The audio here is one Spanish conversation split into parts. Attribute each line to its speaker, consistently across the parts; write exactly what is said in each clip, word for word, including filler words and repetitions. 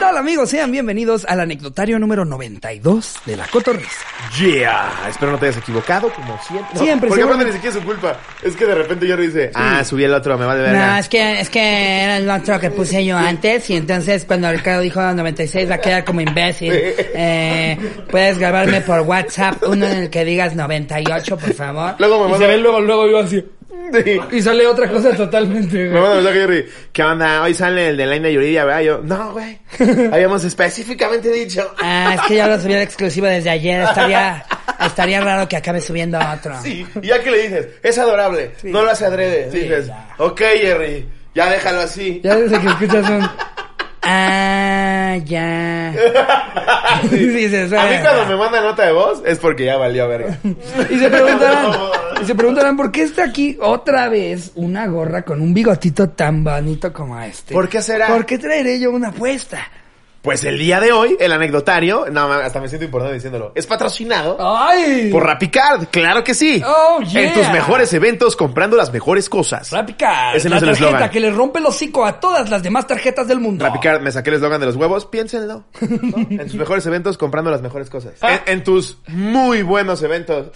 Speaker 1: tal, amigos? Sean bienvenidos al anecdotario número noventa y dos de La Cotorrisa.
Speaker 2: Yeah, espero no te hayas equivocado, como siempre. No,
Speaker 1: Siempre,
Speaker 2: porque
Speaker 1: seguro.
Speaker 2: aparte ni siquiera es su culpa. Es que de repente Jerry dice, sí. ah, subí el otro, me vale verga.
Speaker 3: No, es que, es que era el otro que puse yo antes, y entonces cuando Ricardo dijo noventa y seis va a quedar como imbécil. Eh, puedes grabarme por WhatsApp uno en el que digas noventa y ocho, por favor.
Speaker 2: Luego me
Speaker 1: Y
Speaker 2: manda,
Speaker 1: se ve luego, luego yo así.
Speaker 2: Sí.
Speaker 1: Y sale otra cosa totalmente,
Speaker 2: Me
Speaker 1: güey.
Speaker 2: manda mensaje Jerry, ¿qué onda? Hoy sale el de Laina Yuridia, ¿verdad? Yo, no, güey. Habíamos específicamente dicho.
Speaker 3: Ah, es que ya lo subí de exclusiva desde ayer, estaría, estaría raro que acabe subiendo otro.
Speaker 2: Sí, y ya que le dices, es adorable,
Speaker 1: Sí.
Speaker 2: no lo hace adrede.
Speaker 1: Sí,
Speaker 2: dices,
Speaker 1: ya.
Speaker 2: ok, Jerry, ya déjalo así.
Speaker 1: Ya desde que escuchas un...
Speaker 3: Ah, ya.
Speaker 2: Sí.
Speaker 1: Dices,
Speaker 2: A mí
Speaker 1: "Ah".
Speaker 2: cuando me manda nota de voz es porque ya valió verga.
Speaker 1: Y se preguntarán, y se preguntarán, ¿por qué está aquí otra vez una gorra con un bigotito tan bonito como este?
Speaker 2: ¿Por qué será?
Speaker 1: ¿Por qué traeré yo una apuesta?
Speaker 2: Pues el día de hoy, el anecdotario, no, hasta me siento importante diciéndolo, es patrocinado
Speaker 1: ¡Ay!
Speaker 2: por Rapicard, claro que sí.
Speaker 1: Oh, yeah.
Speaker 2: En tus mejores eventos comprando las mejores cosas.
Speaker 1: Rapicard,
Speaker 2: Ese no
Speaker 1: la
Speaker 2: es el
Speaker 1: tarjeta
Speaker 2: eslogan.
Speaker 1: que le rompe el hocico a todas las demás tarjetas del mundo.
Speaker 2: Rapicard, me saqué el eslogan de los huevos, piénsenlo. ¿no? En tus mejores eventos comprando las mejores cosas. En, en tus muy buenos eventos.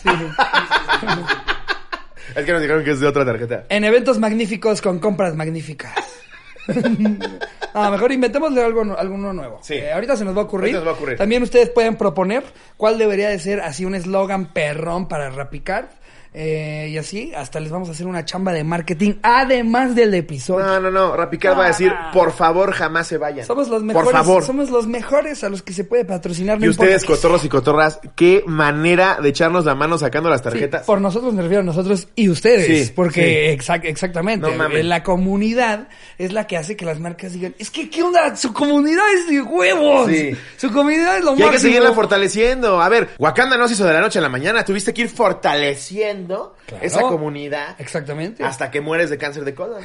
Speaker 2: Es que nos dijeron que es de otra tarjeta.
Speaker 1: En eventos magníficos con compras magníficas. A lo mejor inventémosle algo, alguno nuevo.
Speaker 2: Sí.
Speaker 1: Eh, ahorita se nos va a ocurrir.
Speaker 2: Ahorita nos va a ocurrir.
Speaker 1: También ustedes pueden proponer cuál debería de ser así un eslogan perrón para Rapicard. Eh, y así, hasta les vamos a hacer una chamba de marketing, además del episodio.
Speaker 2: No, no, no. Rapicard va a decir, por favor, jamás se vayan.
Speaker 1: Somos los mejores.
Speaker 2: Por favor.
Speaker 1: Somos los mejores a los que se puede patrocinar. No
Speaker 2: Y ustedes,
Speaker 1: importa qué
Speaker 2: cotorros y cotorras, qué manera de echarnos la mano sacando las
Speaker 1: sea.
Speaker 2: tarjetas.
Speaker 1: Sí, por nosotros me refiero a nosotros y ustedes.
Speaker 2: Sí,
Speaker 1: porque exac- exactamente.
Speaker 2: No mames.
Speaker 1: La comunidad es la que hace que las marcas digan, es que, ¿qué onda? Su comunidad es de huevos.
Speaker 2: Sí.
Speaker 1: Su comunidad es lo
Speaker 2: Y hay que
Speaker 1: máximo.
Speaker 2: seguirla fortaleciendo. A ver, Wakanda no se hizo de la noche a la mañana. Tuviste que ir fortaleciendo
Speaker 1: Claro.
Speaker 2: esa comunidad.
Speaker 1: Exactamente.
Speaker 2: Hasta que mueres de cáncer de colon.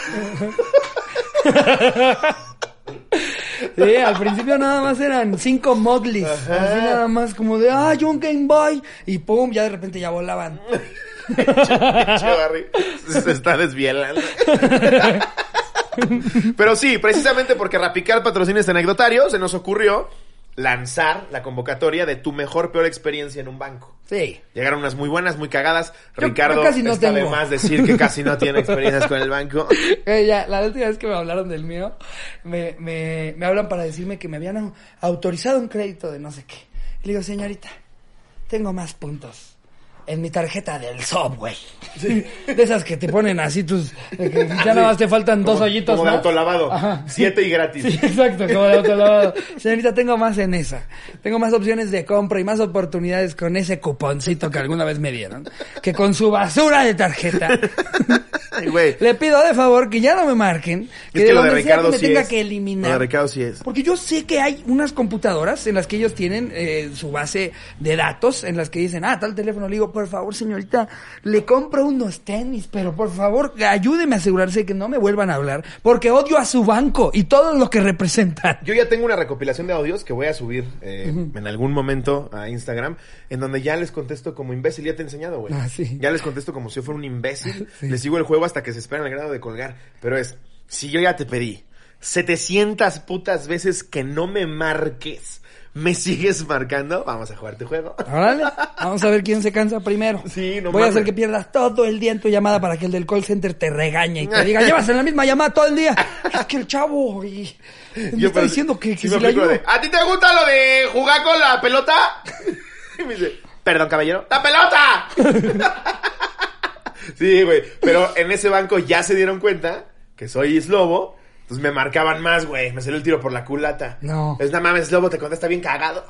Speaker 1: Sí, al principio nada más eran cinco Mowglis.
Speaker 2: Ajá.
Speaker 1: Así nada más como de, ah, yo un Game Boy. Y pum, ya de repente ya volaban.
Speaker 2: Pinche Barry, se está desvielando. Pero sí, precisamente porque Rapicard patrocina este anecdotario, se nos ocurrió lanzar la convocatoria de tu mejor, peor experiencia en un banco.
Speaker 1: Sí.
Speaker 2: Llegaron unas muy buenas, muy cagadas.
Speaker 1: Yo-
Speaker 2: Ricardo,
Speaker 1: yo casi no
Speaker 2: está de
Speaker 1: tengo.
Speaker 2: más decir que casi no tiene experiencias con el banco.
Speaker 1: Eh, ya, la última vez que me hablaron del mío, me, me, me hablan para decirme que me habían au- autorizado un crédito de no sé qué. Y le digo, señorita, tengo más puntos en mi tarjeta del Subway. De esas que te ponen así tus... de que ya nada más te faltan dos
Speaker 2: Como-
Speaker 1: hoyitos
Speaker 2: como de
Speaker 1: más.
Speaker 2: autolavado.
Speaker 1: Ajá.
Speaker 2: Siete y gratis.
Speaker 1: Sí, exacto, como de autolavado. Señorita, tengo más en esa. Tengo más opciones de compra y más oportunidades con ese cuponcito que alguna vez me dieron. Que con su basura de tarjeta.
Speaker 2: Ay, güey.
Speaker 1: Le pido de favor que ya no me marquen. Que,
Speaker 2: Es que
Speaker 1: de
Speaker 2: lo de
Speaker 1: donde sea
Speaker 2: Ricardo
Speaker 1: que me
Speaker 2: sí
Speaker 1: tenga
Speaker 2: es.
Speaker 1: que eliminar.
Speaker 2: Lo de Ricardo sí es.
Speaker 1: Porque yo sé que hay unas computadoras en las que ellos tienen eh, su base de datos, en las que dicen, ah, tal teléfono. Le digo, por favor, señorita, le compro unos tenis, pero por favor, ayúdeme a asegurarse de que no me vuelvan a hablar, porque odio a su banco y todo lo que representan.
Speaker 2: Yo ya tengo una recopilación de audios que voy a subir eh, en algún momento a Instagram, en donde ya les contesto como imbécil. Ya te he enseñado, güey.
Speaker 1: Ah, sí.
Speaker 2: Ya les contesto como si yo fuera un imbécil.
Speaker 1: Sí.
Speaker 2: Les sigo el juego hasta que se esperan al grado de colgar. Pero es, si yo ya te pedí setecientas putas veces que no me marques, ¿me sigues marcando? Vamos a jugar tu juego.
Speaker 1: Órale, vamos a ver quién se cansa primero.
Speaker 2: Sí, no
Speaker 1: Voy a
Speaker 2: mames.
Speaker 1: hacer que pierdas todo el día en tu llamada para que el del call center te regañe y te diga, llevas en la misma llamada todo el día. Es que el chavo y, me
Speaker 2: Yo,
Speaker 1: está
Speaker 2: pero
Speaker 1: diciendo que, que
Speaker 2: sí
Speaker 1: si
Speaker 2: me
Speaker 1: le
Speaker 2: aplico
Speaker 1: ayudo.
Speaker 2: de, ¿a ti te gusta lo de jugar con la pelota? Y me dice, perdón, caballero, ¡la pelota! Sí, güey, pero en ese banco ya se dieron cuenta que soy Slobo. Entonces me marcaban más, güey. Me salió el tiro por la culata.
Speaker 1: No.
Speaker 2: Es nada mames, Slobo, te contesta bien cagado.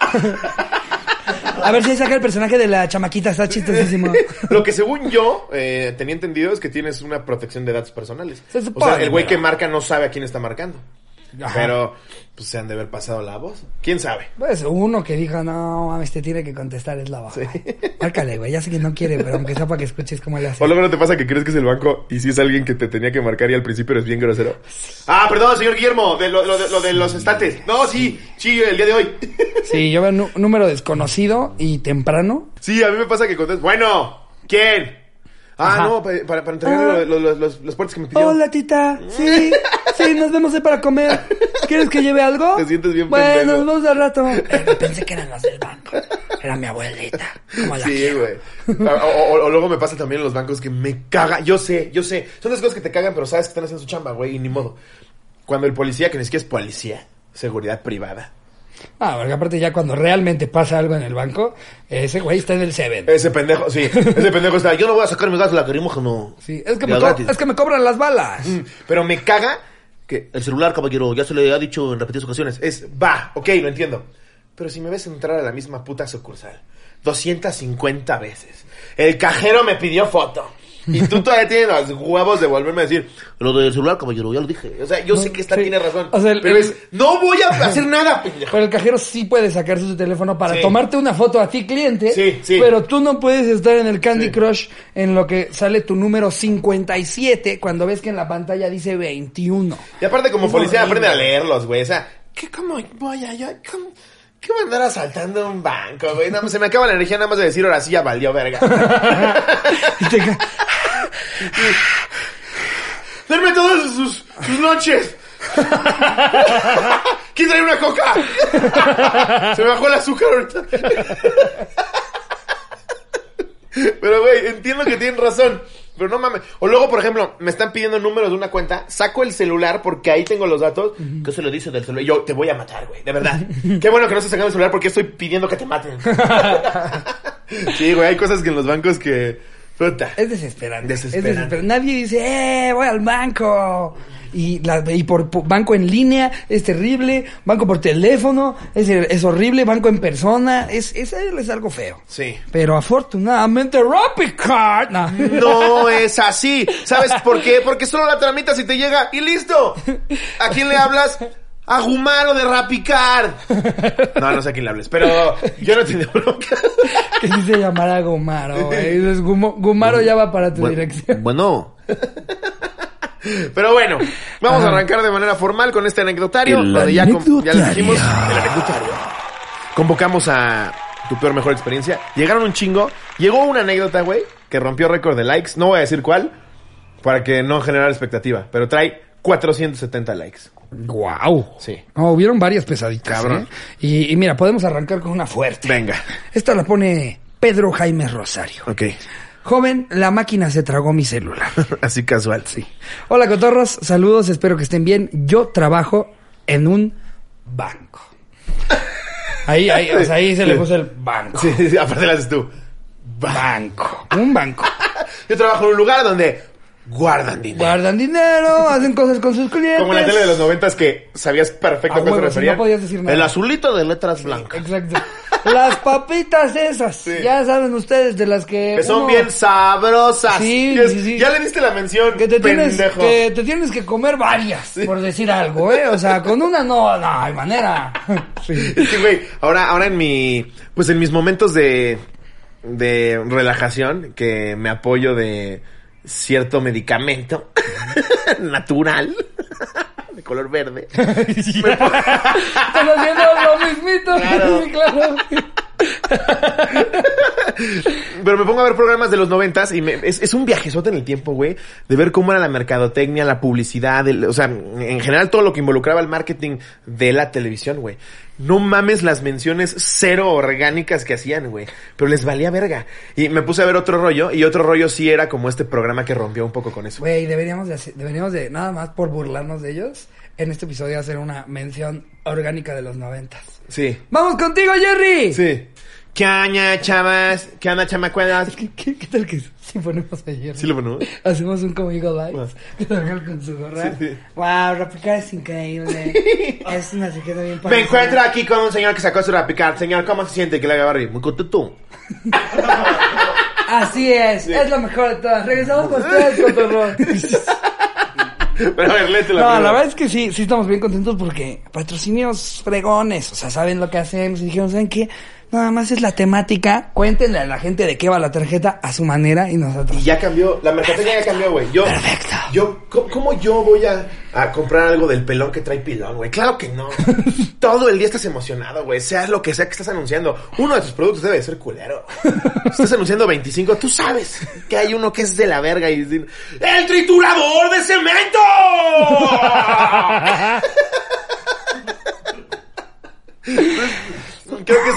Speaker 1: A ver si ahí saca el personaje de la chamaquita, está chistosísimo.
Speaker 2: Lo que según yo eh, tenía entendido es que tienes una protección de datos personales.
Speaker 1: Se
Speaker 2: O
Speaker 1: supone,
Speaker 2: sea, el güey
Speaker 1: pero-
Speaker 2: que marca no sabe a quién está marcando.
Speaker 1: Ajá.
Speaker 2: Pero, pues se han de haber pasado la voz. ¿Quién sabe?
Speaker 1: Pues uno que dijo, no mames, te tiene que contestar, es la baja. Márcale, güey, ya sé que no quiere, pero aunque sea para que escuches cómo le hace.
Speaker 2: O luego no te pasa que crees que es el banco y si es alguien que te tenía que marcar y al principio eres bien grosero. Ah, perdón, señor Guillermo, de lo, lo de, lo de los estantes. No, sí, sí, el día de hoy.
Speaker 1: Sí, yo veo un número desconocido y temprano.
Speaker 2: Sí, a mí me pasa que contestas, bueno, ¿quién? Ah,
Speaker 1: Ajá.
Speaker 2: no, pa- para, para entregar
Speaker 1: Ah.
Speaker 2: los, los, los, los puertos que me pidió.
Speaker 1: Hola, tita. Sí, sí, nos vemos hoy para comer. ¿Qué ¿Quieres que lleve algo?
Speaker 2: Te sientes bien
Speaker 1: Bueno,
Speaker 2: pendejo.
Speaker 1: nos vemos al rato. Eh, pensé que eran los del banco. Era mi abuelita. ¿Cómo la
Speaker 2: Sí,
Speaker 1: quiero?
Speaker 2: güey. O, o- o luego me pasa también en los bancos que me caga. Yo sé, yo sé. Son las cosas que te cagan, pero sabes que están haciendo su chamba, güey, y ni modo. Cuando el policía, que ni siquiera es policía, seguridad privada.
Speaker 1: Ah, porque aparte ya cuando realmente pasa algo en el banco, ese güey está en el Seven.
Speaker 2: Ese pendejo, sí. Ese pendejo está. Yo no voy a sacar mis gas lacrimógeno.
Speaker 1: Sí, es que, me
Speaker 2: Ya
Speaker 1: co-
Speaker 2: gratis.
Speaker 1: es que me cobran las balas.
Speaker 2: Mm, Pero me caga que el celular, caballero, ya se le ha dicho en repetidas ocasiones. Es, va, ok, lo entiendo. Pero si me ves entrar a la misma puta sucursal doscientas cincuenta veces, el cajero me pidió foto. Y tú todavía tienes los huevos de volverme a decir, lo del celular, caballero, ya lo dije. O sea, yo sé que esta
Speaker 1: Sí.
Speaker 2: tiene razón.
Speaker 1: O sea, el-
Speaker 2: pero
Speaker 1: el-
Speaker 2: es, no voy a hacer nada, pendejo.
Speaker 1: Pero el cajero sí puede sacar su teléfono para
Speaker 2: Sí.
Speaker 1: tomarte una foto a ti, cliente.
Speaker 2: Sí, sí.
Speaker 1: Pero tú no puedes estar en el Candy
Speaker 2: Sí.
Speaker 1: Crush en lo que sale tu número cincuenta y siete cuando ves que en la pantalla dice veintiuno.
Speaker 2: Y aparte, como
Speaker 1: Es
Speaker 2: policía,
Speaker 1: horrible.
Speaker 2: aprende a leerlos, güey. O sea, ¿qué, cómo voy a yo? ¿Cómo, ¿Qué voy a andar asaltando un banco, güey? Nada más, se me acaba la energía nada más de decir, ahora sí ya valió, verga.
Speaker 1: Y te ca-
Speaker 2: ¡Denme todas sus, sus noches! ¿Quién trae una coca? Se me bajó el azúcar ahorita. Pero, güey, entiendo que tienen razón. Pero no mames. O luego, por ejemplo, me están pidiendo números de una cuenta. Saco el celular porque ahí tengo los datos. ¿Qué se lo dice del celular? Yo te voy a matar, güey. De verdad. Qué bueno que no estés sacando el celular porque estoy pidiendo que te maten. Sí, güey, hay cosas que en los bancos que... Puta.
Speaker 1: Es desesperante.
Speaker 2: Desesperante.
Speaker 1: Es desesperante. Nadie dice, eh, voy al banco. Y, la, y por, por banco en línea es terrible. Banco por teléfono es, es horrible. Banco en persona es, es, es algo feo.
Speaker 2: Sí.
Speaker 1: Pero afortunadamente RappiCard... No.
Speaker 2: No es así. ¿Sabes por qué? Porque solo la tramitas y te llega y listo. ¿A quién le hablas? A Gumaro de RappiCard. No, no sé a quién le hables, pero yo no tengo bronca.
Speaker 1: Que sí se llamara Gumaro, güey. Dices, Gumo- Gumaro ya va para tu
Speaker 2: Bu-
Speaker 1: dirección.
Speaker 2: Bueno. Pero bueno, vamos
Speaker 1: Ajá.
Speaker 2: a arrancar de manera formal con este anecdotario.
Speaker 1: El
Speaker 2: donde ya, com- ya les
Speaker 1: anecdotario.
Speaker 2: dijimos el anecdotario. Convocamos a tu peor mejor experiencia. Llegaron un chingo. Llegó una anécdota, güey, que rompió récord de likes. No voy a decir cuál, para que no generar expectativa. Pero trae cuatrocientos setenta likes.
Speaker 1: Guau.
Speaker 2: Sí.
Speaker 1: No, hubieron varias pesaditas.
Speaker 2: Cabrón.
Speaker 1: ¿eh? Y, y mira, podemos arrancar con una fuerte.
Speaker 2: Venga.
Speaker 1: Esta la pone Pedro Jaime Rosario.
Speaker 2: Ok.
Speaker 1: Joven, la máquina se tragó mi celular.
Speaker 2: Así casual, sí.
Speaker 1: Hola, cotorros. Saludos, espero que estén bien. Yo trabajo en un banco. Ahí, ahí, o sea, ahí se le puso el banco.
Speaker 2: Sí, sí, sí, aparte la haces tú.
Speaker 1: Banco. Un banco.
Speaker 2: Yo trabajo en un lugar donde guardan dinero.
Speaker 1: Guardan dinero, hacen cosas con sus clientes.
Speaker 2: Como en la tele de los noventas que sabías perfecto
Speaker 1: A
Speaker 2: a qué se
Speaker 1: huevo, si
Speaker 2: referían.
Speaker 1: no podías decir nada.
Speaker 2: El azulito de letras blancas.
Speaker 1: Exacto. Las papitas esas.
Speaker 2: Sí.
Speaker 1: Ya saben ustedes de las que...
Speaker 2: Que son
Speaker 1: uno-
Speaker 2: bien sabrosas.
Speaker 1: Sí,
Speaker 2: Y es-
Speaker 1: sí, sí.
Speaker 2: Ya le diste la mención,
Speaker 1: Que te, tienes,
Speaker 2: pendejo.
Speaker 1: que te tienes que comer varias,
Speaker 2: Sí.
Speaker 1: por decir algo, ¿eh? O sea, con una no, no hay manera. Sí.
Speaker 2: Es que, güey, ahora, ahora en mi... Pues en mis momentos de... De relajación, que me apoyo de cierto medicamento natural de color verde.
Speaker 1: Están haciendo lo mismito.
Speaker 2: Claro.
Speaker 1: Sí, claro.
Speaker 2: Pero me pongo a ver programas de los noventas y me, es, es un viajezote en el tiempo, güey, de ver cómo era la mercadotecnia, la publicidad, el- o sea, en general todo lo que involucraba el marketing de la televisión, güey. No mames las menciones cero orgánicas que hacían, güey. Pero les valía verga. Y me puse a ver otro rollo, y otro rollo sí era como este programa que rompió un poco con eso.
Speaker 1: Güey, deberíamos de, hacer- deberíamos de, nada más por burlarnos de ellos, en este episodio hacer una mención orgánica de los noventas.
Speaker 2: Sí.
Speaker 1: ¡Vamos contigo, Jerry!
Speaker 2: Sí. ¿Qué onda, chavas? ¿Qué onda, chamacuelas?
Speaker 1: ¿Qué, qué, qué tal que si ponemos a Jerry?
Speaker 2: ¿Sí lo ponemos?
Speaker 1: Hacemos un Conmigo Live.
Speaker 2: Wow.
Speaker 1: Que salga con su gorra.
Speaker 2: Sí, sí.
Speaker 1: Wow, Rappicar es increíble. Es una secreta bien
Speaker 2: Me encuentro aquí con un señor que sacó su RappiCard. Señor, ¿cómo se siente que le haga Barry? Muy contento.
Speaker 1: Así es, es lo mejor de todas. Regresamos con ustedes, cotorrón.
Speaker 2: Pero a ver, léete la
Speaker 1: No,
Speaker 2: primera.
Speaker 1: la verdad es que sí, sí estamos bien contentos porque patrocinios fregones, o sea, saben lo que hacemos y dijeron, ¿saben qué? Nada más es la temática, cuéntenle a la gente de qué va la tarjeta a su manera y nosotros.
Speaker 2: Y ya cambió, la mercadotecnia ya cambió, güey. Yo,
Speaker 1: Perfecto.
Speaker 2: yo, ¿cómo, cómo yo voy a, a comprar algo del pelón que trae pilón, güey? Claro que no. Todo el día estás emocionado, güey. Sea lo que sea que estás anunciando. Uno de tus productos debe de ser culero. Estás anunciando veinticinco, tú sabes que hay uno que es de la verga y decir, ¡el triturador de cemento!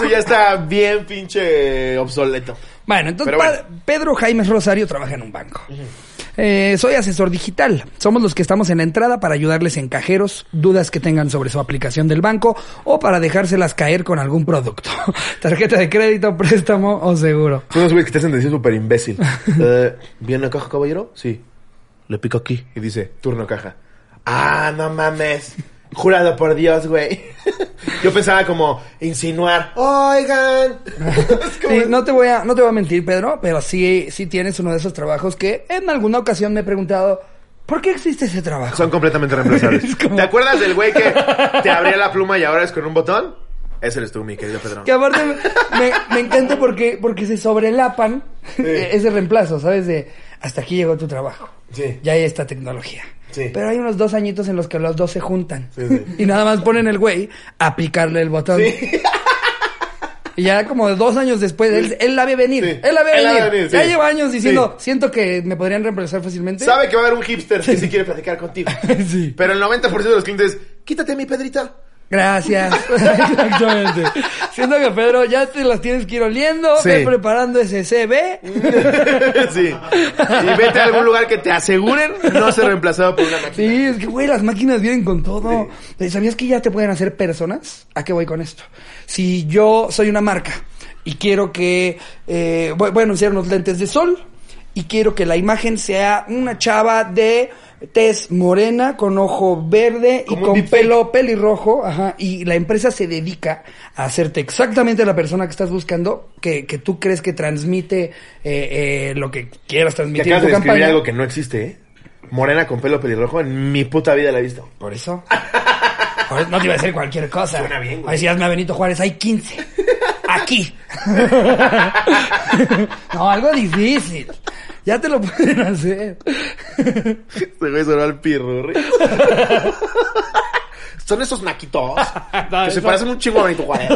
Speaker 2: ya está bien pinche obsoleto.
Speaker 1: Bueno, entonces
Speaker 2: Pero bueno.
Speaker 1: Pa- Pedro Jaimes Rosario trabaja en un banco. Eh, soy asesor digital. Somos los que estamos en la entrada para ayudarles en cajeros, dudas que tengan sobre su aplicación del banco o para dejárselas caer con algún producto. Tarjeta de crédito, préstamo o seguro.
Speaker 2: Son unos güeyes que te hacen decir súper imbécil. Eh, ¿Viene a caja, caballero? Sí. Le pico aquí y dice, turno caja. Ah, no mames. Jurado por Dios, güey. Yo pensaba como insinuar, oigan. Es como-
Speaker 1: Sí, no te voy a, no te voy a mentir, Pedro, pero sí, sí tienes uno de esos trabajos que en alguna ocasión me he preguntado, ¿por qué existe ese trabajo?
Speaker 2: Son completamente reemplazables.
Speaker 1: Es como-
Speaker 2: ¿Te acuerdas del güey que te abría la pluma y ahora es con un botón? Ese eres tú, mi querido Pedro.
Speaker 1: Que aparte me, me, me encanta porque, porque se sobrelapan
Speaker 2: Sí.
Speaker 1: eh, ese reemplazo, ¿sabes? De hasta aquí llegó tu trabajo.
Speaker 2: Sí.
Speaker 1: Ya hay esta tecnología.
Speaker 2: Sí.
Speaker 1: Pero hay unos dos añitos en los que los dos se juntan.
Speaker 2: Sí, sí.
Speaker 1: Y nada más ponen el güey a picarle el botón.
Speaker 2: Sí.
Speaker 1: Y ya como dos años después, él, él la ve venir.
Speaker 2: Sí.
Speaker 1: Él la ve
Speaker 2: Él la
Speaker 1: venir.
Speaker 2: ve venir,
Speaker 1: Ya
Speaker 2: sí.
Speaker 1: lleva años diciendo,
Speaker 2: Sí.
Speaker 1: siento que me podrían reemplazar fácilmente.
Speaker 2: Sabe que va a haber un hipster que sí quiere platicar contigo.
Speaker 1: Sí.
Speaker 2: Pero el noventa por ciento de los clientes, quítate mi Pedrita.
Speaker 1: Gracias. Exactamente. Siento que Pedro ya te las tienes que ir oliendo,
Speaker 2: Sí.
Speaker 1: ve preparando ese C V.
Speaker 2: Sí. Y vete a algún lugar que te aseguren no ser reemplazado por una máquina.
Speaker 1: Sí, es que, güey, las máquinas vienen con todo. ¿Sabías que ya te pueden hacer personas? ¿A qué voy con esto? Si yo soy una marca y quiero que... Eh, voy, voy a anunciar unos lentes de sol y quiero que la imagen sea una chava de tez morena con ojo verde y
Speaker 2: Como un
Speaker 1: con
Speaker 2: deepfake.
Speaker 1: pelo pelirrojo, ajá, y la empresa se dedica a hacerte exactamente la persona que estás buscando, que, que tú crees que transmite eh, eh, lo que quieras
Speaker 2: Que
Speaker 1: transmitir
Speaker 2: acabas
Speaker 1: en
Speaker 2: de
Speaker 1: tu
Speaker 2: describir
Speaker 1: campaña.
Speaker 2: algo que no existe, ¿eh? Morena con pelo pelirrojo, en mi puta vida la he visto.
Speaker 1: Por eso. Por eso no te iba a decir cualquier cosa.
Speaker 2: Suena bien, güey.
Speaker 1: Ay, si hazme a Benito Juárez, hay quince. Aquí. No, algo difícil. Ya te lo pueden hacer.
Speaker 2: Se güey sonó al pirurri. Son esos naquitos
Speaker 1: No,
Speaker 2: que se
Speaker 1: eso-
Speaker 2: parecen un chingo a Benito Juárez.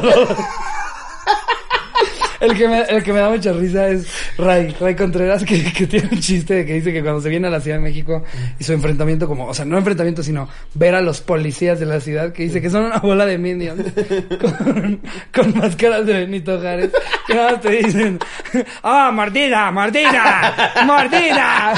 Speaker 1: El que, me, el que me da mucha risa es Ray, Ray Contreras, que, que tiene un chiste de que dice que cuando se viene a la Ciudad de México y su enfrentamiento como, o sea, no enfrentamiento, sino ver a los policías de la ciudad, que dice que son una bola de minions con, con máscaras de Benito Juárez, que nada más te dicen, ¡ah, mordida, mordida, mordida!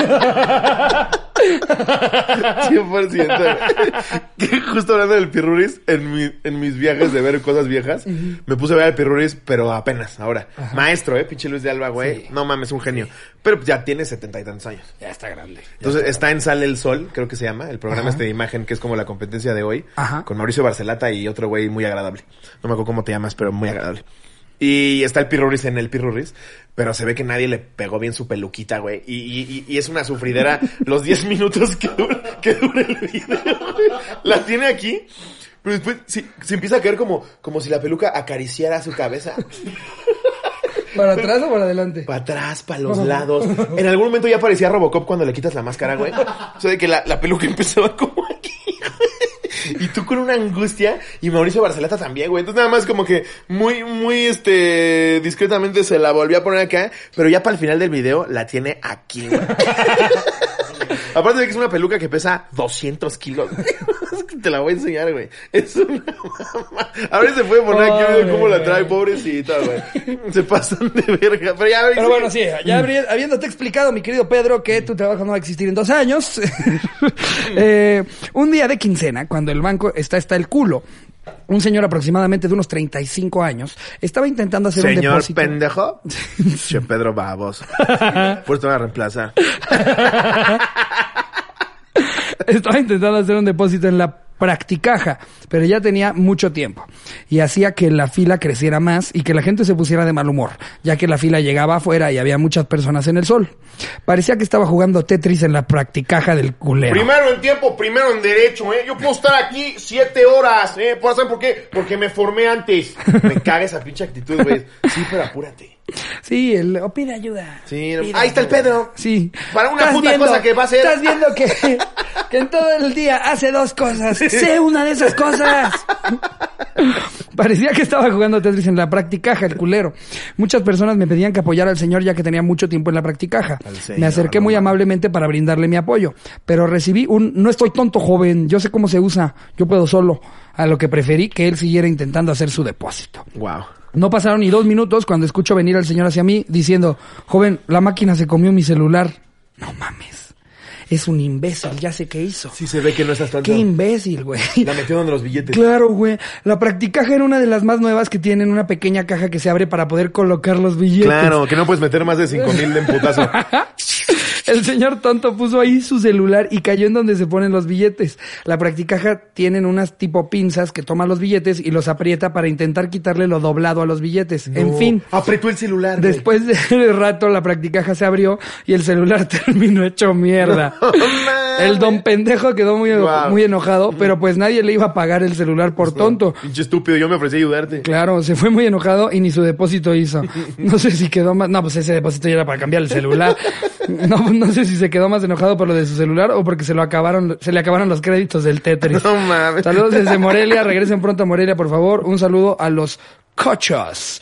Speaker 2: cien por ciento. Que justo hablando del pirruris, en, mi, en mis viajes de ver cosas viejas, me puse a ver al pirruris, pero apenas, ahora. Maestro, eh, pinche Luis de Alba, güey.
Speaker 1: Sí.
Speaker 2: No mames, un genio. Pero pues, ya tiene setenta y tantos años.
Speaker 1: Ya está grande.
Speaker 2: Entonces está en Sale el Sol, creo que se llama, el programa
Speaker 1: Ajá.
Speaker 2: este de imagen que es como la competencia de hoy,
Speaker 1: Ajá.
Speaker 2: con Mauricio Barcelata y otro güey muy agradable. No me acuerdo cómo te llamas, pero muy agradable. Y está el Pirurris en el Pirurris, pero se ve que nadie le pegó bien su peluquita, güey. Y, y, y es una sufridera los diez minutos que dura, que dura el video. Güey. La tiene aquí, pero después se, se empieza a caer como, como si la peluca acariciara su cabeza.
Speaker 1: ¿Para atrás o para adelante?
Speaker 2: Para atrás, para los lados. En algún momento ya parecía Robocop cuando le quitas la máscara, güey. O sea, de que la, la peluca empezaba como aquí, güey. Y tú con una angustia. Y Mauricio Barcelata también, güey. Entonces nada más como que muy, muy, este, discretamente se la volvió a poner acá. Pero ya para el final del video la tiene aquí, güey. Aparte de que es una peluca que pesa doscientos kilos. Te la voy a enseñar, güey. Es una mamá. A ver si se puede poner aquí
Speaker 1: Pobre,
Speaker 2: cómo la trae,
Speaker 1: güey.
Speaker 2: pobrecita, güey. Se pasan de verga. Pero ya, a ver,
Speaker 1: Pero
Speaker 2: sí.
Speaker 1: bueno, sí, ya habrí- habiéndote explicado, mi querido Pedro, que tu trabajo no va a existir en dos años. eh, un día de quincena, cuando el banco está hasta el culo, un señor aproximadamente de unos treinta y cinco años estaba intentando hacer un
Speaker 2: Señor
Speaker 1: depósito.
Speaker 2: pendejo. Che Pedro Babos. Pues te voy a reemplazar.
Speaker 1: Estaba intentando hacer un depósito en la practicaja, pero ya tenía mucho tiempo y hacía que la fila creciera más y que la gente se pusiera de mal humor, ya que la fila llegaba afuera y había muchas personas en el sol. Parecía que estaba jugando Tetris en la practicaja del culero.
Speaker 2: Primero en tiempo, primero en derecho, ¿eh? Yo puedo estar aquí siete horas, ¿eh? ¿Por saber por qué? Porque me formé antes. Me caga esa pinche actitud, güey. Sí, pero apúrate.
Speaker 1: Sí, el, o pide ayuda.
Speaker 2: Sí, no-
Speaker 1: Pide
Speaker 2: ahí está el
Speaker 1: ayuda.
Speaker 2: Pedro.
Speaker 1: Sí.
Speaker 2: Para una
Speaker 1: Estás
Speaker 2: puta cosa que va a hacer.
Speaker 1: Estás viendo que, que en todo el día hace dos cosas. Sé una de esas cosas. Parecía que estaba jugando Tetris en la practicaja, el culero. Muchas personas me pedían que apoyara al señor ya que tenía mucho tiempo en la practicaja.
Speaker 2: Señor,
Speaker 1: me acerqué
Speaker 2: no,
Speaker 1: muy
Speaker 2: no.
Speaker 1: amablemente para brindarle mi apoyo, pero recibí un no estoy tonto, joven, yo sé cómo se usa, yo puedo solo, a lo que preferí que él siguiera intentando hacer su depósito.
Speaker 2: Wow.
Speaker 1: No pasaron ni dos minutos cuando escucho venir al señor hacia mí diciendo, joven, la máquina se comió mi celular. No mames. Es un imbécil, ya sé qué hizo.
Speaker 2: Sí se ve que no estás tonto.
Speaker 1: Qué imbécil, güey.
Speaker 2: La metió donde los billetes.
Speaker 1: Claro, güey. La practicaja era una de las más nuevas que tienen una pequeña caja que se abre para poder colocar los billetes.
Speaker 2: Claro, que no puedes meter más de cinco mil de en putazo.
Speaker 1: El señor tonto puso ahí su celular y cayó en donde se ponen los billetes. La practicaja tienen unas tipo pinzas que toma los billetes y los aprieta para intentar quitarle lo doblado a los billetes.
Speaker 2: No.
Speaker 1: En fin.
Speaker 2: Apretó el celular, güey.
Speaker 1: Después de rato la practicaja se abrió y el celular terminó hecho mierda.
Speaker 2: No, mames.
Speaker 1: El don pendejo quedó muy,
Speaker 2: Wow.
Speaker 1: muy enojado, pero pues nadie le iba a pagar el celular por tonto.
Speaker 2: Pinche estúpido, yo me ofrecí a ayudarte.
Speaker 1: Claro, se fue muy enojado y ni su depósito hizo. No sé si quedó más... No, pues ese depósito ya era para cambiar el celular. No, no sé si se quedó más enojado por lo de su celular o porque se lo acabaron, se le acabaron los créditos del Tetris.
Speaker 2: No mames.
Speaker 1: Saludos desde Morelia, regresen pronto a Morelia, por favor. Un saludo a los cochos.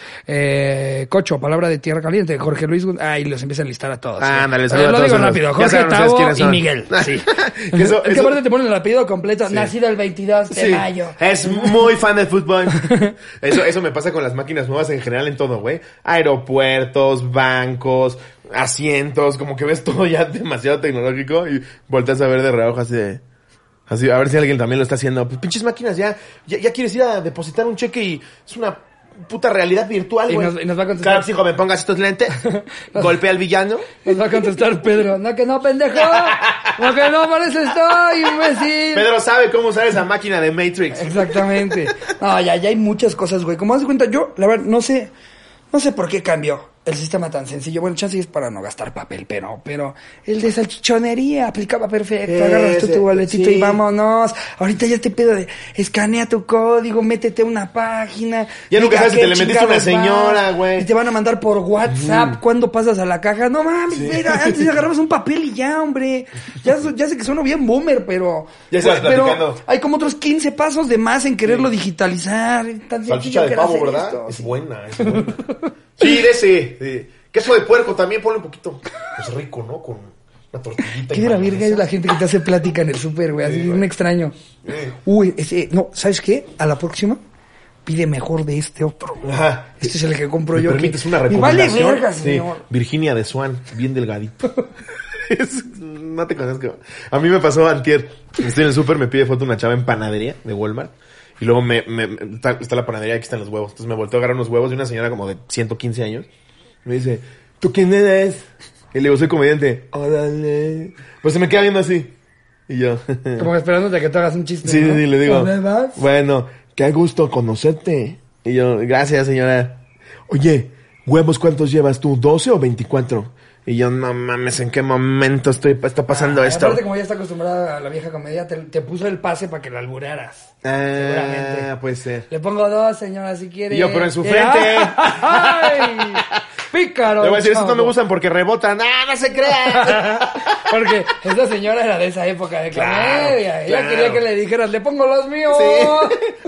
Speaker 1: Eh, cocho, palabra de tierra caliente. Jorge Luis... Ay, los empieza a listar a todos.
Speaker 2: Ah, ándale,
Speaker 1: Eh,
Speaker 2: saludos a
Speaker 1: Lo
Speaker 2: todos
Speaker 1: digo
Speaker 2: esos.
Speaker 1: rápido.
Speaker 2: Ya
Speaker 1: Jorge,
Speaker 2: saben ustedes
Speaker 1: Tavo
Speaker 2: quiénes
Speaker 1: y
Speaker 2: son.
Speaker 1: Miguel. Sí.
Speaker 2: Que eso-
Speaker 1: Es que
Speaker 2: eso-
Speaker 1: aparte te ponen el apellido completo.
Speaker 2: Sí.
Speaker 1: Nacido el veintidós de
Speaker 2: Sí,
Speaker 1: mayo.
Speaker 2: es muy fan del fútbol. Eso, eso me pasa con las máquinas nuevas en general en todo, güey. Aeropuertos, bancos, asientos, como que ves todo ya demasiado tecnológico y volteas a ver de reojo así de... Así, a ver si alguien también lo está haciendo. Pues pinches máquinas, ya, ya, ya quieres ir a depositar un cheque y es una puta realidad virtual,
Speaker 1: Y
Speaker 2: güey.
Speaker 1: nos- y nos va a contestar.
Speaker 2: Claro, sí, joven, pongas estos lentes, golpea al villano.
Speaker 1: Nos va a contestar Pedro. No, que no, pendejo. No, que no, por eso estoy, imbécil.
Speaker 2: Pedro sabe cómo usar esa máquina de Matrix.
Speaker 1: Exactamente. No, ya, ya hay muchas cosas, güey. Como das cuenta, yo, la verdad, no sé, no sé por qué cambió el sistema tan sencillo. Bueno, chance es para no gastar papel, pero, pero el de salchichonería aplicaba perfecto. Agarras tú
Speaker 2: Ese,
Speaker 1: tu boletito
Speaker 2: sí.
Speaker 1: y vámonos. Ahorita ya te pido de escanea tu código, métete a una página.
Speaker 2: Ya nunca
Speaker 1: diga
Speaker 2: sabes si
Speaker 1: qué
Speaker 2: te le metiste a una
Speaker 1: chingados vas,
Speaker 2: señora, güey.
Speaker 1: Y te van a mandar por WhatsApp cuando pasas a la caja. No mames, mira, antes agarrabas un papel y ya, hombre. Ya, ya sé que sueno bien boomer, pero...
Speaker 2: Ya estás
Speaker 1: pero
Speaker 2: platicando.
Speaker 1: hay como otros quince pasos de más en quererlo digitalizar. Tan sencillo
Speaker 2: Salchicha
Speaker 1: que
Speaker 2: de
Speaker 1: era
Speaker 2: pavo,
Speaker 1: hacer
Speaker 2: ¿verdad?
Speaker 1: esto.
Speaker 2: Es buena, es buena. Sí, de ese. Sí. Queso de puerco también, ponle un poquito. Pues rico, ¿no? Con una tortillita.
Speaker 1: Qué
Speaker 2: y
Speaker 1: de la virga
Speaker 2: mayonesa.
Speaker 1: es la gente que te hace plática en el súper, güey. Así,
Speaker 2: Sí,
Speaker 1: un
Speaker 2: güey.
Speaker 1: extraño.
Speaker 2: Sí.
Speaker 1: Uy, ese... No, ¿sabes qué? A la próxima pide mejor de este otro.
Speaker 2: Ajá.
Speaker 1: Este es el que compro
Speaker 2: ¿Me
Speaker 1: yo.
Speaker 2: permites
Speaker 1: que-
Speaker 2: una
Speaker 1: Me vale
Speaker 2: recomendación?
Speaker 1: verga,
Speaker 2: Sí,
Speaker 1: señor.
Speaker 2: Virginia de Swan, bien delgadito. Es- no te conozco. A mí me pasó antier. Estoy en el súper, me pide foto una chava en panadería de Walmart. Y luego me, me- me- está, está la panadería, aquí están los huevos. Entonces me volteo a agarrar unos huevos de una señora como de ciento quince años. Me dice, ¿tú quién eres? Y le digo, soy comediante. Órale. Pues se me queda viendo así. Y yo...
Speaker 1: Como esperándote a que tú hagas un chiste.
Speaker 2: Sí,
Speaker 1: ¿no?
Speaker 2: sí, le digo.
Speaker 1: ¿Dónde vas?
Speaker 2: Bueno, qué gusto conocerte. Y yo, gracias, señora. Oye, ¿huevos cuántos llevas tú? ¿doce o veinticuatro? Y yo, no mames, ¿en qué momento estoy, está pasando
Speaker 1: Ah,
Speaker 2: esto?
Speaker 1: Aparte, como ya está acostumbrada a la vieja comedia, te, te puso el pase para que la alburaras. Seguramente.
Speaker 2: Ah, puede ser.
Speaker 1: Le pongo dos, señora, si quiere.
Speaker 2: Y yo, pero en su
Speaker 1: Eh,
Speaker 2: frente.
Speaker 1: ¡Ay! ¡Pícaro!
Speaker 2: Le voy a decir, estos no me
Speaker 1: chavo.
Speaker 2: gustan porque rebotan. ¡Ah, no se crean!
Speaker 1: Porque esta señora era de esa época de
Speaker 2: Claro,
Speaker 1: comedia. Ella
Speaker 2: claro.
Speaker 1: quería que le dijeras, le pongo los míos.
Speaker 2: Sí.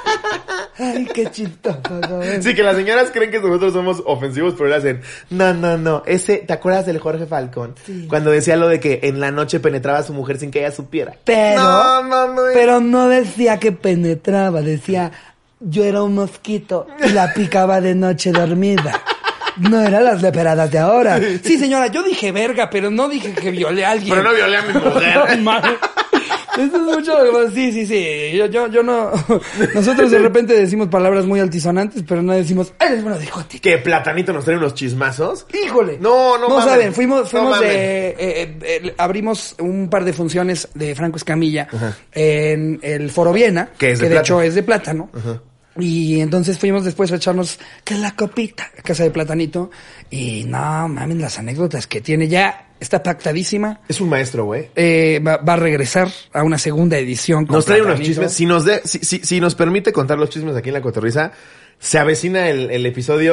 Speaker 1: Ay, qué chistoso. ¿sabes?
Speaker 2: Sí, que las señoras creen que nosotros somos ofensivos, pero le hacen, no, no, no, ese, ¿te acuerdas del Jorge Falcón?
Speaker 1: Sí.
Speaker 2: Cuando decía lo de que en la noche penetraba a su mujer sin que ella supiera.
Speaker 1: Pero,
Speaker 2: No, no, no.
Speaker 1: pero no decía que penetraba, decía, yo era un mosquito y la picaba de noche dormida. No eran las leperadas de ahora. Sí, señora, yo dije verga, pero no dije que violé a alguien.
Speaker 2: Pero no violé a mi mujer.
Speaker 1: No, mames. Eso es mucho lo que pasa. Sí, sí, sí. Yo, yo, yo no. Nosotros de repente decimos palabras muy altisonantes, pero no decimos, ¡ay, es bueno, dijote!
Speaker 2: Que Platanito nos trae unos chismazos.
Speaker 1: ¡Híjole!
Speaker 2: No, no
Speaker 1: No
Speaker 2: mamen.
Speaker 1: saben, fuimos,
Speaker 2: No
Speaker 1: fuimos
Speaker 2: mamen.
Speaker 1: de. eh, eh, eh, abrimos un par de funciones de Franco Escamilla
Speaker 2: Ajá.
Speaker 1: en el Foro Viena,
Speaker 2: Que es de
Speaker 1: de
Speaker 2: plata.
Speaker 1: hecho es de plátano.
Speaker 2: Ajá.
Speaker 1: Y entonces fuimos después a echarnos que la copita a casa de Platanito. Y no mames, las anécdotas que tiene ya. Está pactadísima.
Speaker 2: Es un maestro, güey.
Speaker 1: Eh, va, va a regresar a una segunda edición. con
Speaker 2: Nos trae unos
Speaker 1: Platanito.
Speaker 2: chismes. Si nos de, si, si, si nos permite contar los chismes aquí en La Cotorrisa, se avecina el, el episodio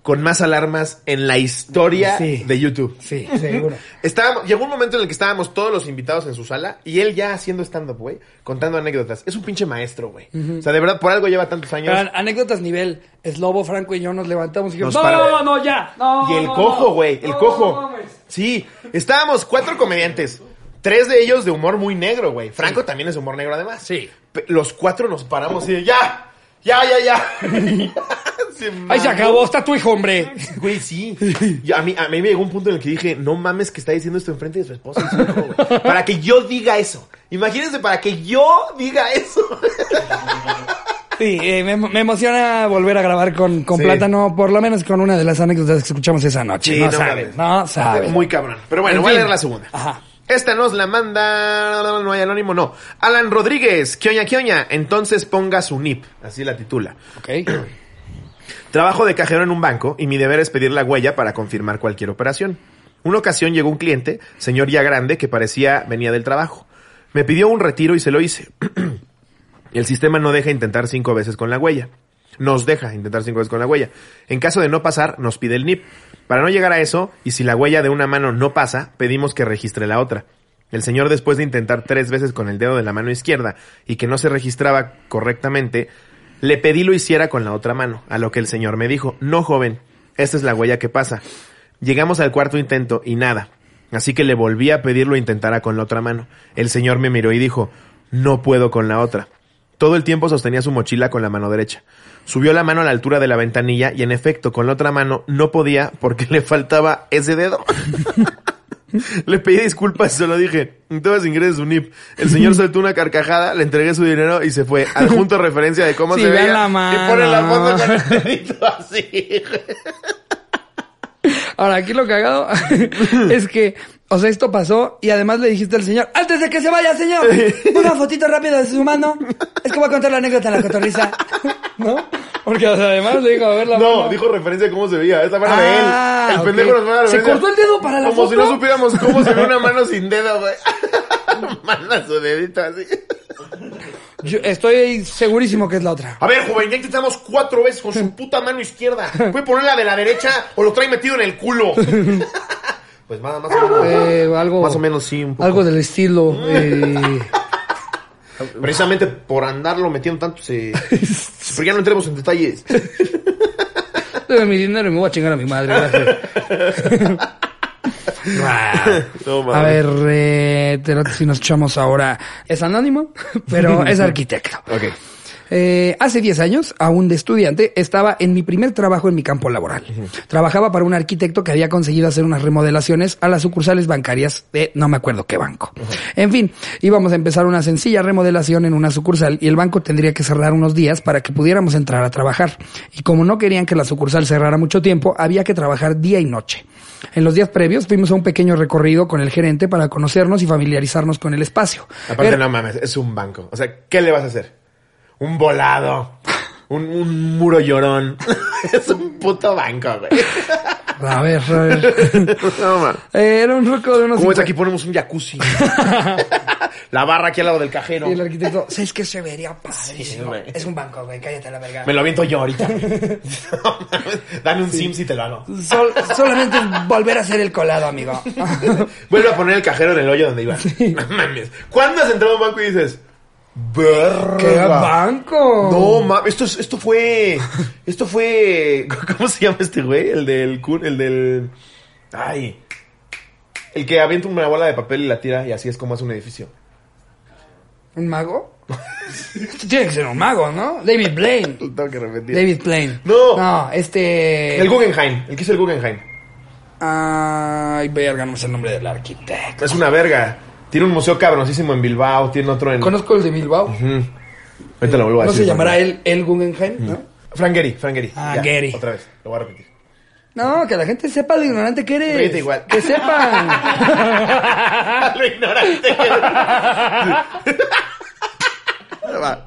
Speaker 2: con más alarmas en la historia
Speaker 1: Sí.
Speaker 2: de YouTube.
Speaker 1: Sí, seguro.
Speaker 2: Estábamos, llegó un momento en el que estábamos todos los invitados en su sala y él ya haciendo stand-up, güey, contando anécdotas. Es un pinche maestro, güey. O sea, de verdad, por algo lleva tantos años.
Speaker 1: Pero anécdotas nivel, Slobo, Franco y yo nos levantamos y dijimos,
Speaker 2: Nos
Speaker 1: no,
Speaker 2: paramos.
Speaker 1: no, no, ya, no.
Speaker 2: Y el
Speaker 1: no,
Speaker 2: cojo,
Speaker 1: no,
Speaker 2: güey, el
Speaker 1: no,
Speaker 2: cojo.
Speaker 1: no mames.
Speaker 2: Sí, estábamos cuatro comediantes. Tres de ellos de humor muy negro, güey. Franco sí. también es humor negro, además.
Speaker 1: Sí.
Speaker 2: Pe- Los cuatro nos paramos y de, ¡ya! ¡Ya, ya, ya! se
Speaker 1: ¡Ay, se acabó! ¡Está tu hijo, hombre!
Speaker 2: Güey, sí. Yo, a, mí, a mí me llegó un punto en el que dije, no mames que está diciendo esto enfrente de su esposa y su hijo, güey. Para que yo diga eso. Imagínense, para que yo diga eso.
Speaker 1: Sí, eh, me, me emociona volver a grabar con, con
Speaker 2: Sí.
Speaker 1: Plátano, por lo menos con una de las anécdotas que escuchamos esa noche.
Speaker 2: Sí,
Speaker 1: no,
Speaker 2: no
Speaker 1: sabes,
Speaker 2: mames.
Speaker 1: no sabes.
Speaker 2: Muy cabrón. Pero bueno,
Speaker 1: En
Speaker 2: voy
Speaker 1: fin.
Speaker 2: a leer la segunda.
Speaker 1: Ajá.
Speaker 2: Esta nos la manda... No hay anónimo, no. Alan Rodríguez. Kioña, kioña. Entonces ponga su N I P. Así la titula.
Speaker 1: Ok.
Speaker 2: Trabajo de cajero en un banco y mi deber es pedir la huella para confirmar cualquier operación. Una ocasión llegó un cliente, señor ya grande, que parecía venía del trabajo. Me pidió un retiro y se lo hice. El sistema no deja intentar cinco veces con la huella. Nos deja intentar cinco veces con la huella. En caso de no pasar, nos pide el N I P. Para no llegar a eso, y si la huella de una mano no pasa, pedimos que registre la otra. El señor, después de intentar tres veces con el dedo de la mano izquierda y que no se registraba correctamente, le pedí lo hiciera con la otra mano, a lo que el señor me dijo, no joven, esta es la huella que pasa. Llegamos al cuarto intento y nada. Así que le volví a pedir lo intentara con la otra mano. El señor me miró y dijo, no puedo con la otra. Todo el tiempo sostenía su mochila con la mano derecha. Subió la mano a la altura de la ventanilla y en efecto con la otra mano no podía porque le faltaba ese dedo. Le pedí disculpas y se lo dije. Entonces ingrese su N I P. El señor soltó una carcajada, le entregué su dinero y se fue. Adjunto referencia de cómo
Speaker 1: Sí,
Speaker 2: se
Speaker 1: vean
Speaker 2: veía.
Speaker 1: la mano.
Speaker 2: Y pone la foto con el dedito así.
Speaker 1: Ahora, aquí lo cagado es que, o sea, esto pasó y además le dijiste al señor, antes de que se vaya, señor, una fotito rápida de su mano. Es que voy a contar la anécdota en la cotorriza. ¿No? Porque o sea, además le dijo, a ver la
Speaker 2: No,
Speaker 1: mano.
Speaker 2: dijo referencia de cómo se veía. Esa mano
Speaker 1: Ah,
Speaker 2: de él. El
Speaker 1: ok.
Speaker 2: pendejo nos manda la
Speaker 1: ¿Se
Speaker 2: referencia.
Speaker 1: cortó el dedo para la
Speaker 2: Como
Speaker 1: foto?
Speaker 2: si no supiéramos cómo se ve una mano sin dedo, güey. Manda su dedito así.
Speaker 1: Yo estoy segurísimo que es la otra.
Speaker 2: A ver, joven, ya intentamos cuatro veces con su puta mano izquierda. ¿Puede ponerla de la derecha o lo trae metido en el culo? Pues nada, más o menos.
Speaker 1: Eh, algo,
Speaker 2: Más o menos, sí, un poco.
Speaker 1: Algo del estilo. Eh,
Speaker 2: Precisamente por andarlo metiendo tanto se... Pero ya no entremos en detalles.
Speaker 1: dame mi dinero y me voy a chingar a mi madre. Gracias.
Speaker 2: No, mames.
Speaker 1: A ver, eh, te late si nos echamos ahora. Es anónimo, pero es arquitecto.
Speaker 2: Ok.
Speaker 1: Eh, hace diez años, aún de estudiante, estaba en mi primer trabajo en mi campo laboral. Uh-huh. Trabajaba para un arquitecto que había conseguido hacer unas remodelaciones a las sucursales bancarias de no me acuerdo qué banco. Uh-huh. En fin, íbamos a empezar una sencilla remodelación en una sucursal y el banco tendría que cerrar unos días para que pudiéramos entrar a trabajar. Y como no querían que la sucursal cerrara mucho tiempo, había que trabajar día y noche. En los días previos fuimos a un pequeño recorrido con el gerente para conocernos y familiarizarnos con el espacio.
Speaker 2: Aparte,
Speaker 1: Era...
Speaker 2: no mames, es un banco. O sea, ¿qué le vas a hacer? Un volado. Un, un muro llorón. Es un puto banco, güey.
Speaker 1: A ver, a ver.
Speaker 2: No, man.
Speaker 1: Eh, era un ruco de unos...
Speaker 2: ¿Cómo es?
Speaker 1: cincuenta
Speaker 2: Aquí ponemos un jacuzzi. La barra aquí al lado del cajero.
Speaker 1: Y el arquitecto, ¿sabes qué se vería padrísimo?
Speaker 2: Sí,
Speaker 1: es un banco, güey, cállate la verga.
Speaker 2: Me lo aviento yo ahorita. No, mames. Dame un sí. Sims y te lo hago.
Speaker 1: Sol, solamente volver a hacer el colado, amigo.
Speaker 2: Vuelve a poner el cajero en el hoyo donde iba. Sí. No mames. ¿Cuándo has entrado a un banco y dices... Verga.
Speaker 1: ¿Qué banco?
Speaker 2: No, mames, esto, esto fue... Esto fue... ¿Cómo se llama este güey? El del... El del... Ay... El que avienta una bola de papel y la tira y así es como es un edificio.
Speaker 1: ¿Un mago? Esto tiene que ser un mago, ¿no? David Blaine.
Speaker 2: Lo tengo que repetir.
Speaker 1: David Blaine.
Speaker 2: No.
Speaker 1: No, este...
Speaker 2: El Guggenheim. El que hizo el Guggenheim.
Speaker 1: Ay, verga, no me sé el nombre del arquitecto.
Speaker 2: Es una verga. Tiene un museo cabroncísimo en Bilbao. Tiene otro en...
Speaker 1: Conozco el de Bilbao.
Speaker 2: Uh-huh. Ahorita lo vuelvo a
Speaker 1: ¿No
Speaker 2: decir.
Speaker 1: se llamará el, el Guggenheim, no?
Speaker 2: Frank Gehry, Frank Gehry.
Speaker 1: Ah,
Speaker 2: ya,
Speaker 1: Gehry.
Speaker 2: Otra vez, lo voy a repetir.
Speaker 1: No, que la gente sepa lo ignorante que eres.
Speaker 2: Repite igual.
Speaker 1: Que sepan.
Speaker 2: Lo ignorante que eres. Va.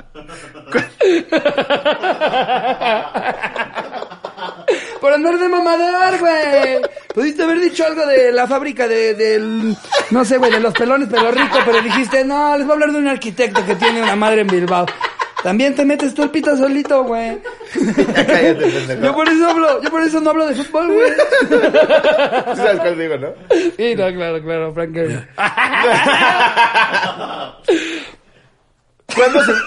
Speaker 1: Por andar de mamador, güey. Pudiste haber dicho algo de la fábrica de, del... No sé, güey, de los pelones pelo rico, pero dijiste, no, les voy a hablar de un arquitecto que tiene una madre en Bilbao. También te metes tú el pito solito, güey.
Speaker 2: Ya cállate, pendejo.
Speaker 1: Yo por eso hablo, yo por eso no hablo de fútbol, güey.
Speaker 2: ¿Sí sabes cuál digo, no?
Speaker 1: Sí, no, claro, claro, Frank Gehry.
Speaker 2: ¿Cuándo se...?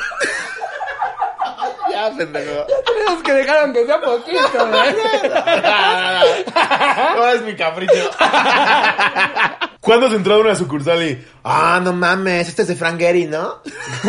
Speaker 2: Ya, pendejo.
Speaker 1: Tenemos que dejar aunque sea poquito, güey.
Speaker 2: Ahora es mi capricho. ¿Cuándo se entró a una sucursal y... Ah, no mames, este es de Frank Gehry, ¿no?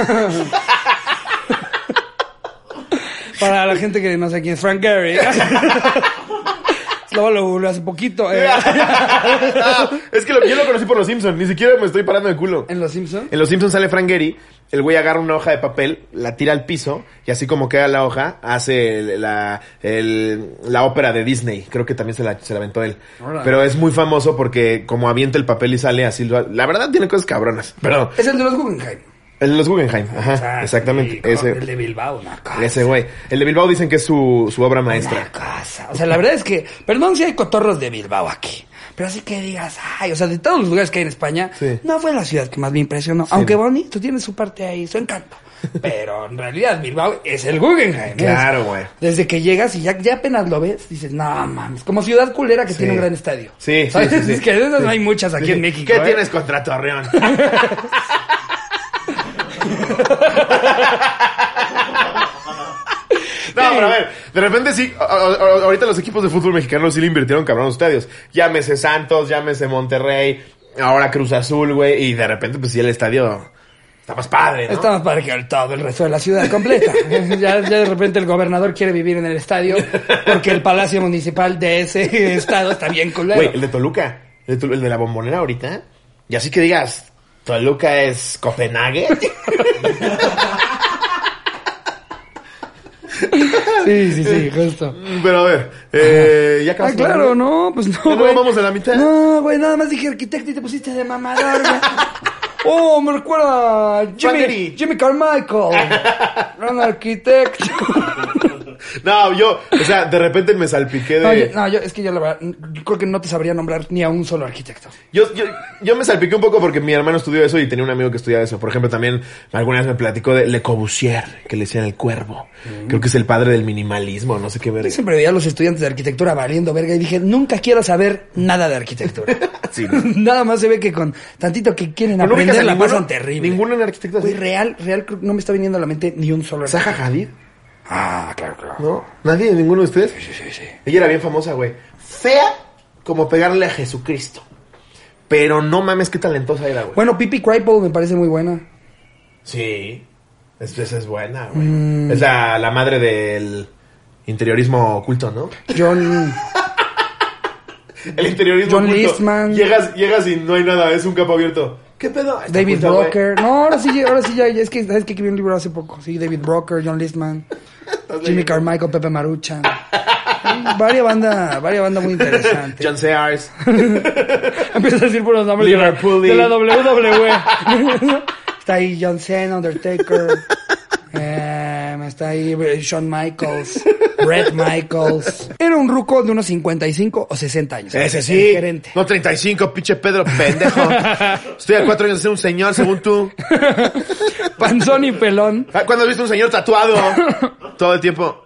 Speaker 1: Para la gente que no sé quién es Frank Gehry. Luego lo, lo hace poquito. Eh.
Speaker 2: No, es que lo, yo lo conocí por Los Simpsons. Ni siquiera me estoy parando de culo.
Speaker 1: ¿En Los Simpsons?
Speaker 2: En Los Simpsons sale Frank Gehry. El güey agarra una hoja de papel, la tira al piso, y así como queda la hoja, hace el- la, el- la ópera de Disney. Creo que también se la, se la aventó él.
Speaker 1: Órale.
Speaker 2: Pero es muy famoso porque como avienta el papel y sale así, lo- la verdad tiene cosas cabronas. Perdón.
Speaker 1: Es el de los Guggenheim.
Speaker 2: El de los Guggenheim, ajá,
Speaker 1: Ah,
Speaker 2: exactamente.
Speaker 1: sí,
Speaker 2: ese,
Speaker 1: El de Bilbao, una cosa.
Speaker 2: ese güey. El de Bilbao dicen que es su, su obra
Speaker 1: Una
Speaker 2: maestra.
Speaker 1: cosa. O sea, la verdad es que, perdón si hay cotorros de Bilbao aquí. Pero así que digas, ay, o sea, de todos los lugares que hay en España,
Speaker 2: Sí.
Speaker 1: no fue la ciudad que más me impresionó. Aunque bonito, tiene su parte ahí, su encanto. Pero en realidad Bilbao es el Guggenheim. ¿eh?
Speaker 2: Claro, güey.
Speaker 1: Desde que llegas y ya, ya apenas lo ves, dices, no mames, como ciudad culera que
Speaker 2: Sí.
Speaker 1: tiene un gran estadio.
Speaker 2: Sí, sí,
Speaker 1: ¿Sabes?
Speaker 2: sí, sí.
Speaker 1: Es que de esas
Speaker 2: Sí.
Speaker 1: hay muchas aquí
Speaker 2: Sí.
Speaker 1: en México.
Speaker 2: ¿Qué
Speaker 1: ¿eh?
Speaker 2: tienes contra Torreón? No, pero a ver, de repente sí, a- a- a- ahorita los equipos de fútbol mexicanos sí le invirtieron cabrón los estadios. Llámese Santos, llámese Monterrey, ahora Cruz Azul, güey, y de repente pues sí el estadio está más padre, ¿no?
Speaker 1: Está más padre que el- todo el resto de la ciudad completa. ya, ya de repente el gobernador quiere vivir en el estadio porque el palacio municipal de ese estado está bien culero.
Speaker 2: Güey, el de Toluca, el de, Tol- el de la Bombonera ahorita, y así que digas, Toluca es Copenhague.
Speaker 1: Sí, sí, sí, justo.
Speaker 2: Pero a ver, eh, ya
Speaker 1: Ah,
Speaker 2: acabas
Speaker 1: claro, no, pues no,
Speaker 2: ¿Ya no
Speaker 1: güey.
Speaker 2: vamos a la mitad?
Speaker 1: No, güey, nada más dije arquitecto y te pusiste de mamador, güey. Oh, me recuerda a Jimmy,
Speaker 2: Juaneri.
Speaker 1: Jimmy Carmichael. Gran arquitecto.
Speaker 2: No, yo, o sea, de repente me salpiqué de...
Speaker 1: No, yo, no, yo, es que yo la verdad, yo creo que no te sabría nombrar ni a un solo arquitecto.
Speaker 2: Yo, yo, yo me salpiqué un poco porque mi hermano estudió eso y tenía un amigo que estudiaba eso. Por ejemplo, también alguna vez me platicó de Le Corbusier, que le decían el cuervo. Creo que es el padre del minimalismo, no sé qué ver.
Speaker 1: Yo siempre veía a los estudiantes de arquitectura valiendo verga y dije, nunca quiero saber nada de arquitectura.
Speaker 2: Sí, ¿no?
Speaker 1: Nada más se ve que con tantito que quieren
Speaker 2: ¿No ubicas
Speaker 1: aprender
Speaker 2: a
Speaker 1: la
Speaker 2: ninguno?
Speaker 1: pasan terrible.
Speaker 2: Ninguno en arquitecto
Speaker 1: Güey,
Speaker 2: así.
Speaker 1: real, real, creo que no me está viniendo a la mente ni un solo
Speaker 2: Zaha
Speaker 1: arquitecto.
Speaker 2: Hadid,
Speaker 1: Ah, claro, claro.
Speaker 2: ¿no? ¿Nadie? ¿Ninguno de ustedes?
Speaker 1: Sí, sí, sí.
Speaker 2: Ella era bien famosa, güey. Fea como pegarle a Jesucristo. Pero no mames, qué talentosa era, güey.
Speaker 1: Bueno, Pippi Crypole me parece muy buena.
Speaker 2: Sí. Es- Esa es buena, güey. Es la, la madre del interiorismo oculto, ¿no?
Speaker 1: John...
Speaker 2: El interiorismo
Speaker 1: John
Speaker 2: oculto.
Speaker 1: Listman.
Speaker 2: Llegas, llegas y no hay nada, es un campo abierto. ¿Qué pedo? Está
Speaker 1: David
Speaker 2: oculto, güey.
Speaker 1: Brocker. No, ahora sí, ahora sí ya, ya es que sabes que escribí un libro hace poco. Sí, David Brocker, John Listman, Jimmy Carmichael, Pepe Maruchan. Sí, Varia banda, varia banda muy interesante.
Speaker 2: John Sears.
Speaker 1: Empieza a decir por los nombres de la,
Speaker 2: Liverpool.
Speaker 1: de la W W E. Está ahí John Cena, Undertaker. Eh, está ahí Shawn Michaels, Brett Michaels. Era un ruco de unos cincuenta y cinco o sesenta años.
Speaker 2: Ese
Speaker 1: El
Speaker 2: sí.
Speaker 1: gerente.
Speaker 2: No, treinta y cinco, pinche Pedro, pendejo. Estoy a cuatro años de ser un señor, según tú.
Speaker 1: Panzón y pelón.
Speaker 2: Ah, ¿cuándo has visto un señor tatuado? Todo el tiempo.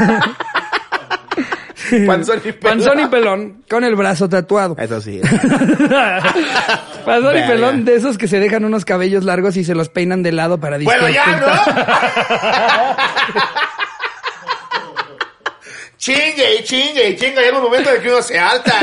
Speaker 2: Panzón y pelón.
Speaker 1: Panzón y pelón con el brazo tatuado.
Speaker 2: Eso sí.
Speaker 1: Panzón y
Speaker 2: Verga.
Speaker 1: pelón de esos que se dejan unos cabellos largos y se los peinan de lado para
Speaker 2: Bueno, ya,
Speaker 1: ocultar.
Speaker 2: ¿no? Chingue, y chingue, y chingue. Llega un momento de que uno se alta.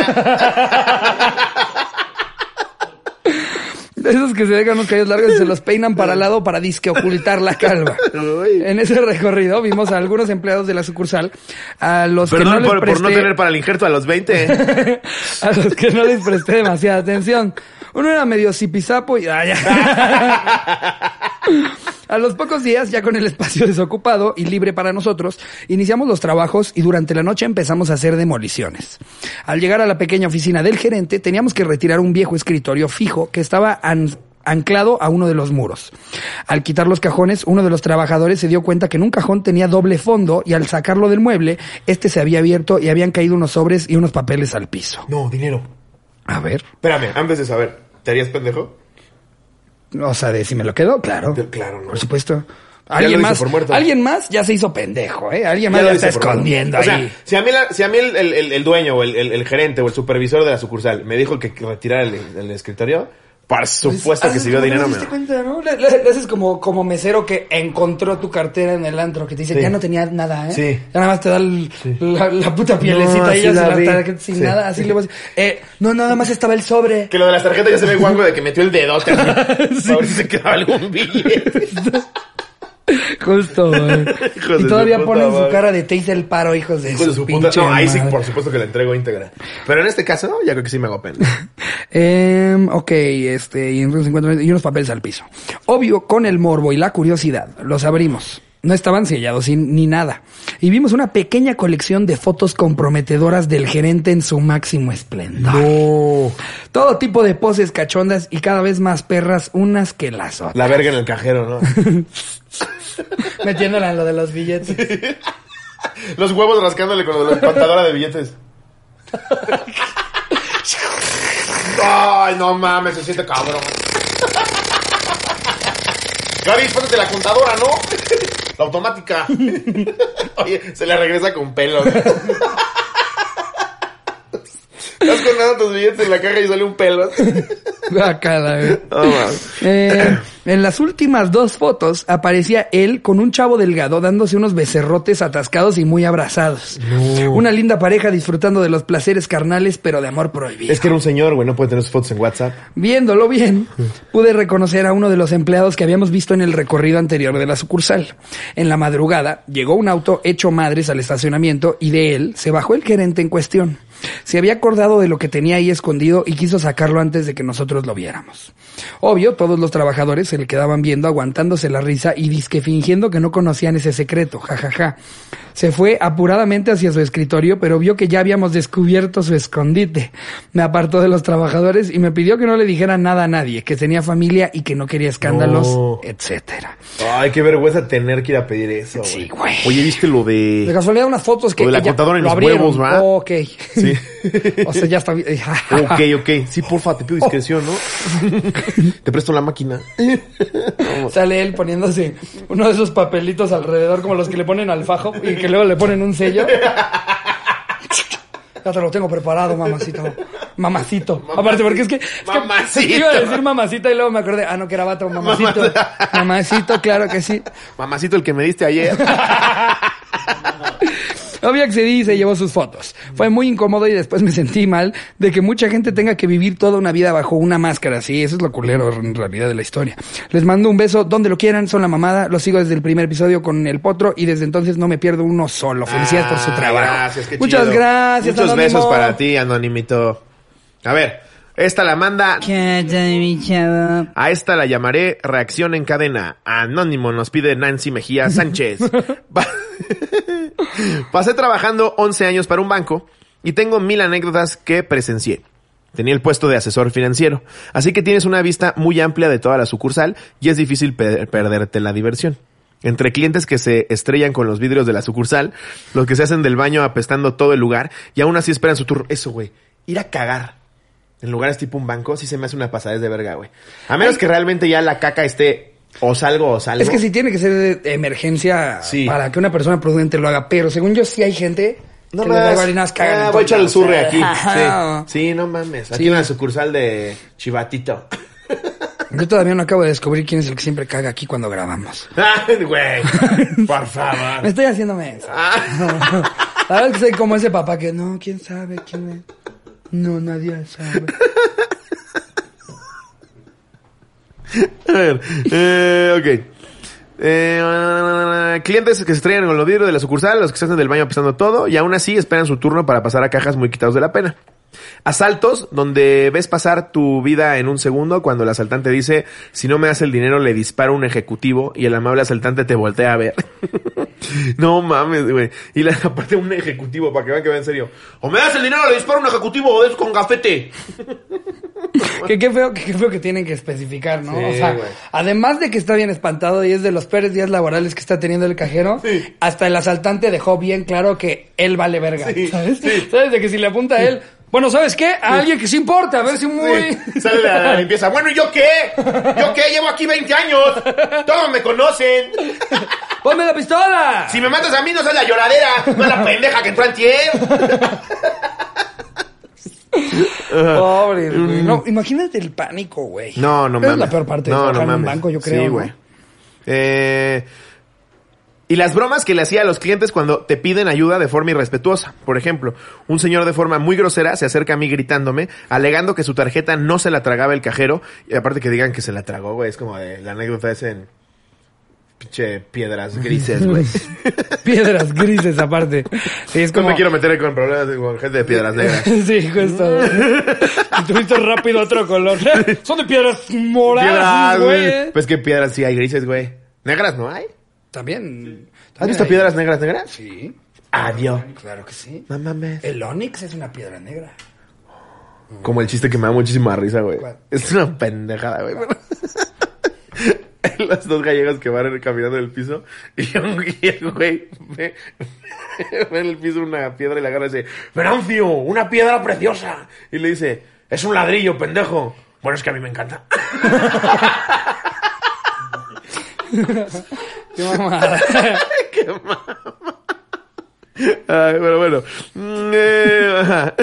Speaker 1: De esos que se dejan unos cabellos largos y se los peinan para lado para disque ocultar la calva.
Speaker 2: Uy.
Speaker 1: En ese recorrido vimos a algunos empleados de la sucursal, a los que no
Speaker 2: Perdón
Speaker 1: les
Speaker 2: por, por
Speaker 1: presté,
Speaker 2: no tener para el injerto a los veinte.
Speaker 1: a los que no les presté demasiada atención. Uno era medio zipizapo y ah, ya. A los pocos días, ya con el espacio desocupado y libre para nosotros, iniciamos los trabajos y durante la noche empezamos a hacer demoliciones. Al llegar a la pequeña oficina del gerente, teníamos que retirar un viejo escritorio fijo que estaba an- anclado a uno de los muros. Al quitar los cajones, uno de los trabajadores se dio cuenta que en un cajón tenía doble fondo y al sacarlo del mueble, este se había abierto y habían caído unos sobres y unos papeles al piso.
Speaker 2: No, dinero.
Speaker 1: A ver,
Speaker 2: Espérame, antes de saber, ¿te harías pendejo?
Speaker 1: o sea, de si me lo quedo, claro.
Speaker 2: Claro, ¿no?
Speaker 1: Por supuesto. Alguien
Speaker 2: lo hizo
Speaker 1: más,
Speaker 2: por muerto.
Speaker 1: alguien más ya se hizo pendejo, ¿eh? Alguien
Speaker 2: Ya
Speaker 1: más
Speaker 2: lo
Speaker 1: ya
Speaker 2: hice
Speaker 1: está
Speaker 2: por muerto.
Speaker 1: escondiendo
Speaker 2: O
Speaker 1: ahí.
Speaker 2: sea, si a mí, la- si a mí el, el- el- el dueño o el, el- el gerente o el supervisor de la sucursal me dijo que retirara el, el escritorio, por supuesto que
Speaker 1: Haces
Speaker 2: si vio
Speaker 1: como
Speaker 2: dinero
Speaker 1: no
Speaker 2: me
Speaker 1: te diste cuenta, ¿no? Le, le- le haces como, como mesero que encontró tu cartera en el antro, que te dice,
Speaker 2: Sí.
Speaker 1: ya no tenía nada, ¿eh?
Speaker 2: Sí.
Speaker 1: Ya nada más te da el- la, la puta pielecita
Speaker 2: No,
Speaker 1: ahí,
Speaker 2: así
Speaker 1: ya se
Speaker 2: la
Speaker 1: la
Speaker 2: vi.
Speaker 1: tarjeta sin
Speaker 2: Sí.
Speaker 1: nada, así le vas a decir, eh, no, nada más estaba el sobre.
Speaker 2: Que lo de las tarjetas ya se ve guango de que metió el dedote así, para ver si se quedaba algún billete.
Speaker 1: Justo, güey.
Speaker 2: Hijos
Speaker 1: Y
Speaker 2: de
Speaker 1: todavía
Speaker 2: su puta
Speaker 1: ponen su
Speaker 2: madre.
Speaker 1: cara de te hice el paro, hijos de
Speaker 2: Hijo de
Speaker 1: su
Speaker 2: su puta.
Speaker 1: pinche
Speaker 2: No, ahí sí,
Speaker 1: madre.
Speaker 2: por supuesto que la entrego íntegra. Pero en este caso, ya creo que sí me hago pena.
Speaker 1: Eh, ok, este, y entonces encuentran y unos papeles al piso. Obvio, con el morbo y la curiosidad, los abrimos. No estaban sellados ni, ni nada. Y vimos una pequeña colección de fotos comprometedoras del gerente en su máximo esplendor.
Speaker 2: No.
Speaker 1: Todo tipo de poses cachondas y cada vez más perras unas que las otras.
Speaker 2: La verga en el cajero, ¿no?
Speaker 1: Metiéndola en lo de los billetes.
Speaker 2: Los huevos rascándole con la espantadora de billetes. Ay, no mames, se siente cabrón. Gaby, póntate la contadora, ¿no? La automática. Oye, se le regresa con pelo. Estás contando tus billetes en la caja y sale un pelo.
Speaker 1: Guácala, güey.
Speaker 2: Oh, mames.
Speaker 1: Eh, en las últimas dos fotos aparecía él con un chavo delgado dándose unos becerrotes atascados y muy abrazados.
Speaker 2: No.
Speaker 1: Una linda pareja disfrutando de los placeres carnales, pero de amor prohibido.
Speaker 2: Es que era un señor, güey, no puede tener sus fotos en WhatsApp.
Speaker 1: Viéndolo bien, pude reconocer a uno de los empleados que habíamos visto en el recorrido anterior de la sucursal. En la madrugada, llegó un auto hecho madres al estacionamiento y de él se bajó el gerente en cuestión. Se había acordado de lo que tenía ahí escondido y quiso sacarlo antes de que nosotros lo viéramos. Obvio, todos los trabajadores se le quedaban viendo, aguantándose la risa y disque fingiendo que no conocían ese secreto, jajaja. Ja, ja. Se fue apuradamente hacia su escritorio, pero vio que ya habíamos descubierto su escondite. Me apartó de los trabajadores y me pidió que no le dijera nada a nadie, que tenía familia y que no quería escándalos,
Speaker 2: No.
Speaker 1: etcétera.
Speaker 2: Ay, qué vergüenza tener que ir a pedir eso, güey.
Speaker 1: Sí, güey.
Speaker 2: Oye, ¿viste lo de...
Speaker 1: De casualidad unas fotos que
Speaker 2: Lo de la
Speaker 1: ella-
Speaker 2: contadora en
Speaker 1: lo
Speaker 2: los
Speaker 1: abrieron.
Speaker 2: huevos, ¿va?
Speaker 1: Oh, ok.
Speaker 2: Sí.
Speaker 1: O sea, ya está bien.
Speaker 2: Ok, ok. Sí, porfa, te pido discreción, ¿no? Te presto la máquina.
Speaker 1: Sale él poniéndose uno de esos papelitos alrededor como los que le ponen al fajo y que luego le ponen un sello. Ya te lo tengo preparado, mamacito. Mamacito. Aparte, porque es que... es que
Speaker 2: Mamacito.
Speaker 1: iba a decir mamacita y luego me acordé. Ah, no, que era vato, mamacito. Mamacito, claro que sí.
Speaker 2: Mamacito, el que me diste ayer.
Speaker 1: Obvio accedí y se llevó sus fotos. Fue muy incómodo y después me sentí mal de que mucha gente tenga que vivir toda una vida bajo una máscara. Sí, eso es lo culero en realidad de la historia. Les mando un beso donde lo quieran, son la mamada. Los sigo desde el primer episodio con el potro y desde entonces no me pierdo uno solo. Felicidades por su
Speaker 2: Ah,
Speaker 1: trabajo.
Speaker 2: Gracias, qué
Speaker 1: Muchas
Speaker 2: chido.
Speaker 1: gracias,
Speaker 2: Muchos
Speaker 1: Anónimo.
Speaker 2: besos para ti, Anonimito. A ver, esta la manda...
Speaker 3: ¿Qué tal, mi chavo?
Speaker 2: A esta la llamaré reacción en cadena. Anónimo nos pide Nancy Mejía Sánchez. Pa- Pasé trabajando once años para un banco y tengo mil anécdotas que presencié. Tenía el puesto de asesor financiero, así que tienes una vista muy amplia de toda la sucursal y es difícil pe- perderte la diversión. Entre clientes que se estrellan con los vidrios de la sucursal, los que se hacen del baño apestando todo el lugar y aún así esperan su turno. Eso, güey. Ir a cagar en lugares tipo un banco sí se me hace una pasadez de verga, güey. A menos que realmente ya la caca esté o salgo o salgo.
Speaker 1: Es que sí tiene que ser de emergencia
Speaker 2: Sí.
Speaker 1: para que una persona prudente lo haga. Pero según yo sí hay gente
Speaker 2: No
Speaker 1: que le da
Speaker 2: más.
Speaker 1: igual y nada más cagan
Speaker 2: Ah,
Speaker 1: en
Speaker 2: voy a echar el
Speaker 1: todos
Speaker 2: surre
Speaker 1: lados.
Speaker 2: aquí.
Speaker 1: Ajá.
Speaker 2: Sí. Sí, no mames. Aquí
Speaker 1: Sí.
Speaker 2: en la sucursal de Chivatito.
Speaker 1: Yo todavía no acabo de descubrir quién es el que siempre caga aquí cuando grabamos.
Speaker 2: Ay, güey. Por favor.
Speaker 1: Me estoy haciendo menso.
Speaker 2: Ah.
Speaker 1: La verdad es que soy como ese papá que no, quién sabe quién es. No, nadie sabe.
Speaker 2: A ver, eh, ok. Eh, clientes que se estrellan con los vidrios de la sucursal, los que se hacen del baño apestando todo, y aún así esperan su turno para pasar a cajas muy quitados de la pena. Asaltos, donde ves pasar tu vida en un segundo cuando el asaltante dice, si no me das el dinero le disparo a un ejecutivo y el amable asaltante te voltea a ver. No mames, güey. Y la, aparte un ejecutivo, para que vean que va en serio. O me das el dinero le disparo a un ejecutivo o es con gafete.
Speaker 1: Que qué feo, que qué feo que tienen que especificar, ¿no?
Speaker 2: Sí,
Speaker 1: o sea,
Speaker 2: güey.
Speaker 1: además de que está bien espantado y es de los peores días laborales que está teniendo el cajero,
Speaker 2: Sí.
Speaker 1: hasta el asaltante dejó bien claro que él vale verga,
Speaker 2: Sí,
Speaker 1: ¿sabes?
Speaker 2: sí.
Speaker 1: ¿Sabes? De que si le apunta a él, Bueno, ¿sabes qué? A alguien que sí importa, a ver si muy...
Speaker 2: Sí. Sale la, la limpieza. Bueno, ¿y yo qué? ¿Yo qué? Llevo aquí veinte años. Todos me conocen.
Speaker 1: ¡Ponme la pistola!
Speaker 2: Si me matas a mí, no seas la lloradera. No la pendeja que entró antier.
Speaker 1: Pobre, güey. No, imagínate el pánico, güey.
Speaker 2: No, no
Speaker 1: es
Speaker 2: mames.
Speaker 1: Es la peor parte de
Speaker 2: no,
Speaker 1: trabajar
Speaker 2: no
Speaker 1: en un
Speaker 2: mames.
Speaker 1: banco, yo creo.
Speaker 2: Sí, güey. ¿no? Eh... Y las bromas que le hacía a los clientes cuando te piden ayuda de forma irrespetuosa. Por ejemplo, un señor de forma muy grosera se acerca a mí gritándome, alegando que su tarjeta no se la tragaba el cajero. Y aparte que digan que se la tragó, güey, es como de la anécdota es en... Pinche piedras grises, güey.
Speaker 1: Piedras grises, aparte. Sí, es como...
Speaker 2: No me quiero meter con problemas con gente de piedras negras.
Speaker 1: Sí, justo. Y tuviste rápido otro color. Son de piedras moradas,
Speaker 2: Piedras,
Speaker 1: güey.
Speaker 2: güey. Pues que piedras sí hay grises, güey. ¿Negras no hay?
Speaker 1: También.
Speaker 2: ¿Has
Speaker 1: también
Speaker 2: visto
Speaker 1: hay...
Speaker 2: piedras negras negras?
Speaker 1: Sí.
Speaker 2: Adiós.
Speaker 1: Claro que sí.
Speaker 2: No mames.
Speaker 1: El Onix es una piedra negra.
Speaker 2: Como el chiste que me da muchísima risa, güey.
Speaker 1: ¿Cuál?
Speaker 2: Es una pendejada, güey. Los dos gallegos que van caminando en el piso y un güey ve, ve en el piso una piedra y la agarra y dice, Venancio, una piedra preciosa. Y le dice, es un ladrillo, pendejo. Bueno, es que a mí me encanta.
Speaker 1: Qué mamada.
Speaker 2: Qué mamada. Ay, bueno, bueno. Mm, eh, ajá.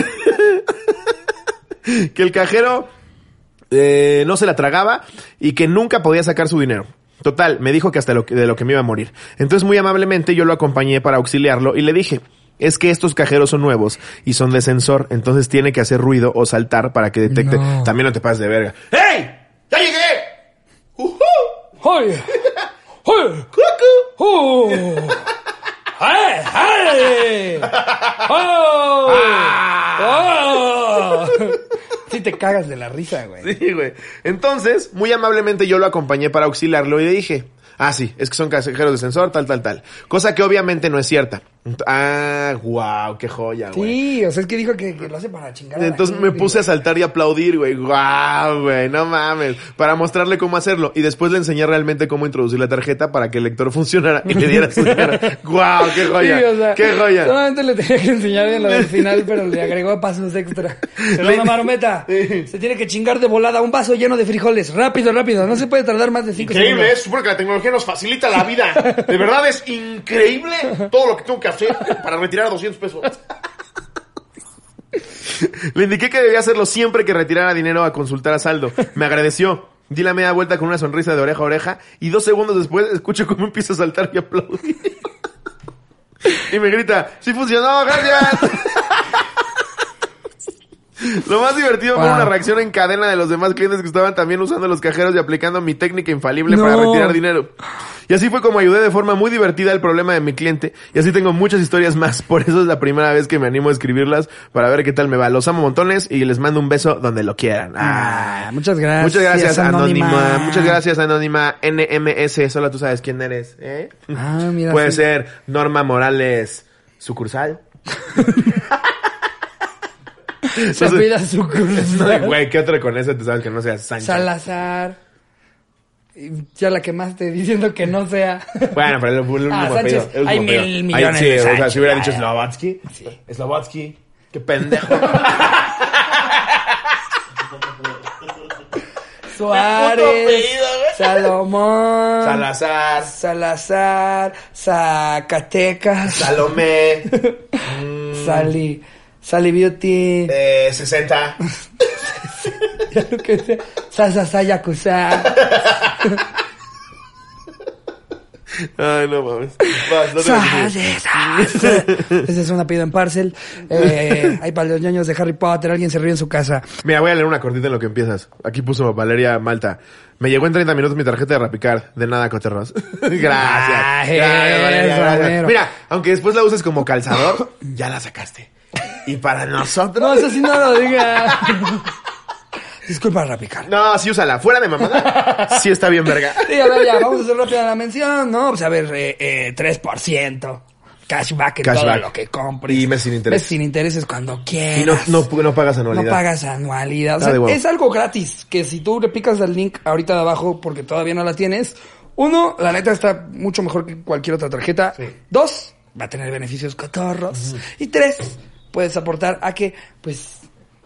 Speaker 2: Que el cajero eh, no se la tragaba y que nunca podía sacar su dinero. Total, me dijo que hasta lo que, de lo que me iba a morir. Entonces, muy amablemente, yo lo acompañé para auxiliarlo y le dije, es que estos cajeros son nuevos y son de sensor, entonces tiene que hacer ruido o saltar para que detecte.
Speaker 1: No.
Speaker 2: También no te pases de verga. ¡Hey! ¡Ya llegué! ¡Uh-huh!
Speaker 1: ¡Oye! ¡Oye!
Speaker 2: ¡Cucu!
Speaker 1: ¡Oh! ¡Ay! ¡Ay! ¡Oh! ¡Oh! Sí te cagas de la risa, güey.
Speaker 2: Sí, güey. Entonces, muy amablemente yo lo acompañé para auxiliarlo y le dije, ah, sí, es que son cajeros de sensor, tal, tal, tal. Cosa que obviamente no es cierta. Ah, wow, qué joya, güey.
Speaker 1: Sí, o sea, es que dijo que, que lo hace para chingar a la
Speaker 2: Entonces
Speaker 1: gente,
Speaker 2: me puse a
Speaker 1: güey.
Speaker 2: saltar y aplaudir, güey. Guau, güey, no mames. Para mostrarle cómo hacerlo. Y después le enseñé realmente cómo introducir la tarjeta para que el lector funcionara y le diera su dinero. Guau, qué joya.
Speaker 1: Sí, o sea,
Speaker 2: qué joya.
Speaker 1: solamente le tenía que enseñar en lo del final, pero le agregó pasos extra. Pero una marometa.
Speaker 2: Sí.
Speaker 1: Se tiene que chingar de volada un vaso lleno de frijoles. Rápido, rápido. No se puede tardar más de cinco
Speaker 2: Increíble,
Speaker 1: segundos.
Speaker 2: es porque la tecnología nos facilita la vida. De verdad es increíble todo lo que tengo que hacer para retirar doscientos pesos. Le indiqué que debía hacerlo siempre que retirara dinero a consultar a saldo. Me agradeció. Di la media vuelta con una sonrisa de oreja a oreja y dos segundos después escucho cómo empieza a saltar y aplaudir. Y me grita, ¡sí funcionó, gracias! Lo más divertido wow. fue una reacción en cadena de los demás clientes que estaban también usando los cajeros y aplicando mi técnica infalible no. para retirar dinero. Y así fue como ayudé de forma muy divertida el problema de mi cliente. Y así tengo muchas historias más. Por eso es la primera vez que me animo a escribirlas para ver qué tal me va. Los amo montones y les mando un beso donde lo quieran. Ah,
Speaker 1: ah, muchas gracias.
Speaker 2: Muchas gracias, Anónima.
Speaker 1: Anónima.
Speaker 2: Muchas gracias, Anónima N M S. Solo tú sabes quién eres, ¿eh?
Speaker 1: Ah, mira.
Speaker 2: Puede
Speaker 1: sí.
Speaker 2: ser Norma Morales, sucursal.
Speaker 1: Se apellida sucursal.
Speaker 2: Güey, ¿qué otra con esa tú sabes que no sea Sánchez?
Speaker 1: Salazar. Ya la quemaste diciendo que no sea.
Speaker 2: Bueno, pero el, el último
Speaker 1: ah, Sánchez.
Speaker 2: apellido. El
Speaker 1: Hay
Speaker 2: último
Speaker 1: mil
Speaker 2: apellido.
Speaker 1: millones
Speaker 2: Ay, sí,
Speaker 1: de
Speaker 2: o sea,
Speaker 1: Sánchez,
Speaker 2: si hubiera
Speaker 1: ya,
Speaker 2: dicho
Speaker 1: ya.
Speaker 2: Slovatsky.
Speaker 1: Sí.
Speaker 2: Slovatsky. Qué pendejo.
Speaker 1: Suárez.
Speaker 2: apellido,
Speaker 1: Salomón.
Speaker 2: Salazar.
Speaker 1: Salazar. Zacatecas.
Speaker 2: Salomé. mm,
Speaker 1: Sally. Sally Beauty.
Speaker 2: eh, sesenta.
Speaker 1: Ya lo que sea. Salsa Sayakusa.
Speaker 2: Ay, no mames. Vas, no te
Speaker 1: Ese es un apellido en parcel. Eh, hay para los ñoños de Harry Potter. Alguien se ríe en su casa.
Speaker 2: Mira, voy a leer una cortita en lo que empiezas. Aquí puso Valeria Malta. Me llegó en treinta minutos mi tarjeta de Rapicard. De nada, Coterros. Gracias.
Speaker 1: Ay,
Speaker 2: Gracias, Valeria,
Speaker 1: eso,
Speaker 2: gracias.
Speaker 1: bueno.
Speaker 2: Mira, aunque después la uses como calzador, ya la sacaste. Y para nosotros...
Speaker 1: No, eso sí no lo diga. Disculpa, Rapicard.
Speaker 2: No, sí úsala. Fuera de mamada. Sí está bien verga.
Speaker 1: Sí, a ver, ya, vamos a hacer rápida la mención, ¿no? Pues a ver, eh, eh, tres por ciento. Cashback en
Speaker 2: Cashback.
Speaker 1: todo lo que compres.
Speaker 2: Y meses sin intereses.
Speaker 1: Meses sin intereses cuando quieras.
Speaker 2: Y no, no, no pagas anualidad.
Speaker 1: No pagas anualidad. O
Speaker 2: Está de
Speaker 1: sea,
Speaker 2: huevo.
Speaker 1: es algo gratis. Que si tú le picas al link ahorita de abajo porque todavía no la tienes. Uno, la neta está mucho mejor que cualquier otra tarjeta.
Speaker 2: Sí.
Speaker 1: Dos, va a tener beneficios cotorros. Uh-huh. Y tres, puedes aportar a que, pues,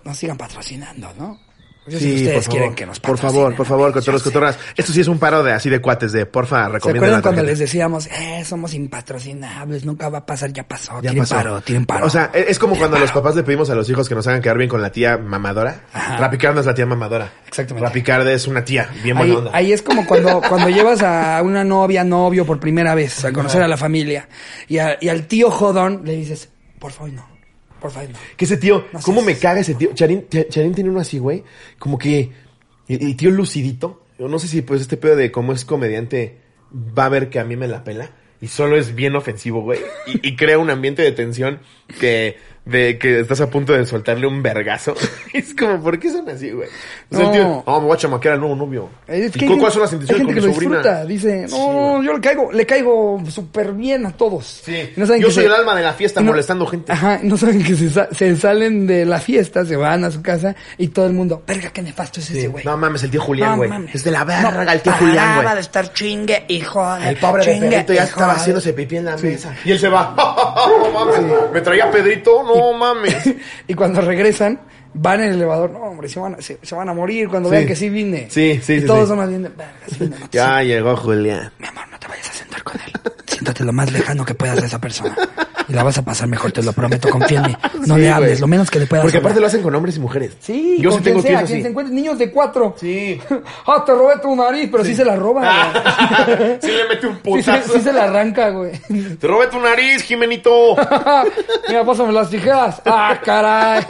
Speaker 1: nos sigan patrocinando, ¿no? Yo
Speaker 2: Sí,
Speaker 1: sé que ustedes
Speaker 2: por favor,
Speaker 1: quieren que nos
Speaker 2: por
Speaker 1: patrocinen.
Speaker 2: favor, por favor,
Speaker 1: amigos,
Speaker 2: cotorros,
Speaker 1: yo sé.
Speaker 2: cotorras. Esto sí es un paro de así de cuates de porfa,
Speaker 1: ¿Se
Speaker 2: recomienden
Speaker 1: acuerdan
Speaker 2: la
Speaker 1: cuando
Speaker 2: tarjeta.
Speaker 1: les decíamos, eh, somos impatrocinables, nunca va a pasar, ya pasó,
Speaker 2: Ya
Speaker 1: tienen
Speaker 2: pasó.
Speaker 1: paro, tienen paro?
Speaker 2: O sea, es es como
Speaker 1: Tienen
Speaker 2: cuando los
Speaker 1: paro.
Speaker 2: papás le pedimos a los hijos que nos hagan quedar bien con la tía mamadora.
Speaker 1: Ajá.
Speaker 2: Rapicarda es la tía mamadora.
Speaker 1: Exactamente.
Speaker 2: Rapicarda es una tía bien buena
Speaker 1: Ahí,
Speaker 2: onda.
Speaker 1: ahí es como cuando, cuando llevas a una novia, novio por primera vez a conocer a la familia y, a- y al tío jodón le dices, por favor no, por favor no.
Speaker 2: Que ese tío,
Speaker 1: No
Speaker 2: ¿cómo
Speaker 1: seas-
Speaker 2: me caga ese tío? Charín, Ch- Charín tiene uno así, güey. Como que, y, y tío lucidito. Yo no sé si pues este pedo de cómo es comediante va a ver que a mí me la pela. Y solo es bien ofensivo, güey. Y, y crea un ambiente de tensión que, de que estás a punto de soltarle un vergazo. Es como, ¿por qué son así, güey? O sea,
Speaker 1: No.
Speaker 2: el tío, no, me voy a chamaquear al nuevo novio.
Speaker 1: Es
Speaker 2: ¿Y
Speaker 1: que
Speaker 2: cu-
Speaker 1: hay
Speaker 2: cuáles son las
Speaker 1: gente-
Speaker 2: intenciones
Speaker 1: hay gente
Speaker 2: con mi
Speaker 1: que lo
Speaker 2: sobrina?
Speaker 1: disfruta, dice,
Speaker 2: Sí,
Speaker 1: no,
Speaker 2: güey.
Speaker 1: yo le caigo, le caigo súper bien a todos.
Speaker 2: Sí.
Speaker 1: Y no saben
Speaker 2: Yo
Speaker 1: que
Speaker 2: soy
Speaker 1: se-
Speaker 2: el alma de la fiesta
Speaker 1: y no-
Speaker 2: molestando gente.
Speaker 1: Ajá, y no saben que se, sa- se salen de la fiesta, se van a su casa y todo el mundo, verga, qué nefasto es ese
Speaker 2: Sí.
Speaker 1: güey.
Speaker 2: No mames, el tío Julián,
Speaker 1: No
Speaker 2: güey.
Speaker 1: mames.
Speaker 2: Es de la verga
Speaker 1: No
Speaker 2: el tío Julián,
Speaker 1: paraba
Speaker 2: güey.
Speaker 1: de estar chingue, hijo de
Speaker 2: El pobre de
Speaker 1: chingue,
Speaker 2: Pedrito ya
Speaker 1: hijo
Speaker 2: estaba
Speaker 1: de-
Speaker 2: haciéndose pipí en la mesa. Y él se va. No mames. Me traía Pedrito. No mames.
Speaker 1: Y cuando regresan, van en el elevador, no, hombre, se van a, se, se van a morir cuando
Speaker 2: Sí.
Speaker 1: vean que sí vine.
Speaker 2: Sí, sí,
Speaker 1: y
Speaker 2: sí,
Speaker 1: todos
Speaker 2: sí.
Speaker 1: son más bien de, verga, sí vine, no te
Speaker 2: Ya llegó Julián.
Speaker 1: Mi amor, no te vayas a sentar con él. Siéntate lo más lejano que puedas de esa persona. Y la vas a pasar mejor, te lo prometo. Confía en mí. No
Speaker 2: Sí,
Speaker 1: le hables,
Speaker 2: güey.
Speaker 1: lo menos que le puedas
Speaker 2: Porque
Speaker 1: hablar.
Speaker 2: aparte lo hacen con hombres y mujeres.
Speaker 1: Sí,
Speaker 2: yo
Speaker 1: con
Speaker 2: sí
Speaker 1: quien
Speaker 2: tengo
Speaker 1: sea,
Speaker 2: tíos
Speaker 1: quien
Speaker 2: así.
Speaker 1: se encuentre, niños de cuatro.
Speaker 2: Sí.
Speaker 1: Ah, te robé tu nariz, pero sí, se la roba. güey.
Speaker 2: Sí le mete un
Speaker 1: Sí, se,
Speaker 2: putazo.
Speaker 1: sí se la arranca, güey.
Speaker 2: Te robé tu nariz, Jimenito.
Speaker 1: Mira, pásame las tijeras. Ah, caray.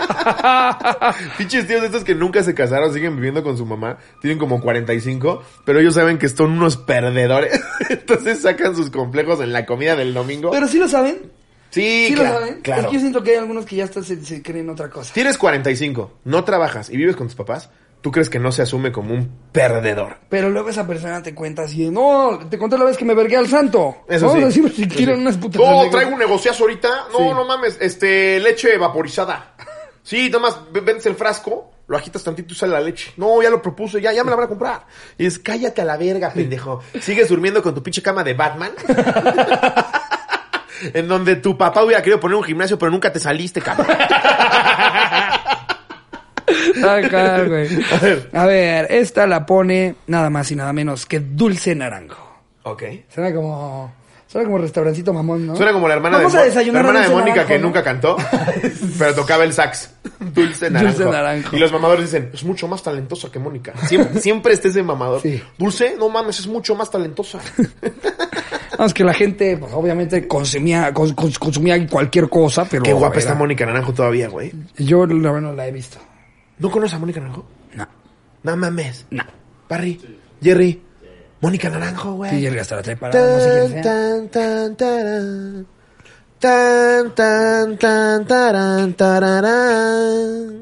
Speaker 2: Pinches tíos de estos que nunca se casaron, siguen viviendo con su mamá. Tienen como cuarenta y cinco, pero ellos saben que son unos perdedores. Entonces sacan sus complejos en la comida del domingo.
Speaker 1: Pero sí lo saben.
Speaker 2: Sí,
Speaker 1: Sí
Speaker 2: claro,
Speaker 1: lo saben.
Speaker 2: claro.
Speaker 1: Es que yo siento que hay algunos que ya hasta se, se creen otra cosa.
Speaker 2: Tienes cuarenta y cinco, no trabajas y vives con tus papás, ¿tú crees que no se asume como un perdedor?
Speaker 1: Pero luego esa persona te cuenta así, no, te conté la vez que me vergué al santo.
Speaker 2: Eso
Speaker 1: Vamos
Speaker 2: sí.
Speaker 1: a decir si
Speaker 2: Eso
Speaker 1: quieren
Speaker 2: sí.
Speaker 1: unas putas
Speaker 2: No,
Speaker 1: anécdotas.
Speaker 2: traigo un negociazo ahorita. No,
Speaker 1: Sí.
Speaker 2: no mames, este, leche vaporizada. Sí, nada más v- vendes el frasco, lo agitas tantito y sale la leche. No, ya lo propuse, ya, ya me la van a comprar. Y es, cállate a la verga, pendejo. Sigues durmiendo con tu pinche cama de Batman. En donde tu papá hubiera querido poner un gimnasio, pero nunca te saliste, cabrón.
Speaker 1: Ah, claro, güey.
Speaker 2: A ver.
Speaker 1: A ver, esta la pone nada más y nada menos que Dulce Naranjo.
Speaker 2: Ok.
Speaker 1: Suena como... Suena como restaurancito mamón, ¿no?
Speaker 2: Suena como la hermana
Speaker 1: Vamos
Speaker 2: de,
Speaker 1: a
Speaker 2: Mo-
Speaker 1: desayunar
Speaker 2: la hermana de
Speaker 1: Dulce
Speaker 2: Mónica
Speaker 1: Naranjo,
Speaker 2: que
Speaker 1: ¿no?
Speaker 2: nunca cantó, pero tocaba el sax. Dulce naranjo.
Speaker 1: Dulce Naranjo.
Speaker 2: Y los mamadores dicen, es mucho más talentosa que Mónica. Siempre, siempre esté ese mamador.
Speaker 1: Sí.
Speaker 2: Dulce, no mames, es mucho más talentosa.
Speaker 1: Vamos, que la gente, pues obviamente consumía, cons- cons- consumía cualquier cosa, pero...
Speaker 2: Qué guapa está
Speaker 1: era-
Speaker 2: Mónica Naranjo todavía, güey.
Speaker 1: Yo la verdad no la he visto.
Speaker 2: ¿No conoces a Mónica Naranjo?
Speaker 1: No,
Speaker 2: No mames.
Speaker 1: no.
Speaker 2: Barry, Jerry, Mónica Naranjo, güey.
Speaker 1: Sí, Jerry hasta la trae parada, no sé quién sea.
Speaker 2: Tan, tan, tarán. Tan, tan, tan, tarán, tararán.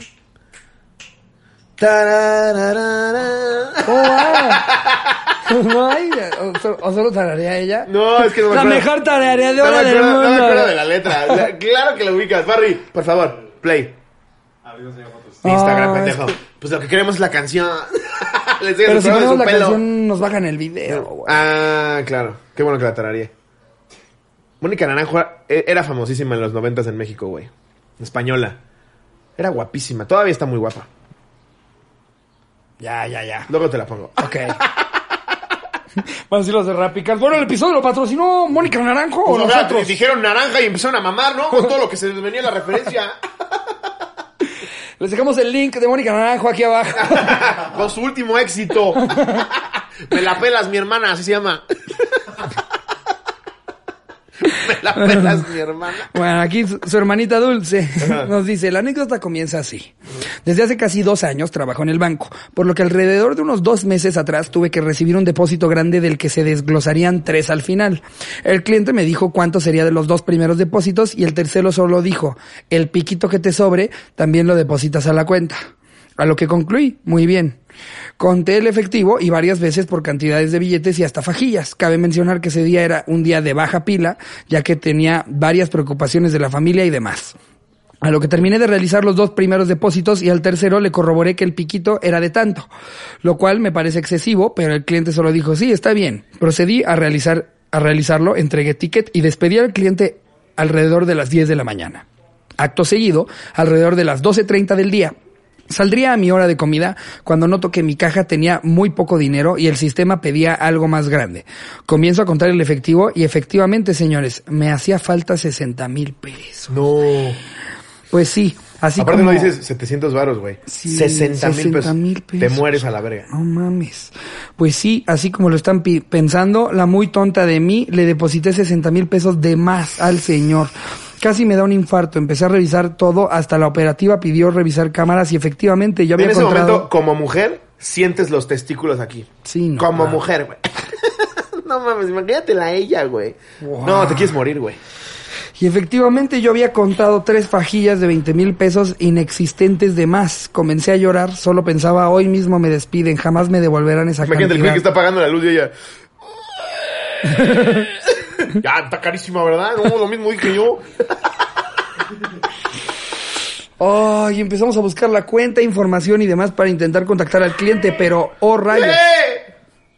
Speaker 2: Tararararán.
Speaker 1: ¿Cómo va? No hay, o, so- o solo tararea ella.
Speaker 2: No, es que no me
Speaker 1: La
Speaker 2: acuerdo.
Speaker 1: mejor
Speaker 2: No
Speaker 1: tarareadora
Speaker 2: me
Speaker 1: del
Speaker 2: acuerdo,
Speaker 1: mundo.
Speaker 2: no me acuerdo de la letra. La- claro que lo ubicas. Barry, por favor, play. Instagram,
Speaker 1: Ah,
Speaker 2: pendejo.
Speaker 1: es que-
Speaker 2: Pues lo que queremos es la canción. Les digo,
Speaker 1: Pero si
Speaker 2: su
Speaker 1: ponemos la
Speaker 2: pelo.
Speaker 1: canción nos bajan el video, güey.
Speaker 2: Ah, claro. Qué bueno que la tararía. Mónica Naranjo e- era famosísima en los noventas en México, güey. Española. Era guapísima. Todavía está muy guapa.
Speaker 1: Ya, ya, ya.
Speaker 2: Luego te la pongo.
Speaker 1: Ok. Van a decir los de Rapicas. Bueno, el episodio lo patrocinó Mónica Naranjo o
Speaker 2: Pues, ahora
Speaker 1: nosotros.
Speaker 2: dijeron naranja y empezaron a mamar, ¿no? Con todo lo que se les venía la referencia.
Speaker 1: Les dejamos el link de Mónica Naranjo aquí abajo.
Speaker 2: Con su último éxito. Me la pelas, mi hermana, así se llama. Me la pelas, mi hermana.
Speaker 1: Bueno, aquí su, su hermanita Dulce nos dice, la anécdota comienza así. Desde hace casi dos años trabajo en el banco, por lo que alrededor de unos dos meses atrás tuve que recibir un depósito grande del que se desglosarían tres al final. El cliente me dijo cuánto sería de los dos primeros depósitos y el tercero solo dijo, el piquito que te sobre también lo depositas a la cuenta. A lo que concluí, muy bien. Conté el efectivo y varias veces por cantidades de billetes y hasta fajillas. Cabe mencionar que ese día era un día de baja pila, ya que tenía varias preocupaciones de la familia y demás. A lo que terminé de realizar los dos primeros depósitos y al tercero le corroboré que el piquito era de tanto, lo cual me parece excesivo, pero el cliente solo dijo, sí, está bien. Procedí a realizar, a realizarlo, entregué ticket y despedí al cliente alrededor de las diez de la mañana. Acto seguido, alrededor de las doce treinta del día, Saldría a mi hora de comida cuando noto que mi caja tenía muy poco dinero y el sistema pedía algo más grande. Comienzo a contar el efectivo y efectivamente, señores, me hacía falta sesenta mil pesos.
Speaker 2: No.
Speaker 1: Pues sí, así
Speaker 2: Aparte
Speaker 1: como...
Speaker 2: no dices setecientos varos, güey.
Speaker 1: Sí,
Speaker 2: sesenta mil pesos.
Speaker 1: mil pesos.
Speaker 2: Te mueres a la verga.
Speaker 1: No mames. Pues sí, así como lo están pi- pensando, la muy tonta de mí le deposité sesenta mil pesos de más al señor. Casi me da un infarto. Empecé a revisar todo, hasta la operativa pidió revisar cámaras y efectivamente yo había
Speaker 2: En ese
Speaker 1: encontrado...
Speaker 2: momento, como mujer, sientes los testículos aquí.
Speaker 1: Sí, no,
Speaker 2: Como
Speaker 1: claro.
Speaker 2: mujer, güey. No mames, imagínatela a ella, güey.
Speaker 1: Wow.
Speaker 2: No, te quieres morir, güey.
Speaker 1: Y efectivamente yo había contado tres fajillas de veinte mil pesos inexistentes de más. Comencé a llorar, solo pensaba, hoy mismo me despiden, jamás me devolverán esa
Speaker 2: Imagínate el güey
Speaker 1: cantidad.
Speaker 2: que está pagando la luz y ella... Ya, está carísima, ¿verdad? No, lo mismo dije yo.
Speaker 1: Oh, y empezamos a buscar la cuenta, información y demás para intentar contactar al cliente, pero, oh rayos.
Speaker 2: ¡Eh!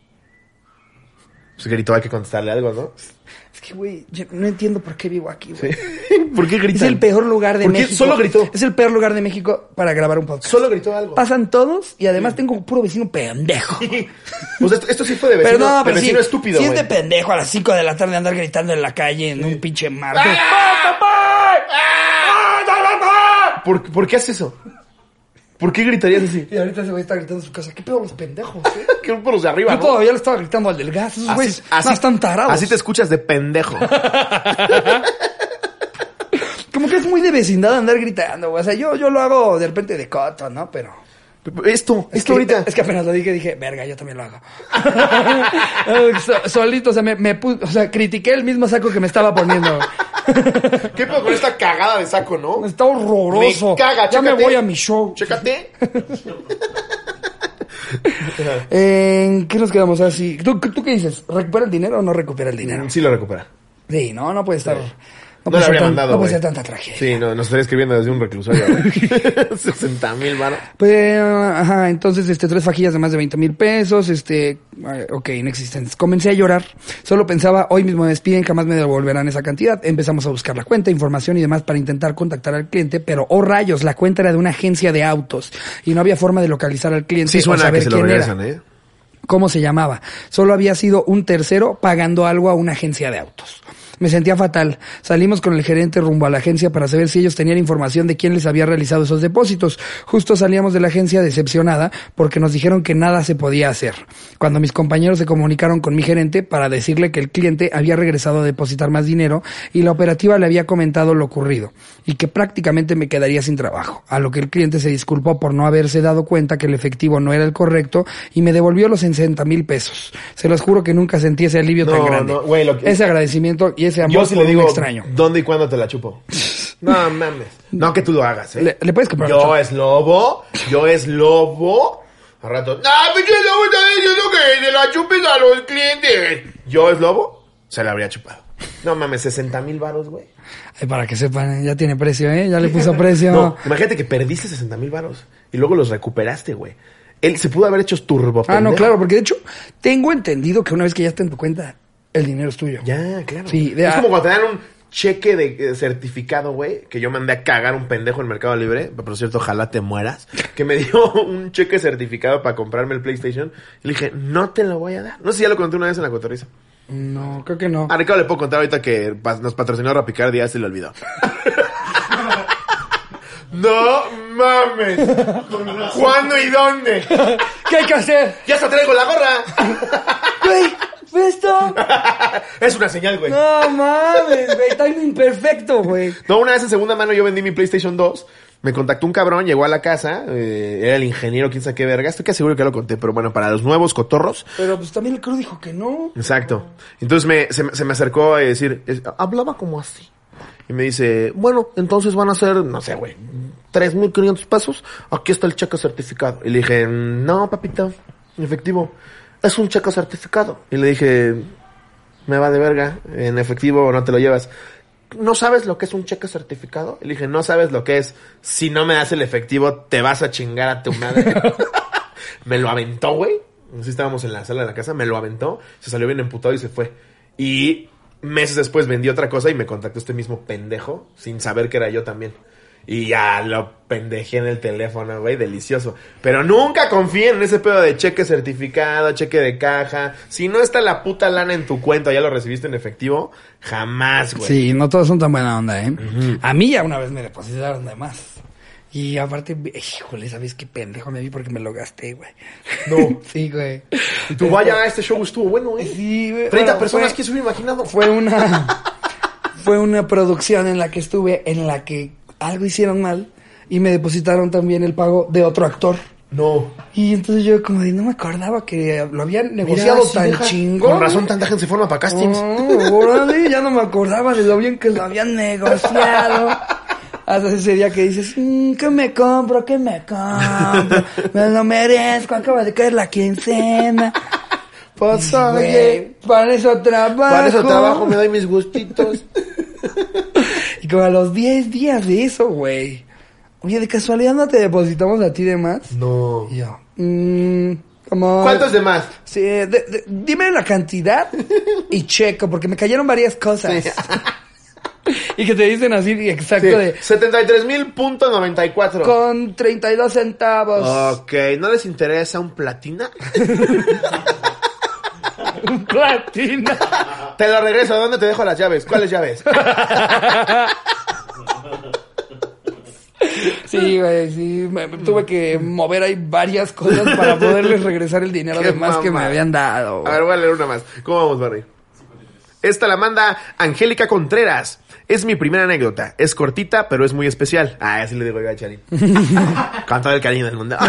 Speaker 2: Pues gritó, hay que contestarle algo, ¿no?
Speaker 1: Es que, güey, yo no entiendo por qué vivo aquí, güey.
Speaker 2: ¿Por qué
Speaker 1: Es
Speaker 2: gritan?
Speaker 1: el peor lugar de
Speaker 2: ¿Por qué?
Speaker 1: México.
Speaker 2: Solo gritó.
Speaker 1: Es el peor lugar de México para grabar un podcast.
Speaker 2: Solo gritó algo.
Speaker 1: Pasan todos y además tengo un puro vecino pendejo.
Speaker 2: Pues esto, esto sí fue de vecino,
Speaker 1: Pero no, pero
Speaker 2: de vecino
Speaker 1: sí,
Speaker 2: estúpido,
Speaker 1: sí es
Speaker 2: güey.
Speaker 1: de pendejo a las cinco de la tarde andar gritando en la calle en un pinche mar.
Speaker 2: ¿Por, ¿Por qué haces eso? ¿Por qué gritarías así?
Speaker 1: Y ahorita ese güey está gritando en su casa. ¿Qué pedo los pendejos, eh?
Speaker 2: Que por los de arriba,
Speaker 1: Yo
Speaker 2: ¿no?
Speaker 1: todavía le estaba gritando al del gas. Esos güeyes no están tarados.
Speaker 2: Así te escuchas de pendejo.
Speaker 1: Como que es muy de vecindad andar gritando, güey. O sea, yo, yo lo hago de repente de coto, ¿no? Pero...
Speaker 2: Esto,
Speaker 1: Es
Speaker 2: esto
Speaker 1: que,
Speaker 2: ahorita.
Speaker 1: es que apenas lo dije, dije, verga, yo también lo hago. So- solito, o sea, me, me pu- o sea, critiqué el mismo saco que me estaba poniendo.
Speaker 2: ¿Qué pedo con esta cagada de saco, no?
Speaker 1: Está horroroso.
Speaker 2: Me caga,
Speaker 1: ya me
Speaker 2: chécate.
Speaker 1: voy a mi show.
Speaker 2: Chécate.
Speaker 1: ¿En qué nos quedamos así? ¿Tú, ¿Tú qué dices? ¿Recupera el dinero o no recupera el dinero?
Speaker 2: Sí lo recupera.
Speaker 1: Sí, no, no puede estar...
Speaker 2: No,
Speaker 1: puede
Speaker 2: le
Speaker 1: ser
Speaker 2: habría
Speaker 1: tan-
Speaker 2: mandado,
Speaker 1: no puede
Speaker 2: güey.
Speaker 1: ser tanta tragedia.
Speaker 2: Sí, no, nos estaría escribiendo desde un reclusorio, güey. sesenta mil varos.
Speaker 1: Pues, ajá, entonces, este, tres fajillas de más de veinte mil pesos, este, eh, ok, inexistentes. Comencé a llorar, solo pensaba, hoy mismo me despiden, jamás me devolverán esa cantidad. Empezamos a buscar la cuenta, información y demás para intentar contactar al cliente, pero, oh rayos, la cuenta era de una agencia de autos y no había forma de localizar al cliente
Speaker 2: Sí
Speaker 1: o
Speaker 2: suena a
Speaker 1: saber
Speaker 2: que se lo
Speaker 1: quién
Speaker 2: regresan,
Speaker 1: era.
Speaker 2: ¿eh?
Speaker 1: ¿Cómo se llamaba? Solo había sido un tercero pagando algo a una agencia de autos. Me sentía fatal. Salimos con el gerente rumbo a la agencia para saber si ellos tenían información de quién les había realizado esos depósitos. Justo salíamos de la agencia decepcionada porque nos dijeron que nada se podía hacer. Cuando mis compañeros se comunicaron con mi gerente para decirle que el cliente había regresado a depositar más dinero y la operativa le había comentado lo ocurrido y que prácticamente me quedaría sin trabajo. A lo que el cliente se disculpó por no haberse dado cuenta que el efectivo no era el correcto y me devolvió los sesenta mil pesos. Se los juro que nunca sentí ese alivio
Speaker 2: No,
Speaker 1: tan grande.
Speaker 2: no, güey, lo que-
Speaker 1: Ese agradecimiento y ese amor
Speaker 2: Yo sí
Speaker 1: por
Speaker 2: le
Speaker 1: un
Speaker 2: digo,
Speaker 1: extraño.
Speaker 2: ¿dónde y cuándo te la chupo? No mames. No que tú lo hagas, ¿eh?
Speaker 1: Le, le puedes comprar
Speaker 2: Yo
Speaker 1: mucho.
Speaker 2: es lobo, yo es lobo. A rato, no, pinche lobo está diciendo que se la chupes a los clientes. Yo es lobo, se la habría chupado. No mames, sesenta mil varos, güey.
Speaker 1: Ay, para que sepan, ya tiene precio, ¿eh? Ya le puso precio.
Speaker 2: No, imagínate que perdiste sesenta mil varos y luego los recuperaste, güey. Él se pudo haber hecho turbo
Speaker 1: Ah, no,
Speaker 2: pendejo.
Speaker 1: claro, porque de hecho, tengo entendido que una vez que ya está en tu cuenta, el dinero es tuyo.
Speaker 2: Ya, claro.
Speaker 1: Sí, de-
Speaker 2: es
Speaker 1: ah.
Speaker 2: como cuando te dan un cheque de eh, certificado, güey, que yo mandé a cagar un pendejo en Mercado Libre, por cierto, ojalá te mueras, que me dio un cheque certificado para comprarme el PlayStation, y le dije, no te lo voy a dar. No sé si ya lo conté una vez en la cotorriza.
Speaker 1: No, creo que no.
Speaker 2: A Ricardo le puedo contar ahorita que pas- nos patrocinó Rapicar, ya se le olvidó. No mames. ¿Cuándo y dónde?
Speaker 1: ¿Qué hay que hacer?
Speaker 2: ¡Ya hasta traigo la gorra!
Speaker 1: Güey, ¿ves esto?
Speaker 2: Es una señal, güey.
Speaker 1: No mames, güey, timing perfecto, güey.
Speaker 2: No, una vez en segunda mano yo vendí mi PlayStation dos. Me contactó un cabrón, llegó a la casa. Eh, era el ingeniero, quién sabe qué verga. Estoy casi seguro que ya lo conté, pero bueno, para los nuevos cotorros.
Speaker 1: Pero pues también el crew dijo que no.
Speaker 2: Exacto. Entonces me, se, me- se me acercó a decir, es- hablaba como así. Y me dice, bueno, entonces van a ser, no sé, güey, tres mil quinientos pesos. Aquí está el cheque certificado. Y le dije, no, papito, en efectivo, es un cheque certificado. Y le dije, me va de verga, en efectivo no te lo llevas. ¿No sabes lo que es un cheque certificado? Y le dije, no sabes lo que es. Si no me das el efectivo, te vas a chingar a tu madre. Me lo aventó, güey. Así estábamos en la sala de la casa, me lo aventó, se salió bien emputado y se fue. Y meses después vendí otra cosa y me contactó este mismo pendejo, sin saber que era yo también. Y ya lo pendejé en el teléfono, güey, delicioso. Pero nunca confíen en ese pedo de cheque certificado, cheque de caja. Si no está la puta lana en tu cuenta, ya lo recibiste en efectivo, jamás, güey.
Speaker 1: Sí, no todos son tan buena onda, ¿eh? Uh-huh. A mí ya una vez me depositaron de más. Y aparte, híjole, ¿sabes qué pendejo me vi? Porque me lo gasté, güey.
Speaker 2: No.
Speaker 1: Sí, güey.
Speaker 2: Y tú, vaya, este show estuvo bueno, ¿eh?
Speaker 1: Sí, güey.
Speaker 2: treinta
Speaker 1: Bueno,
Speaker 2: personas,
Speaker 1: fue,
Speaker 2: ¿quién se hubiera imaginado?
Speaker 1: Fue una... fue una producción en la que estuve, en la que algo hicieron mal y me depositaron también el pago de otro actor.
Speaker 2: No.
Speaker 1: Y entonces yo como de no me acordaba que lo habían negociado
Speaker 2: Mira, sí,
Speaker 1: tan
Speaker 2: deja,
Speaker 1: chingón.
Speaker 2: Con razón tanta gente se forma para castings.
Speaker 1: Oh, órale, ya no me acordaba de lo bien que lo habían negociado. Hasta ese día que dices, mmm, ¿qué me compro? ¿Qué me compro? Me lo merezco, acaba de caer la quincena.
Speaker 2: Pues,
Speaker 1: oye, para eso trabajo.
Speaker 2: Para eso trabajo, me doy mis gustitos.
Speaker 1: Y como a los diez días de eso, güey. Oye, ¿de casualidad no te depositamos a ti de más?
Speaker 2: No.
Speaker 1: Y yo, mmm, como...
Speaker 2: ¿Cuántos de más?
Speaker 1: Sí, de, de, dime la cantidad y checo, porque me cayeron varias cosas. Sí. Y que te dicen así exacto sí. de...
Speaker 2: setenta y tres mil punto noventa y cuatro.
Speaker 1: Con treinta y dos centavos.
Speaker 2: Ok, ¿no les interesa un platina?
Speaker 1: Un platina.
Speaker 2: Te lo regreso, ¿dónde te dejo las llaves? ¿Cuáles llaves?
Speaker 1: Sí, güey, sí. Me, me tuve que mover ahí varias cosas para poderles regresar el dinero de más mamá. Que me habían dado.
Speaker 2: Güey. A ver, voy a leer una más. ¿Cómo vamos, Barry? Esta la manda Angélica Contreras. Es mi primera anécdota. Es cortita, pero es muy especial. Ah, así le digo yo a Charín. Con todo el cariño del mundo.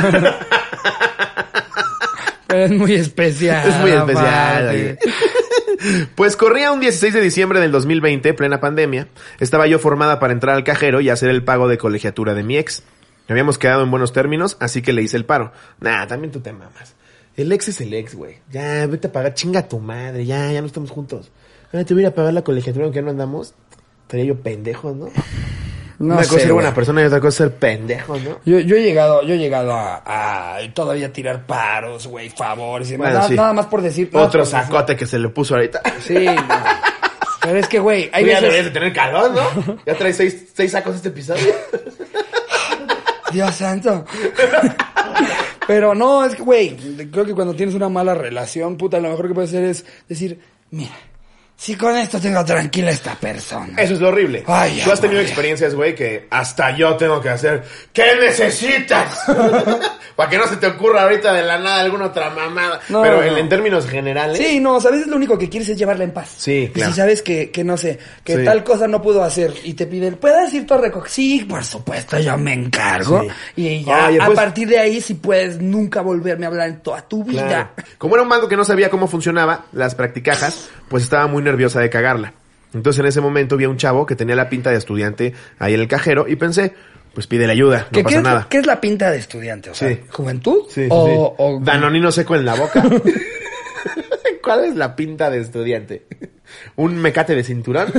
Speaker 1: Pero es muy especial.
Speaker 2: Es muy especial. Pues corría un dieciséis de diciembre del dos mil veinte, plena pandemia. Estaba yo formada para entrar al cajero y hacer el pago de colegiatura de mi ex. Habíamos quedado en buenos términos, así que le hice el paro. Nah, también tú te mamas. El ex es el ex, güey. Ya, vete a pagar, chinga a tu madre. Ya, ya no estamos juntos. Ahora te voy a ir a pagar la colegiatura aunque no andamos. Estaría yo pendejo, ¿no?
Speaker 1: No
Speaker 2: Una
Speaker 1: sé,
Speaker 2: cosa es ser buena
Speaker 1: güey.
Speaker 2: persona y otra cosa es ser pendejo, ¿no?
Speaker 1: Yo, yo he llegado, yo he llegado a, a todavía tirar paros, güey, favores y
Speaker 2: Bueno,
Speaker 1: nada,
Speaker 2: sí.
Speaker 1: nada más por decir.
Speaker 2: Otro
Speaker 1: por
Speaker 2: sacote
Speaker 1: decir.
Speaker 2: que se le puso ahorita.
Speaker 1: Sí, no. Pero es que, güey, hay
Speaker 2: Tú ya
Speaker 1: veces...
Speaker 2: deberías de tener calor, ¿no? Ya traes seis, seis sacos este episodio.
Speaker 1: Dios santo. Pero no, es que, güey, creo que cuando tienes una mala relación, puta, lo mejor que puedes hacer es decir, mira, si con esto tengo tranquila a esta persona.
Speaker 2: Eso es lo horrible.
Speaker 1: Ay,
Speaker 2: Tú has tenido
Speaker 1: madre.
Speaker 2: experiencias, güey, que hasta yo tengo que hacer. ¿Qué necesitas? Para que no se te ocurra ahorita de la nada alguna otra mamada.
Speaker 1: No,
Speaker 2: Pero
Speaker 1: no.
Speaker 2: En, en términos generales.
Speaker 1: Sí, no, ¿sabes? Lo único que quieres es llevarla en paz.
Speaker 2: Sí, claro.
Speaker 1: Y si sabes que, que no sé, que
Speaker 2: Sí.
Speaker 1: tal cosa no pudo hacer y te piden, ¿puedes ir tú a recoger? Sí, por supuesto, yo me encargo.
Speaker 2: Sí.
Speaker 1: Y ya,
Speaker 2: Oye,
Speaker 1: a
Speaker 2: pues-
Speaker 1: partir de ahí, si puedes nunca volverme a hablar en toda tu vida.
Speaker 2: Claro. Como era un banco que no sabía cómo funcionaba, las practicajas, pues estaba muy nerviosa de cagarla. Entonces en ese momento vi a un chavo que tenía la pinta de estudiante ahí en el cajero y pensé, pues pídele ayuda, no
Speaker 1: ¿Qué,
Speaker 2: pasa
Speaker 1: qué es,
Speaker 2: nada.
Speaker 1: ¿Qué es la pinta de estudiante? O sea,
Speaker 2: Sí.
Speaker 1: ¿juventud?
Speaker 2: Sí, sí,
Speaker 1: o,
Speaker 2: sí.
Speaker 1: o-
Speaker 2: Danonino seco en la boca. ¿Cuál es la pinta de estudiante? ¿Un mecate de cinturón?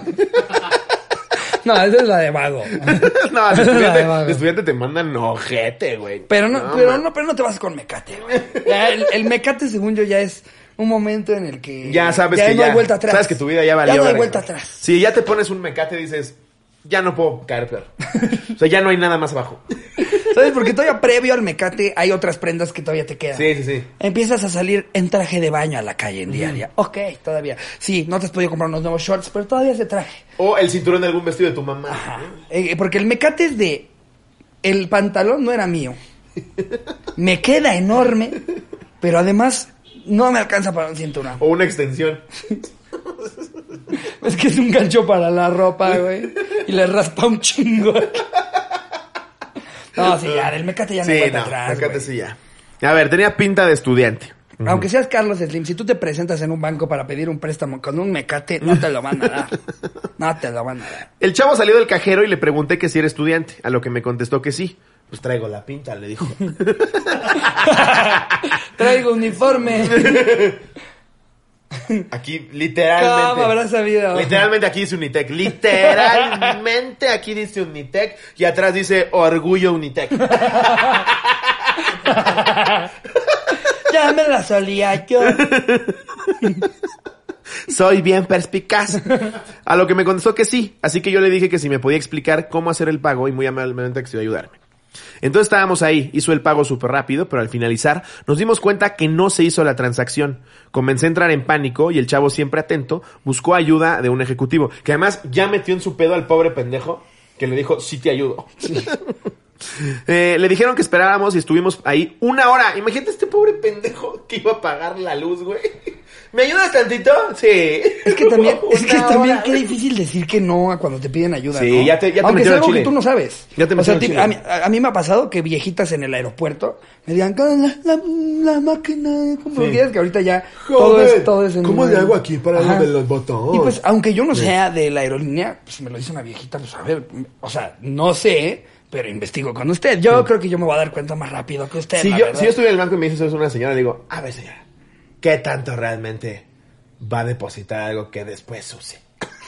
Speaker 1: No, esa es la de vago.
Speaker 2: No, de
Speaker 1: Esa es la
Speaker 2: estudiante,
Speaker 1: de vago.
Speaker 2: de estudiante te mandan ojete, güey.
Speaker 1: Pero no, pero
Speaker 2: man.
Speaker 1: no, pero no te vas con mecate, güey. Ya, El, el mecate, según yo, ya es un momento en el que
Speaker 2: Ya sabes
Speaker 1: ya
Speaker 2: que
Speaker 1: no
Speaker 2: ya.
Speaker 1: hay vuelta atrás.
Speaker 2: Sabes que tu vida ya valió.
Speaker 1: Ya no hay
Speaker 2: verga.
Speaker 1: vuelta atrás.
Speaker 2: Si ya te pones un mecate dices, ya no puedo caer peor. O sea, ya no hay nada más abajo.
Speaker 1: ¿Sabes? Porque todavía previo al mecate hay otras prendas que todavía te quedan.
Speaker 2: Sí, sí, sí.
Speaker 1: Empiezas a salir en traje de baño a la calle en diaria. Ok, todavía. Sí, no te has podido comprar unos nuevos shorts, pero todavía es de traje.
Speaker 2: O el cinturón de algún vestido de tu mamá.
Speaker 1: Ajá. Eh, porque el mecate es de... El pantalón no era mío. Me queda enorme, pero además no me alcanza para un cinturón.
Speaker 2: O una extensión.
Speaker 1: Es que es un gancho para la ropa, güey. Y le raspa un chingo. No, sí, ya, del mecate ya no
Speaker 2: Sí,
Speaker 1: hay vuelta
Speaker 2: no,
Speaker 1: atrás,
Speaker 2: mecate
Speaker 1: güey.
Speaker 2: sí ya. A ver, tenía pinta de estudiante.
Speaker 1: Aunque seas Carlos Slim, si tú te presentas en un banco para pedir un préstamo con un mecate, no te lo van a dar. No te lo van a dar.
Speaker 2: El chavo salió del cajero y le pregunté que si era estudiante, a lo que me contestó que sí. Pues traigo la pinta, le dijo.
Speaker 1: Traigo uniforme.
Speaker 2: Aquí, literalmente.
Speaker 1: ¿Cómo habrás sabido?
Speaker 2: Literalmente aquí dice Unitec. Literalmente aquí dice Unitec. Y atrás dice Orgullo Unitec.
Speaker 1: Ya me la solía yo.
Speaker 2: Soy bien perspicaz. A lo que me contestó que sí. Así que yo le dije que si me podía explicar cómo hacer el pago y muy amablemente accedió a ayudarme. Entonces estábamos ahí, hizo el pago súper rápido, pero al finalizar nos dimos cuenta que no se hizo la transacción. Comencé a entrar en pánico y el chavo, siempre atento, buscó ayuda de un ejecutivo, que además ya metió en su pedo al pobre pendejo, que le dijo, sí te ayudo. Sí. eh, le dijeron que esperáramos y estuvimos ahí una hora. Imagínate este pobre pendejo que iba a pagar la luz, güey. ¿Me ayudas tantito? Sí.
Speaker 1: Es que también, es que
Speaker 2: Una
Speaker 1: también
Speaker 2: hora,
Speaker 1: qué
Speaker 2: güey.
Speaker 1: difícil decir que no a cuando te piden ayuda,
Speaker 2: Sí,
Speaker 1: ¿no?
Speaker 2: ya te- ya te
Speaker 1: Aunque
Speaker 2: metieron
Speaker 1: es algo
Speaker 2: chile.
Speaker 1: que tú no sabes.
Speaker 2: Ya te
Speaker 1: o sea,
Speaker 2: metieron
Speaker 1: ti-
Speaker 2: chile.
Speaker 1: a, mí, a, a mí me ha pasado que viejitas en el aeropuerto me digan, la, la, la máquina, ¿cómo
Speaker 2: Sí.
Speaker 1: quieres? Que ahorita ya
Speaker 2: Joder,
Speaker 1: todo es, todo es en
Speaker 2: ¿cómo
Speaker 1: un-
Speaker 2: le hago aquí para lo de los botones?
Speaker 1: Y pues, aunque yo no sea de la aerolínea, pues me lo dice una viejita, pues a ver, o sea, no sé, pero investigo con usted. Yo creo que yo me voy a dar cuenta más rápido que usted.
Speaker 2: Si
Speaker 1: la
Speaker 2: yo,
Speaker 1: verdad.
Speaker 2: si yo estuviera en el banco y me dice eso es una señora, le digo, a ver señora, ¿qué tanto realmente va a depositar algo que después use?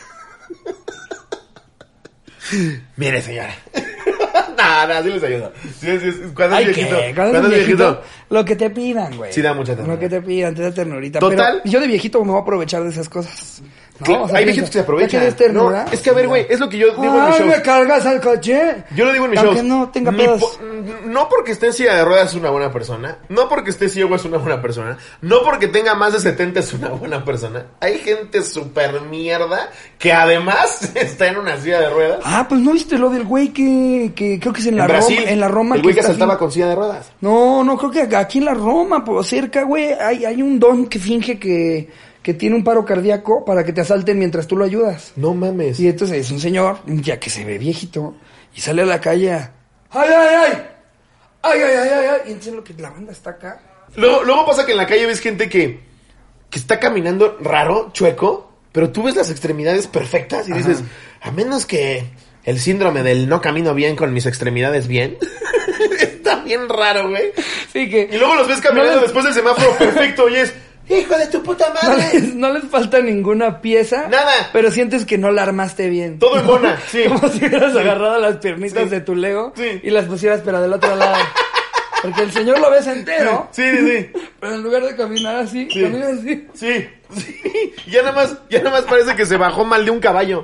Speaker 2: Mire señora. No, no, sí les ayudo. Sí, sí, sí. Cuando es
Speaker 1: Ay,
Speaker 2: viejito.
Speaker 1: ¿qué?
Speaker 2: Cuando es viejito.
Speaker 1: Lo que te pidan, güey.
Speaker 2: Sí da mucha ternura.
Speaker 1: Lo que te pidan, te da ternurita.
Speaker 2: Total.
Speaker 1: Pero yo de viejito me voy a aprovechar de esas cosas. ¿no?
Speaker 2: Claro,
Speaker 1: O sea,
Speaker 2: hay
Speaker 1: pienso,
Speaker 2: viejitos que se
Speaker 1: ya
Speaker 2: aprovechan.
Speaker 1: que es ternura.
Speaker 2: No, es que a ver, güey, es lo que yo digo en mis
Speaker 1: Ay,
Speaker 2: shows.
Speaker 1: me cargas al coche.
Speaker 2: Yo lo digo en mis
Speaker 1: Aunque
Speaker 2: shows.
Speaker 1: no tenga
Speaker 2: Ni
Speaker 1: pedos.
Speaker 2: po- no porque esté en silla de ruedas es una buena persona. No porque esté ciego es una buena persona. No porque tenga más de setenta es una buena persona. Hay gente súper mierda que además está en una silla de ruedas.
Speaker 1: Ah, pues no viste lo del güey que, que creo que es en la
Speaker 2: En Brasil,
Speaker 1: Roma. En la Roma
Speaker 2: el güey que
Speaker 1: está
Speaker 2: saltaba
Speaker 1: así.
Speaker 2: con silla de ruedas.
Speaker 1: No, no, creo que aquí en la Roma, por cerca, güey, hay, hay un don que finge que, que tiene un paro cardíaco para que te asalten mientras tú lo ayudas.
Speaker 2: No mames.
Speaker 1: Y entonces es un señor, ya que se ve viejito, y sale a la calle a, ¡ay, ay, ay! ¡Ay, ay, ay, ay! ay! Y entonces lo que la banda está acá.
Speaker 2: Luego, luego pasa que en la calle ves gente que, que está caminando raro, chueco, pero tú ves las extremidades perfectas y
Speaker 1: Ajá.
Speaker 2: dices, a menos que el síndrome del no camino bien con mis extremidades bien. Está bien raro, güey.
Speaker 1: Sí, que...
Speaker 2: Y luego los ves caminando
Speaker 1: No les-
Speaker 2: después del semáforo perfecto y es, hijo de tu puta
Speaker 1: No
Speaker 2: madre.
Speaker 1: les, no les falta ninguna pieza.
Speaker 2: Nada.
Speaker 1: Pero sientes que no la armaste bien.
Speaker 2: Todo en mona, sí.
Speaker 1: Como si hubieras agarrado las piernitas
Speaker 2: Sí.
Speaker 1: de tu Lego
Speaker 2: Sí.
Speaker 1: y las pusieras pero del otro lado. Porque el señor lo ves entero.
Speaker 2: Sí, sí, sí.
Speaker 1: Pero en lugar de caminar así,
Speaker 2: Sí.
Speaker 1: camina así.
Speaker 2: Sí, sí. Ya nada más, ya nada más parece que se bajó mal de un caballo.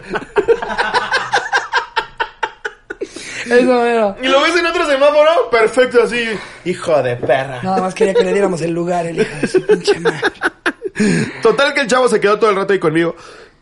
Speaker 1: Eso era.
Speaker 2: Y lo ves en otro semáforo, perfecto, así. Hijo de perra.
Speaker 1: Nada más quería que le diéramos el lugar, el hijo de su pinche madre.
Speaker 2: Total que el chavo se quedó todo el rato ahí conmigo.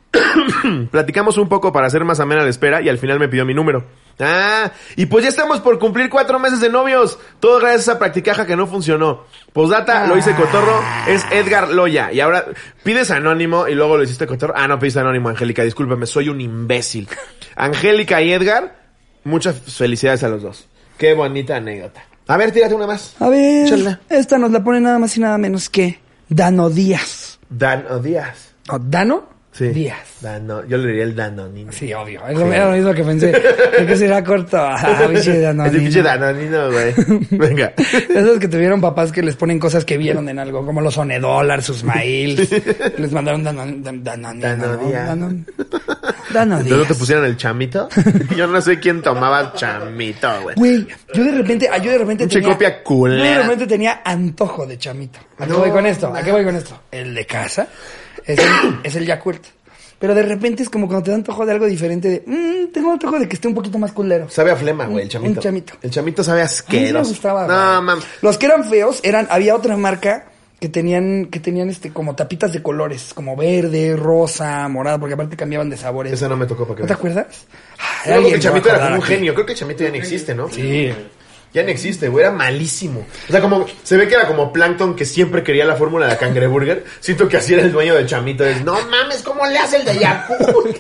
Speaker 2: Platicamos un poco para hacer más amena la espera y al final me pidió mi número. Ah, y pues ya estamos por cumplir cuatro meses de novios. Todo gracias a esa practicaja que no funcionó. Postdata, lo hice cotorro, es Edgar Loya. Y ahora pides anónimo y luego lo hiciste cotorro. Ah, no pediste anónimo, Angélica, discúlpame, soy un imbécil. Angélica y Edgar, muchas felicidades a los dos. Qué bonita anécdota. A ver, tírate una más.
Speaker 1: A ver,
Speaker 2: Échala.
Speaker 1: esta nos la pone nada más y nada menos que Dano Díaz.
Speaker 2: Dano Díaz.
Speaker 1: ¿O Dano?
Speaker 2: Sí.
Speaker 1: Díaz.
Speaker 2: Dano, yo le diría el Danonino.
Speaker 1: Sí, obvio. Es lo, era lo mismo que pensé. ¿De qué será corto? Ah, pinche Danonino.
Speaker 2: Ese pinche Danonino, güey. Venga.
Speaker 1: Esos que tuvieron papás que les ponen cosas que vieron en algo, como los Onedólar, sus mails. Les mandaron Danon, Dan- Danonino.
Speaker 2: Dano
Speaker 1: ¿no?
Speaker 2: Díaz.
Speaker 1: Danon- Dano
Speaker 2: ¿Entonces no te
Speaker 1: Díaz.
Speaker 2: pusieron el chamito? Yo no sé quién tomaba chamito, güey.
Speaker 1: Güey, yo de repente, ah, yo de repente
Speaker 2: Pinche
Speaker 1: tenía...
Speaker 2: copia culera.
Speaker 1: Yo de repente tenía antojo de chamito. ¿A qué
Speaker 2: No,
Speaker 1: voy con esto? ¿A
Speaker 2: man.
Speaker 1: qué voy con esto? El de casa es el, es el Yakult. Pero de repente es como cuando te da antojo de algo diferente de... Mmm, tengo antojo de que esté un poquito más culero.
Speaker 2: Sabe a flema, güey, el
Speaker 1: Un-
Speaker 2: chamito.
Speaker 1: un chamito.
Speaker 2: El chamito sabe
Speaker 1: A mí sí me
Speaker 2: asqueroso.
Speaker 1: gustaba.
Speaker 2: No,
Speaker 1: güey.
Speaker 2: mames.
Speaker 1: Los que eran feos eran... Había otra marca que tenían que tenían este como tapitas de colores. Como verde, rosa, morado. Porque aparte cambiaban de sabores.
Speaker 2: Esa no me tocó para que
Speaker 1: ¿No te
Speaker 2: veas.
Speaker 1: acuerdas? Ah,
Speaker 2: Era porque
Speaker 1: alguien
Speaker 2: el
Speaker 1: se va a
Speaker 2: chamito era
Speaker 1: acordar
Speaker 2: como un
Speaker 1: aquí.
Speaker 2: genio. Creo que el chamito ya no existe, ¿no?
Speaker 1: Sí.
Speaker 2: Ya no existe, güey. Era malísimo. O sea, como... Se ve que era como Plankton que siempre quería la fórmula de cangreburger. Siento que así era el dueño del chamito. Es, no mames, ¿cómo le hace el de Yakult?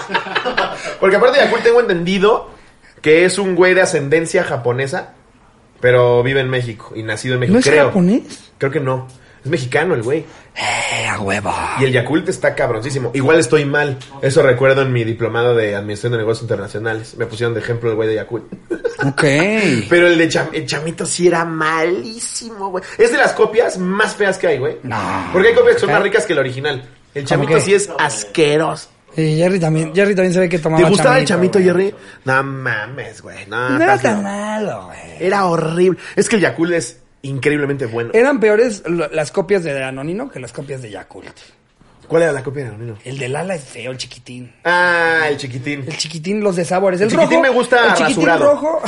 Speaker 2: Porque aparte de Yakult tengo entendido que es un güey de ascendencia japonesa. Pero vive en México y nacido en México,
Speaker 1: ¿No es
Speaker 2: creo.
Speaker 1: japonés?
Speaker 2: Creo que no. Es mexicano el güey.
Speaker 1: Eh, a huevo.
Speaker 2: Y el Yakult está cabroncísimo. Igual estoy mal. Eso recuerdo en mi diplomado de Administración de Negocios Internacionales. Me pusieron de ejemplo el güey de Yakult.
Speaker 1: Ok.
Speaker 2: Pero el de Cham- el Chamito sí era malísimo, güey. Es de las copias más feas que hay, güey.
Speaker 1: No.
Speaker 2: Porque hay copias que son más ricas que el original. El Chamito
Speaker 1: qué?
Speaker 2: sí es asqueroso.
Speaker 1: Y Jerry también, Jerry también se ve que tomaba
Speaker 2: ¿Te gustaba el Chamito,
Speaker 1: güey.
Speaker 2: Jerry? No mames, güey. No,
Speaker 1: No era
Speaker 2: estás
Speaker 1: tan
Speaker 2: loco.
Speaker 1: malo, güey.
Speaker 2: Era horrible. Es que el Yakult es increíblemente bueno.
Speaker 1: Eran peores lo- las copias de Danonino que las copias de Yakult.
Speaker 2: ¿Cuál era la copia de Nonino?
Speaker 1: El del ala es feo, el chiquitín.
Speaker 2: Ah, el chiquitín.
Speaker 1: El chiquitín, los de sabores. El,
Speaker 2: El chiquitín
Speaker 1: rojo,
Speaker 2: me gusta
Speaker 1: el chiquitín
Speaker 2: rasurado.
Speaker 1: rojo.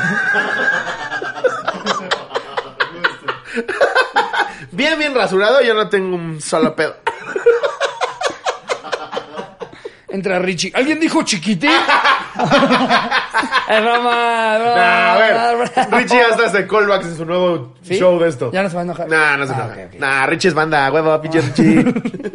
Speaker 2: Bien, bien rasurado, yo no tengo un solo pedo.
Speaker 1: Entra Richie. ¿Alguien dijo chiquitín? Es broma, es broma.
Speaker 2: Nah, a ver,
Speaker 1: broma.
Speaker 2: Richie hasta hace callbacks en su nuevo
Speaker 1: ¿Sí?
Speaker 2: show de esto.
Speaker 1: Ya no se va a enojar.
Speaker 2: Nah, no se
Speaker 1: Ah,
Speaker 2: enoja.
Speaker 1: ok, ok.
Speaker 2: Nah, Richie es banda, huevo, pinche Richie.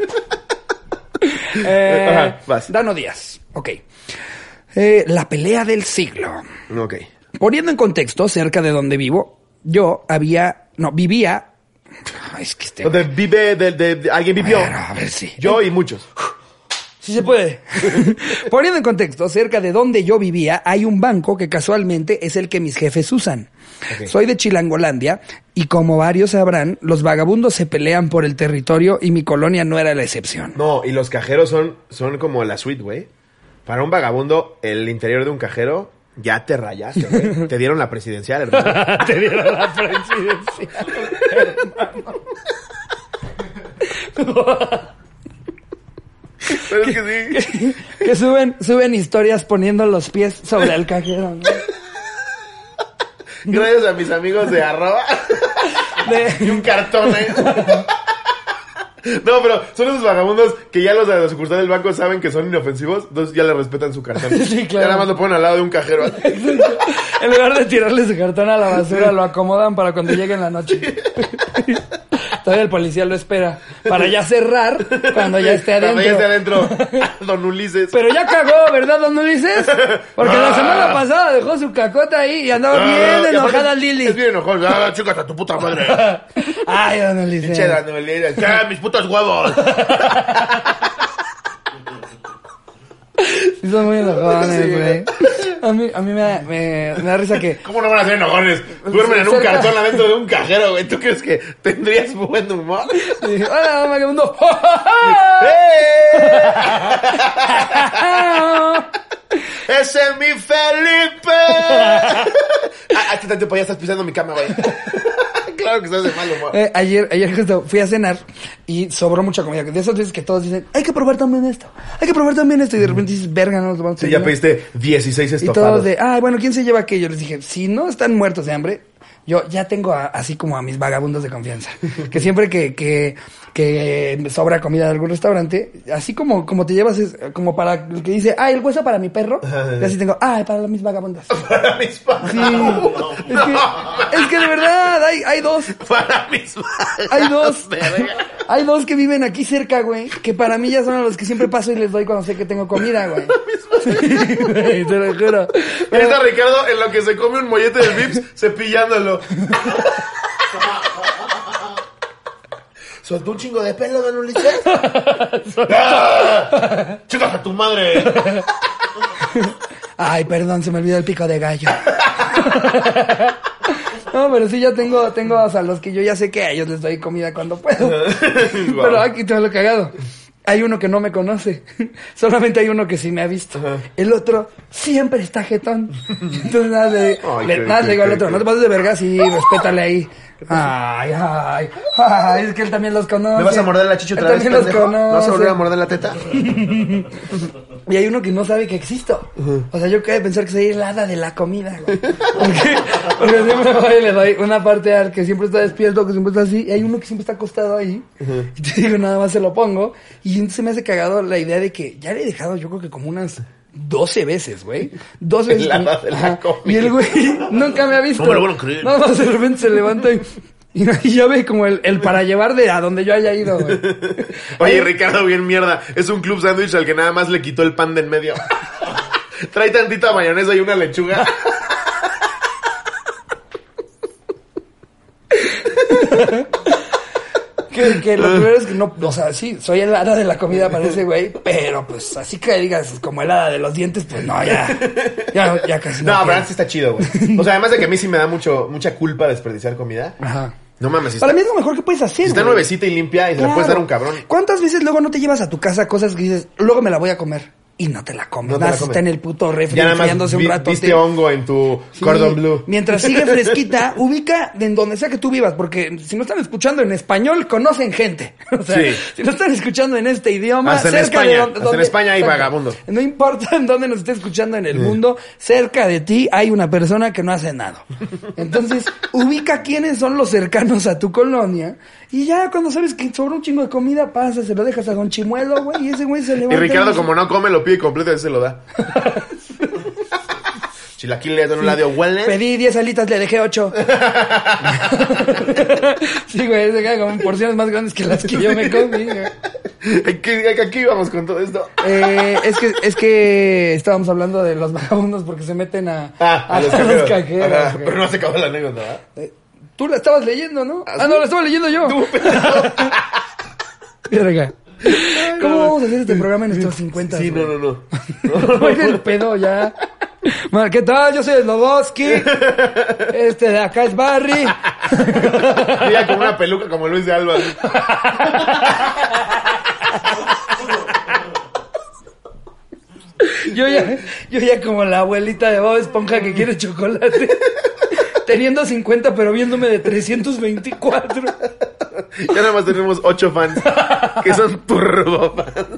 Speaker 1: Eh,
Speaker 2: Ajá, vas.
Speaker 1: Dano Díaz. Ok. Eh, la pelea del siglo.
Speaker 2: Ok.
Speaker 1: Poniendo en contexto, cerca de donde vivo, yo había... No, vivía... Ay, es que este...
Speaker 2: Donde vive, de, de, de- alguien vivió.
Speaker 1: Bueno, a ver si...
Speaker 2: Yo y muchos.
Speaker 1: Sí se puede. Poniendo en contexto, cerca de donde yo vivía hay un banco que casualmente es el que mis jefes usan.
Speaker 2: Ok.
Speaker 1: Soy de Chilangolandia y como varios sabrán, los vagabundos se pelean por el territorio y mi colonia no era la excepción.
Speaker 2: No, y los cajeros son, son como la suite, güey. Para un vagabundo, el interior de un cajero, ya te rayaste, güey. Te dieron la presidencial, hermano.
Speaker 1: Te dieron la presidencial, hermano.
Speaker 2: Pero es que sí.
Speaker 1: Que suben, suben historias poniendo los pies sobre el cajero, ¿no?
Speaker 2: Gracias a mis amigos de arroba.
Speaker 1: De-
Speaker 2: Y un cartón, ¿eh? No, pero son esos vagabundos que ya los de la sucursal del banco saben que son inofensivos, entonces ya le respetan su cartón.
Speaker 1: Sí, claro.
Speaker 2: Ya nada más lo ponen al lado de un cajero.
Speaker 1: En lugar de tirarle su cartón a la basura, lo acomodan para cuando llegue en la noche. Todavía el policía lo espera para ya cerrar cuando ya esté adentro.
Speaker 2: Cuando ya esté adentro, Don Ulises.
Speaker 1: Pero ya cagó, ¿verdad, don Ulises? Porque la semana pasada dejó su cacota ahí y andaba
Speaker 2: Ah,
Speaker 1: bien
Speaker 2: y aparte
Speaker 1: enojada
Speaker 2: es-
Speaker 1: Lili.
Speaker 2: Es bien enojón. Ah, chica, hasta tu puta madre.
Speaker 1: Ay, don Ulises.
Speaker 2: Pinche Don Ulises. ¿Qué? Mis putos huevos.
Speaker 1: Sí, son muy enojones,
Speaker 2: Sí,
Speaker 1: güey. A mí, a mí me, da- me, me da risa que...
Speaker 2: ¿Cómo no van a ser enojones? Duermen en un
Speaker 1: Cerca-
Speaker 2: cartón adentro de un cajero, güey. ¿Tú crees que tendrías buen humor?
Speaker 1: Sí, hola, vagabundo.
Speaker 2: ¡Eh! ¡Ese es mi Felipe! Ah, este tanto ya estás pisando mi cama, güey. Claro que estás de mal humor.
Speaker 1: Eh, ayer, ayer justo fui a cenar y sobró mucha comida. De esas veces que todos dicen, hay que probar también esto, hay que probar también esto. Y de repente dices, verga, no nos lo vamos a
Speaker 2: Sí, ya
Speaker 1: terminar".
Speaker 2: pediste dieciséis
Speaker 1: Y todos
Speaker 2: estofados.
Speaker 1: de, ah, bueno, ¿quién se lleva aquello? Les dije, si no están muertos de hambre, yo ya tengo a- así como a mis vagabundos de confianza. Que siempre que, que, que me sobra comida de algún restaurante, así como, como te llevas, es, como para el que dice, ah, el hueso para mi perro, y así tengo, ah, para mis vagabundos.
Speaker 2: Para mis
Speaker 1: Sí,
Speaker 2: vagabundos.
Speaker 1: es, que, es que de verdad, hay, hay dos.
Speaker 2: Para mis vagabundos.
Speaker 1: Hay dos.
Speaker 2: Verga.
Speaker 1: Hay dos que viven aquí cerca, güey. Que para mí ya son a los que siempre paso y les doy cuando sé que tengo comida, güey. Sí, güey, te lo juro.
Speaker 2: Ahí está Ricardo en lo que se come un mollete del Vips cepillándolo. ¿Soltó un chingo de pelo, don Ulises? ¡Ah! ¡Chicas a tu madre!
Speaker 1: Ay, perdón, se me olvidó el pico de gallo. No, pero sí ya tengo, tengo, o sea, los que yo ya sé que a ellos les doy comida cuando puedo. Pero aquí te lo cagado. Hay uno que no me conoce. Solamente hay uno que sí me ha visto.
Speaker 2: Ajá.
Speaker 1: El otro siempre está jetón. Entonces nada, le,
Speaker 2: Ay,
Speaker 1: le,
Speaker 2: qué-
Speaker 1: nada
Speaker 2: qué-
Speaker 1: le digo al
Speaker 2: qué-
Speaker 1: otro,
Speaker 2: qué-
Speaker 1: no te pases de verga, sí, respétale ahí. Ay, ay, ay, es que él también los conoce.
Speaker 2: ¿Me vas a morder la chicha
Speaker 1: Él
Speaker 2: otra vez,
Speaker 1: también los
Speaker 2: pendejo? ¿Me vas a volver a
Speaker 1: conoce.
Speaker 2: morder la teta?
Speaker 1: Y hay uno que no sabe que existo. O sea, yo quedé de pensar que soy el hada de la comida, güey. Porque, porque siempre voy y le doy una parte al que siempre está despierto, que siempre está así, y hay uno que siempre está acostado ahí. Y te digo, nada más se lo pongo. Y entonces me hace cagado la idea de que ya le he dejado, yo creo que como unas doce veces, güey. doce veces.
Speaker 2: El hada de la
Speaker 1: Ajá.
Speaker 2: comida.
Speaker 1: Y el güey nunca me ha visto.
Speaker 2: No me lo van a creer.
Speaker 1: Nada más de repente se levanta y... Y ya ve como el, el para llevar de a donde yo haya ido, güey.
Speaker 2: Oye, Ricardo, bien mierda. Es un club sándwich al que nada más le quitó el pan de en medio. Trae tantita mayonesa y una lechuga.
Speaker 1: Que, que lo primero es que no, o sea, sí, soy el hada de la comida para ese güey, pero pues así que digas como el hada de los dientes, pues no, ya, ya, ya casi no.
Speaker 2: No, pero
Speaker 1: quiero.
Speaker 2: antes está chido, güey. O sea, además de que a mí sí me da mucho, mucha culpa desperdiciar comida.
Speaker 1: Ajá.
Speaker 2: No mames, si
Speaker 1: Para
Speaker 2: está,
Speaker 1: mí es lo mejor que puedes hacer,
Speaker 2: si está
Speaker 1: güey.
Speaker 2: nuevecita y limpia y se la puedes dar a un cabrón.
Speaker 1: ¿Cuántas veces luego no te llevas a tu casa cosas que dices, luego me la voy a comer? y no te la comes.
Speaker 2: No te
Speaker 1: nada,
Speaker 2: la
Speaker 1: si
Speaker 2: comes.
Speaker 1: está en el puto refri
Speaker 2: Ya nada más
Speaker 1: enfriándose un
Speaker 2: vi-
Speaker 1: rato.
Speaker 2: viste hongo en tu
Speaker 1: Sí,
Speaker 2: cordon bleu.
Speaker 1: Mientras sigue fresquita, ubica en donde sea que tú vivas, porque si no están escuchando en español, conocen gente. O sea,
Speaker 2: Sí.
Speaker 1: si no están escuchando en este idioma,
Speaker 2: Hasta en
Speaker 1: cerca
Speaker 2: España,
Speaker 1: de donde,
Speaker 2: hasta en España hay
Speaker 1: exacto.
Speaker 2: vagabundos.
Speaker 1: No importa en dónde nos esté escuchando en el mundo, cerca de ti hay una persona que no hace nada. Entonces, ubica quiénes son los cercanos a tu colonia y ya cuando sabes que sobra un chingo de comida, pasa, se lo dejas a Don Chimuelo, güey, y ese güey se
Speaker 2: Y
Speaker 1: levanta.
Speaker 2: Ricardo,
Speaker 1: dice,
Speaker 2: como no come, lo pide completo y él se lo da. Chilaquiles de un lado, huele.
Speaker 1: Pedí diez alitas, le dejé ocho. Sí, güey, se queda con porciones más grandes que las que yo me comí, güey.
Speaker 2: Aquí, aquí íbamos con todo esto.
Speaker 1: Eh, es que es que estábamos hablando de los vagabundos porque se meten a,
Speaker 2: Ah,
Speaker 1: a
Speaker 2: a los
Speaker 1: los
Speaker 2: cajeros.
Speaker 1: cajeros,
Speaker 2: Ajá,
Speaker 1: güey.
Speaker 2: pero no se acabó la anécdota, ¿verdad?
Speaker 1: Eh, Tú la estabas leyendo, ¿no?
Speaker 2: ¿Ah,
Speaker 1: Ah,
Speaker 2: sí?
Speaker 1: no, la estaba leyendo yo. Verga. ¿Cómo vamos a hacer este programa en estos cincuenta?
Speaker 2: Sí, no,
Speaker 1: güey?
Speaker 2: no, no.
Speaker 1: Voy del pedo ya. Bueno, ¿qué tal? Yo soy Sloboski. Este de acá es Barry.
Speaker 2: Mira, como una peluca como Luis de Alba.
Speaker 1: Yo ya, yo ya como la abuelita de Bob Esponja que quiere chocolate. Teniendo cincuenta, pero viéndome de trescientos veinticuatro.
Speaker 2: Ya nada más tenemos ocho fans. Que son turbo fans.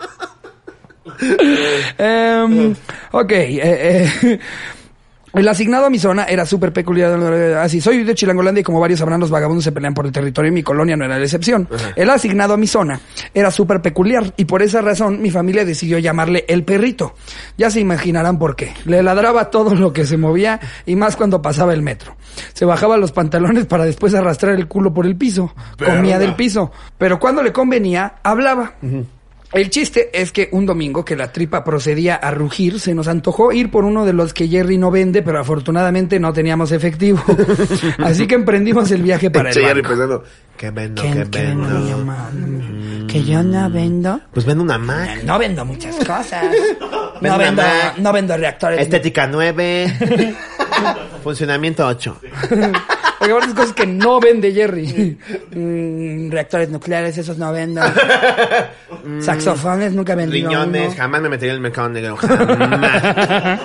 Speaker 1: Em, ok, eh, eh, el asignado a mi zona era súper peculiar. Así, soy de Chilangolandia y como varios sabrán, los vagabundos se pelean por el territorio y mi colonia no era la excepción.
Speaker 2: Ajá.
Speaker 1: El asignado a mi zona era súper peculiar y por esa razón mi familia decidió llamarle el perrito. Ya se imaginarán por qué. Le ladraba todo lo que se movía y más cuando pasaba el metro. Se bajaba los pantalones para después arrastrar el culo por el piso.
Speaker 2: Verga.
Speaker 1: Comía del piso. Pero cuando le convenía, hablaba. El chiste es que un domingo que la tripa procedía a rugir, se nos antojó ir por uno de los que Jerry no vende, pero afortunadamente no teníamos efectivo. Así que emprendimos el viaje para el
Speaker 2: Che, Jerry
Speaker 1: banco.
Speaker 2: pensando, ¿qué vendo,
Speaker 3: ¿Qué-
Speaker 2: qué
Speaker 3: qué vendo, mi
Speaker 2: vendo?
Speaker 3: amor? Que yo no vendo.
Speaker 2: Pues vendo una Mac.
Speaker 3: No vendo muchas cosas.
Speaker 2: Vendo
Speaker 3: No
Speaker 2: una
Speaker 3: vendo,
Speaker 2: Mac.
Speaker 3: no vendo reactores.
Speaker 2: Estética nueve. Funcionamiento ocho.
Speaker 1: Porque aparte es cosas que no vende Jerry. Mm, reactores nucleares, esos no vendo. Saxofones, nunca vendí
Speaker 2: Riñones,
Speaker 1: uno.
Speaker 2: jamás me metería en el mercado negro. Jamás.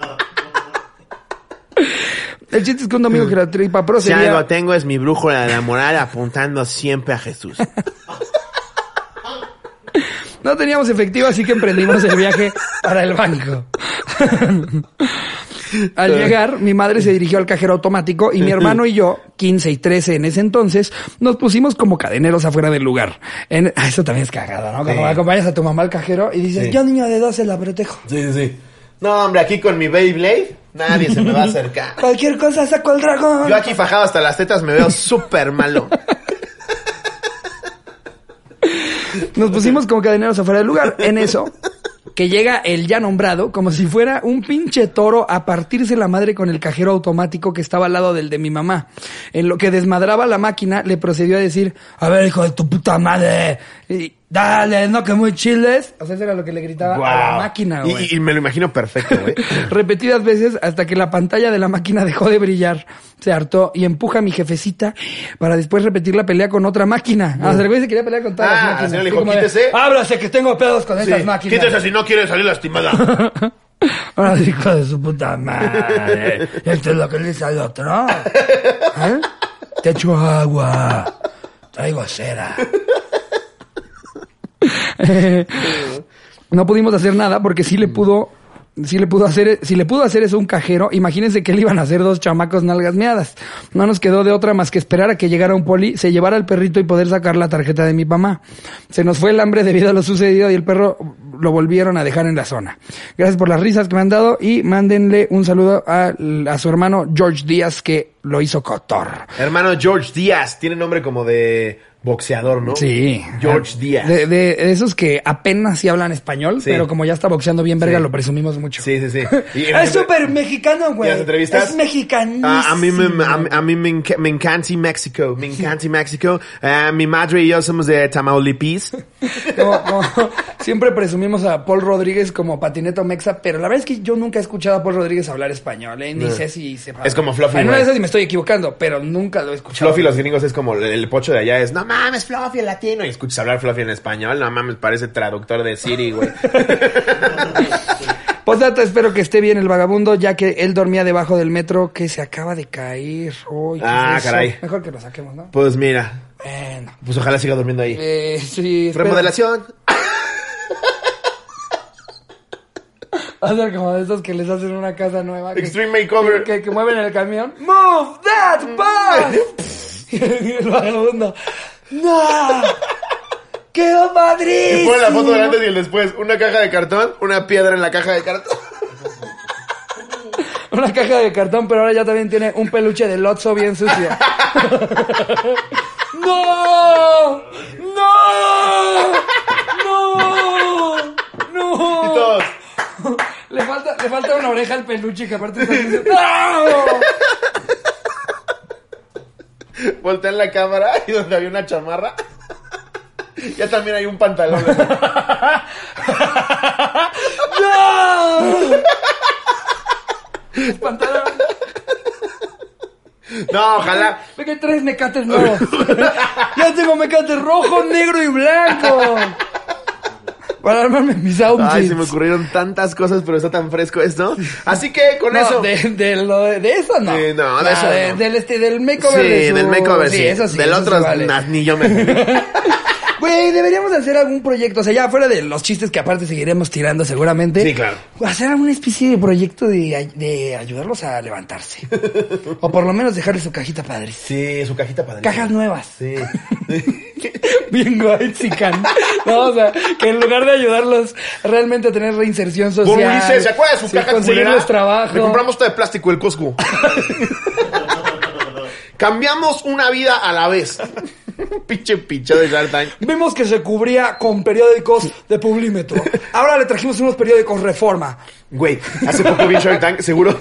Speaker 1: El chiste es que un domingo que la tripa
Speaker 2: Si
Speaker 1: procedía...
Speaker 2: algo tengo es mi brújula de la moral apuntando siempre a Jesús.
Speaker 1: No teníamos efectivo, así que emprendimos el viaje para el banco. Al llegar, mi madre se dirigió al cajero automático y mi hermano y yo, quince y trece en ese entonces, nos pusimos como cadeneros afuera del lugar. En... Ah, eso también es cagado, ¿no? Cuando
Speaker 2: Sí.
Speaker 1: acompañas a tu mamá al cajero y dices,
Speaker 2: Sí.
Speaker 1: yo niño de doce la protejo.
Speaker 2: Sí, sí, sí. No, hombre, aquí con mi Beyblade, nadie se me va a acercar.
Speaker 1: Cualquier cosa saco el dragón.
Speaker 2: Yo aquí fajado hasta las tetas me veo súper malo.
Speaker 1: Nos pusimos como cadeneros afuera del lugar. En eso, que llega el ya nombrado, como si fuera un pinche toro a partirse la madre con el cajero automático que estaba al lado del de mi mamá. En lo que desmadraba la máquina, le procedió a decir, a ver, hijo de tu puta madre, y, dale, no que muy chiles. O sea, eso era lo que le gritaba a la
Speaker 2: Guau.
Speaker 1: máquina, güey.
Speaker 2: Y, y me lo imagino perfecto, güey.
Speaker 1: Repetidas veces hasta que la pantalla de la máquina dejó de brillar, se hartó y empuja a mi jefecita para después repetir la pelea con otra máquina. Ah, o sea, el güey se quería pelear con todas
Speaker 2: Ah,
Speaker 1: las máquinas.
Speaker 2: la señora le
Speaker 1: Así
Speaker 2: dijo,
Speaker 1: como de,
Speaker 2: "Quítese".
Speaker 1: ábrase que tengo pedos con
Speaker 2: Sí.
Speaker 1: estas máquinas.
Speaker 2: Quítese si no quiere salir lastimada.
Speaker 1: Ahora hijo de su puta madre. Esto es lo que le dice al otro. ¿Eh? Te echo agua. Traigo cera. Eh, no pudimos hacer nada porque sí le pudo, sí le pudo hacer, si le pudo hacer eso un cajero, imagínense que le iban a hacer dos chamacos nalgas meadas. No nos quedó de otra más que esperar a que llegara un poli, se llevara al perrito y poder sacar la tarjeta de mi mamá. Se nos fue el hambre debido a lo sucedido y el perro lo volvieron a dejar en la zona. Gracias por las risas que me han dado y mándenle un saludo a, a su hermano George Díaz que lo hizo cotor.
Speaker 2: Hermano George Díaz, tiene nombre como de boxeador, ¿no?
Speaker 1: Sí.
Speaker 2: George Díaz.
Speaker 1: De, de esos que apenas sí hablan español,
Speaker 2: Sí.
Speaker 1: pero como ya está boxeando bien verga,
Speaker 2: Sí.
Speaker 1: lo presumimos mucho.
Speaker 2: Sí, sí, sí. Y en
Speaker 1: Es
Speaker 2: las-
Speaker 1: súper mexicano, güey.
Speaker 2: ¿Y las entrevistas?
Speaker 1: Es mexicanísimo.
Speaker 2: Ah, a mí me, a, mí- a mí me, enca- me encanta México, me encanta México. Ah, mi madre y yo somos de Tamaulipas.
Speaker 1: Como- como- siempre presumimos a Paul Rodríguez como patineto mexa, pero la verdad es que yo nunca he escuchado a Paul Rodríguez hablar español, ¿eh? Ni
Speaker 2: No.
Speaker 1: sé si sepa.
Speaker 2: Es como Fluffy,
Speaker 1: En una
Speaker 2: güey.
Speaker 1: de esas sí me estoy equivocando, pero nunca lo he escuchado.
Speaker 2: Fluffy los gringos es como el, el pocho de allá es, no mames, Fluffy el latino. Y escuchas hablar Fluffy en español, no mames, parece traductor de Siri, güey.
Speaker 1: Postdata, espero que esté bien el vagabundo, ya que él dormía debajo del metro que se acaba de caer. Uy, ¿qué
Speaker 2: Ah,
Speaker 1: es eso?
Speaker 2: caray.
Speaker 1: Mejor que lo saquemos, ¿no?
Speaker 2: Pues mira,
Speaker 1: Bueno.
Speaker 2: pues ojalá siga durmiendo ahí.
Speaker 1: Eh, sí, espero-
Speaker 2: Remodelación.
Speaker 1: Va a ser como de esos que les hacen una casa nueva. Que,
Speaker 2: Extreme Makeover.
Speaker 1: Que, que mueven el camión. ¡Move that bus! Y el vagabundo. ¡No! ¡Quedó
Speaker 2: Y
Speaker 1: padrísimo!
Speaker 2: pone la foto del antes y el después. Una caja de cartón, una piedra en la caja de cartón.
Speaker 1: Una caja de cartón, pero ahora ya también tiene un peluche de Lotso bien sucio. ¡No! ¡No! ¡No! ¡No!
Speaker 2: Y todos.
Speaker 1: Le falta, le falta una oreja al peluche que aparte está diciendo ¡no!
Speaker 2: Voltea en la cámara y donde había una chamarra, ya también hay un pantalón.
Speaker 1: ¡No! Pantalón.
Speaker 2: No, ojalá.
Speaker 1: Ve que traes mecates nuevos. Ya tengo mecates rojo, negro y blanco. Para armarme mis outfits.
Speaker 2: Ay, se me ocurrieron tantas cosas, pero está tan fresco esto. Así que con
Speaker 1: No,
Speaker 2: eso.
Speaker 1: de, de, lo de, de eso no.
Speaker 2: Sí, no, de
Speaker 1: No,
Speaker 2: eso
Speaker 1: de-
Speaker 2: no.
Speaker 1: Del, este, del makeover
Speaker 2: Sí,
Speaker 1: de su...
Speaker 2: del makeover, sí.
Speaker 1: eso sí.
Speaker 2: Del
Speaker 1: eso
Speaker 2: otro,
Speaker 1: sí vale.
Speaker 2: na- ni yo me.
Speaker 1: Güey, deberíamos hacer algún proyecto, o sea, ya fuera de los chistes que aparte seguiremos tirando seguramente.
Speaker 2: Sí, claro.
Speaker 1: Hacer alguna especie de proyecto de, ay- de ayudarlos a levantarse. O por lo menos dejarles su cajita padre.
Speaker 2: Sí, su cajita padre.
Speaker 1: Cajas nuevas.
Speaker 2: Sí.
Speaker 1: Bien guaychican. No, o sea, que en lugar de ayudarlos realmente a tener reinserción social.
Speaker 2: Como Ulises, ¿se acuerda de su
Speaker 1: sí,
Speaker 2: caja
Speaker 1: conseguirles
Speaker 2: culera?
Speaker 1: trabajo.
Speaker 2: Le compramos esta de plástico, el Costco. Cambiamos una vida a la vez. Pinche pinche de Shark Tank.
Speaker 1: Vimos que se cubría con periódicos de Publímetro. Ahora le trajimos unos periódicos Reforma.
Speaker 2: Güey, hace poco vi Shark Tank, seguro.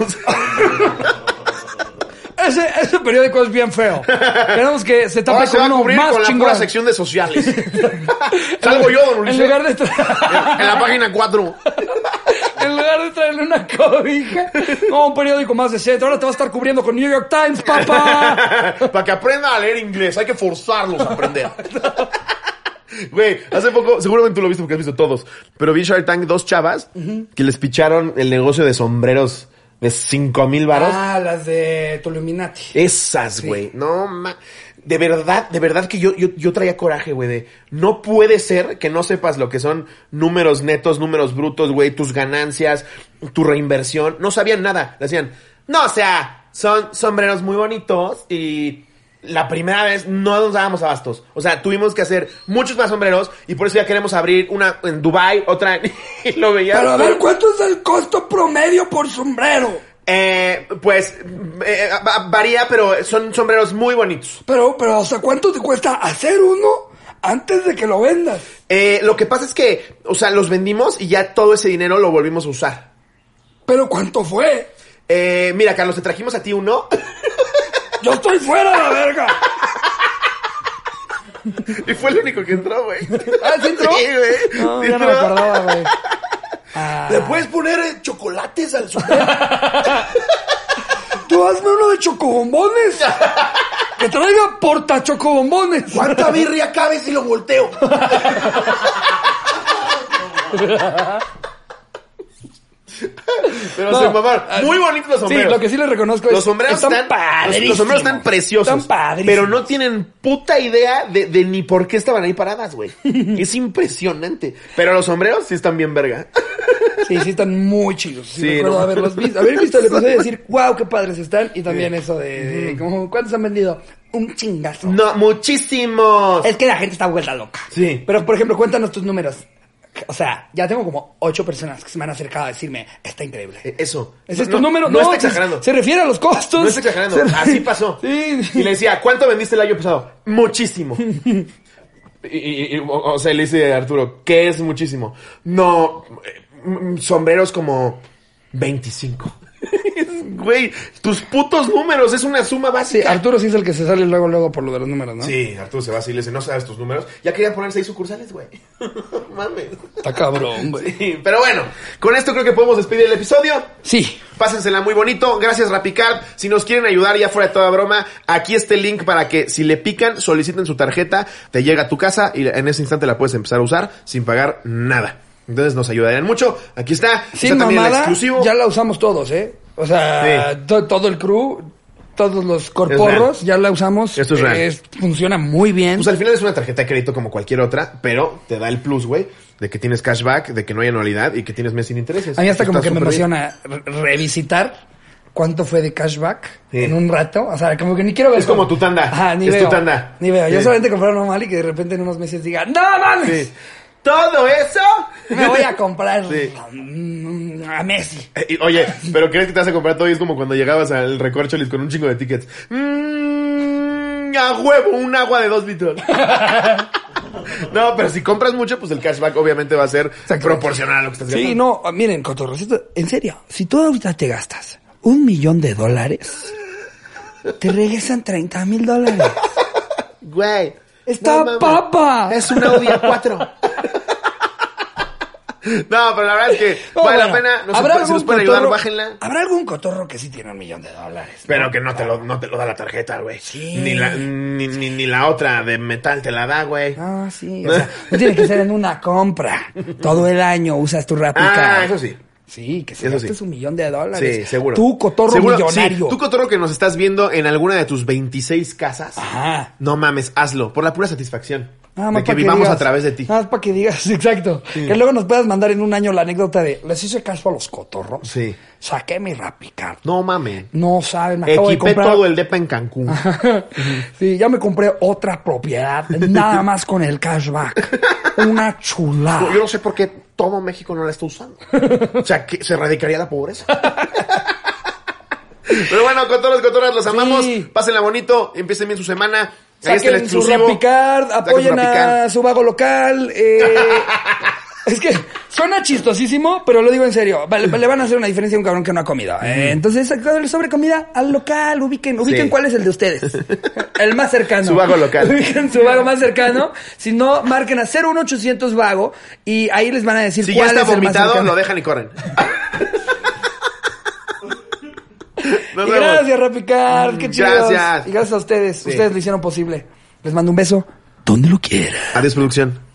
Speaker 1: Ese, ese periódico es bien feo. Queremos que se tape
Speaker 2: Ahora se
Speaker 1: con
Speaker 2: va a
Speaker 1: uno
Speaker 2: cubrir
Speaker 1: más
Speaker 2: con la
Speaker 1: chingón.
Speaker 2: pura sección de sociales. Salgo yo, don
Speaker 1: En
Speaker 2: Ulises.
Speaker 1: lugar de tra-
Speaker 2: En la página cuatro.
Speaker 1: en lugar de traerle una cobija, no, un periódico más decente. Ahora te va a estar cubriendo con New York Times, papá.
Speaker 2: Para que aprenda a leer inglés, hay que forzarlos a aprender. Güey, hace poco, seguramente tú lo viste porque has visto todos, pero vi Shark Tank dos chavas que les picharon el negocio de sombreros de cinco mil varos.
Speaker 1: Ah, las de Tuluminati.
Speaker 2: Esas, güey. No, ma... De verdad, de verdad que yo, yo, yo traía coraje, güey, de... No puede ser que no sepas lo que son números netos, números brutos, güey, tus ganancias, tu reinversión. No sabían nada. Decían, no, o sea, son sombreros muy bonitos y... La primera vez no nos dábamos abastos. O sea, tuvimos que hacer muchos más sombreros y por eso ya queremos abrir una en Dubai, otra en... y lo veía.
Speaker 1: Pero a ver, ¿cuánto es el costo promedio por sombrero?
Speaker 2: Eh, pues eh, va- varía, pero son sombreros muy bonitos.
Speaker 1: Pero, pero, o sea, ¿cuánto te cuesta hacer uno antes de que lo vendas?
Speaker 2: Eh, lo que pasa es que, o sea, los vendimos y ya todo ese dinero lo volvimos a usar.
Speaker 1: ¿Pero cuánto fue?
Speaker 2: Eh, mira, Carlos, te trajimos a ti uno.
Speaker 1: ¡Yo estoy fuera de la verga!
Speaker 2: Y fue el único que entró, güey.
Speaker 1: ¿Ah, sí entró?
Speaker 2: Sí, güey.
Speaker 1: No,
Speaker 2: Sí
Speaker 1: ya no me
Speaker 2: entró.
Speaker 1: acordaba, güey. Ah.
Speaker 2: ¿Le puedes poner eh, chocolates al sombrero?
Speaker 1: Tú hazme uno de chocobombones. Que traiga porta chocobombones.
Speaker 2: ¿Cuánta birria cabe si lo volteo? Pero
Speaker 1: No.
Speaker 2: se mamaron. Muy bonitos los sombreros.
Speaker 1: Sí, lo que sí les reconozco es
Speaker 2: Los sombreros están, los,
Speaker 1: padrísimos.
Speaker 2: los sombreros están preciosos.
Speaker 1: Están padrísimos.
Speaker 2: Pero no tienen puta idea de, de ni por qué estaban ahí paradas, güey. Es impresionante. Pero los sombreros sí están bien verga.
Speaker 1: Sí, sí, están muy chidos. Sí,
Speaker 2: Sí,
Speaker 1: recuerdo
Speaker 2: no.
Speaker 1: haberlos visto. Haber visto el episodio y decir, wow, qué padres están. Y también eso de, de como, ¿cuántos han vendido? Un chingazo.
Speaker 2: No, muchísimos.
Speaker 1: Es que la gente está vuelta loca.
Speaker 2: Sí.
Speaker 1: Pero, por ejemplo, cuéntanos tus números. O sea, ya tengo como ocho personas que se me han acercado a decirme, está increíble.
Speaker 2: Eh, Eso.
Speaker 1: ¿Ese es
Speaker 2: No,
Speaker 1: tu número?
Speaker 2: No, está
Speaker 1: pues,
Speaker 2: exagerando.
Speaker 1: Se refiere a los costos.
Speaker 2: No está exagerando.
Speaker 1: Se-
Speaker 2: Así pasó.
Speaker 1: Sí.
Speaker 2: Y le decía, ¿cuánto vendiste el año pasado? Muchísimo. Y, y- y- o, o sea, le dice a Arturo, ¿qué es muchísimo? No, eh, mm, sombreros como veinticinco. Güey, tus putos números es una suma
Speaker 1: Sí,
Speaker 2: básica.
Speaker 1: Arturo sí es el que se sale luego, luego por lo de los números, ¿no?
Speaker 2: Sí, Arturo se va así y le dice, no sabes tus números. Ya querían poner seis sucursales, güey. Mames.
Speaker 1: Está cabrón, güey.
Speaker 2: Sí, pero bueno, con esto creo que podemos despedir el episodio.
Speaker 1: Sí.
Speaker 2: Pásensela muy bonito. Gracias, Rapicard. Si nos quieren ayudar, ya fuera de toda broma, aquí está el link para que si le pican, soliciten su tarjeta, te llega a tu casa y en ese instante la puedes empezar a usar sin pagar nada. Entonces nos ayudarían mucho. Aquí está.
Speaker 1: Sin
Speaker 2: Está también el
Speaker 1: mamada,
Speaker 2: exclusivo.
Speaker 1: ya la usamos todos, ¿eh? O sea,
Speaker 2: Sí.
Speaker 1: to- todo el crew, todos los corporros,
Speaker 2: Es
Speaker 1: ya la usamos.
Speaker 2: Esto es real.
Speaker 1: Es- funciona muy bien.
Speaker 2: Pues al final es una tarjeta de crédito como cualquier otra, pero te da el plus, güey, de que tienes cashback, de que no hay anualidad y que tienes mes sin intereses.
Speaker 1: A mí hasta como
Speaker 2: Está
Speaker 1: que me
Speaker 2: súper bien.
Speaker 1: emociona re- revisitar cuánto fue de cashback
Speaker 2: Sí.
Speaker 1: en un rato. O sea, como que ni quiero ver.
Speaker 2: Es como tu tanda.
Speaker 1: Ajá, ni
Speaker 2: Es
Speaker 1: veo.
Speaker 2: tu tanda.
Speaker 1: Ni veo. Yo
Speaker 2: Sí.
Speaker 1: solamente comprar normal y que de repente en unos meses diga, ¡no mames!
Speaker 2: Sí. Todo eso.
Speaker 1: Me voy a comprar
Speaker 2: Sí.
Speaker 1: mm, a Messi.
Speaker 2: Eh, y, oye, pero crees que te vas a comprar todo y es como cuando llegabas al Recorcholis con un chingo de tickets. Mmm, a huevo, un agua de dos litros. No, pero si compras mucho, pues el cashback obviamente va a ser proporcional a lo que estás gastando.
Speaker 1: Sí, no, miren, cotorrocito, en serio, si tú ahorita te gastas un millón de dólares, te regresan treinta mil dólares.
Speaker 2: Güey.
Speaker 1: ¡Está
Speaker 2: no mames.
Speaker 1: papa!
Speaker 2: Es un Audi A cuatro. No, pero la verdad es que
Speaker 1: No,
Speaker 2: vale
Speaker 1: bueno,
Speaker 2: la pena. No se
Speaker 1: ¿habrá
Speaker 2: puede- si nos
Speaker 1: algún
Speaker 2: pueden ayudar,
Speaker 1: cotorro-
Speaker 2: bájenla.
Speaker 1: Habrá algún cotorro que sí tiene un millón de dólares, ¿no?
Speaker 2: Pero que no te lo, no te lo da la tarjeta, güey.
Speaker 1: Sí.
Speaker 2: Ni la, ni, ni, ni la otra de metal te la da, güey.
Speaker 1: Ah, sí, o sea, no tiene que ser en una compra. Todo el año usas tu réplica.
Speaker 2: Ah, eso sí.
Speaker 1: Sí, que si
Speaker 2: Eso
Speaker 1: gastes
Speaker 2: sí.
Speaker 1: un millón de dólares.
Speaker 2: Sí, seguro.
Speaker 1: Tú, cotorro
Speaker 2: Seguro,
Speaker 1: millonario.
Speaker 2: sí, tú, cotorro, que nos estás viendo en alguna de tus veintiséis casas.
Speaker 1: Ajá.
Speaker 2: No mames, hazlo. Por la pura satisfacción.
Speaker 1: Nada
Speaker 2: de
Speaker 1: más
Speaker 2: que
Speaker 1: pa'
Speaker 2: vivamos
Speaker 1: digas-
Speaker 2: a través de ti.
Speaker 1: Nada más para que digas, exacto. Que luego nos puedas mandar en un año la anécdota de, les hice caso a los cotorros.
Speaker 2: Sí.
Speaker 1: Saqué mi Rapicard.
Speaker 2: No mames.
Speaker 1: No saben, me acabo de
Speaker 2: Equipé
Speaker 1: comprar.
Speaker 2: todo el depa en Cancún.
Speaker 1: Sí, ya me compré otra propiedad, nada más con el cashback. Una chulada.
Speaker 2: Yo no sé por qué todo México no la está usando. O sea, que se erradicaría la pobreza. Pero bueno, cotorros, cotorras, los amamos.
Speaker 1: Sí.
Speaker 2: Pásenla bonito, empiecen bien su semana. Ahí está el
Speaker 1: Saquen su
Speaker 2: exclusivo.
Speaker 1: Rapicard,
Speaker 2: Saquen su
Speaker 1: apoyen
Speaker 2: Rapicard.
Speaker 1: a su vago local. Eh, es que suena chistosísimo, pero lo digo en serio. Vale, le van a hacer una diferencia a un cabrón que no ha comido. Eh, entonces, sáquenle sobre comida al local. Ubiquen, ubiquen
Speaker 2: Sí.
Speaker 1: cuál es el de ustedes. El más cercano.
Speaker 2: Su vago local.
Speaker 1: Ubiquen su vago más cercano. Si no, marquen a cero uno ochocientos vago y ahí les van a decir
Speaker 2: Si ya
Speaker 1: cuál
Speaker 2: está
Speaker 1: es el más
Speaker 2: vomitado,
Speaker 1: cercano.
Speaker 2: lo dejan y corren. Nos
Speaker 1: Y
Speaker 2: vemos.
Speaker 1: gracias, Rapicard. Qué chido.
Speaker 2: Gracias.
Speaker 1: Y gracias a ustedes.
Speaker 2: Sí.
Speaker 1: Ustedes lo hicieron posible. Les mando un beso. Donde lo quiera.
Speaker 2: Adiós, producción.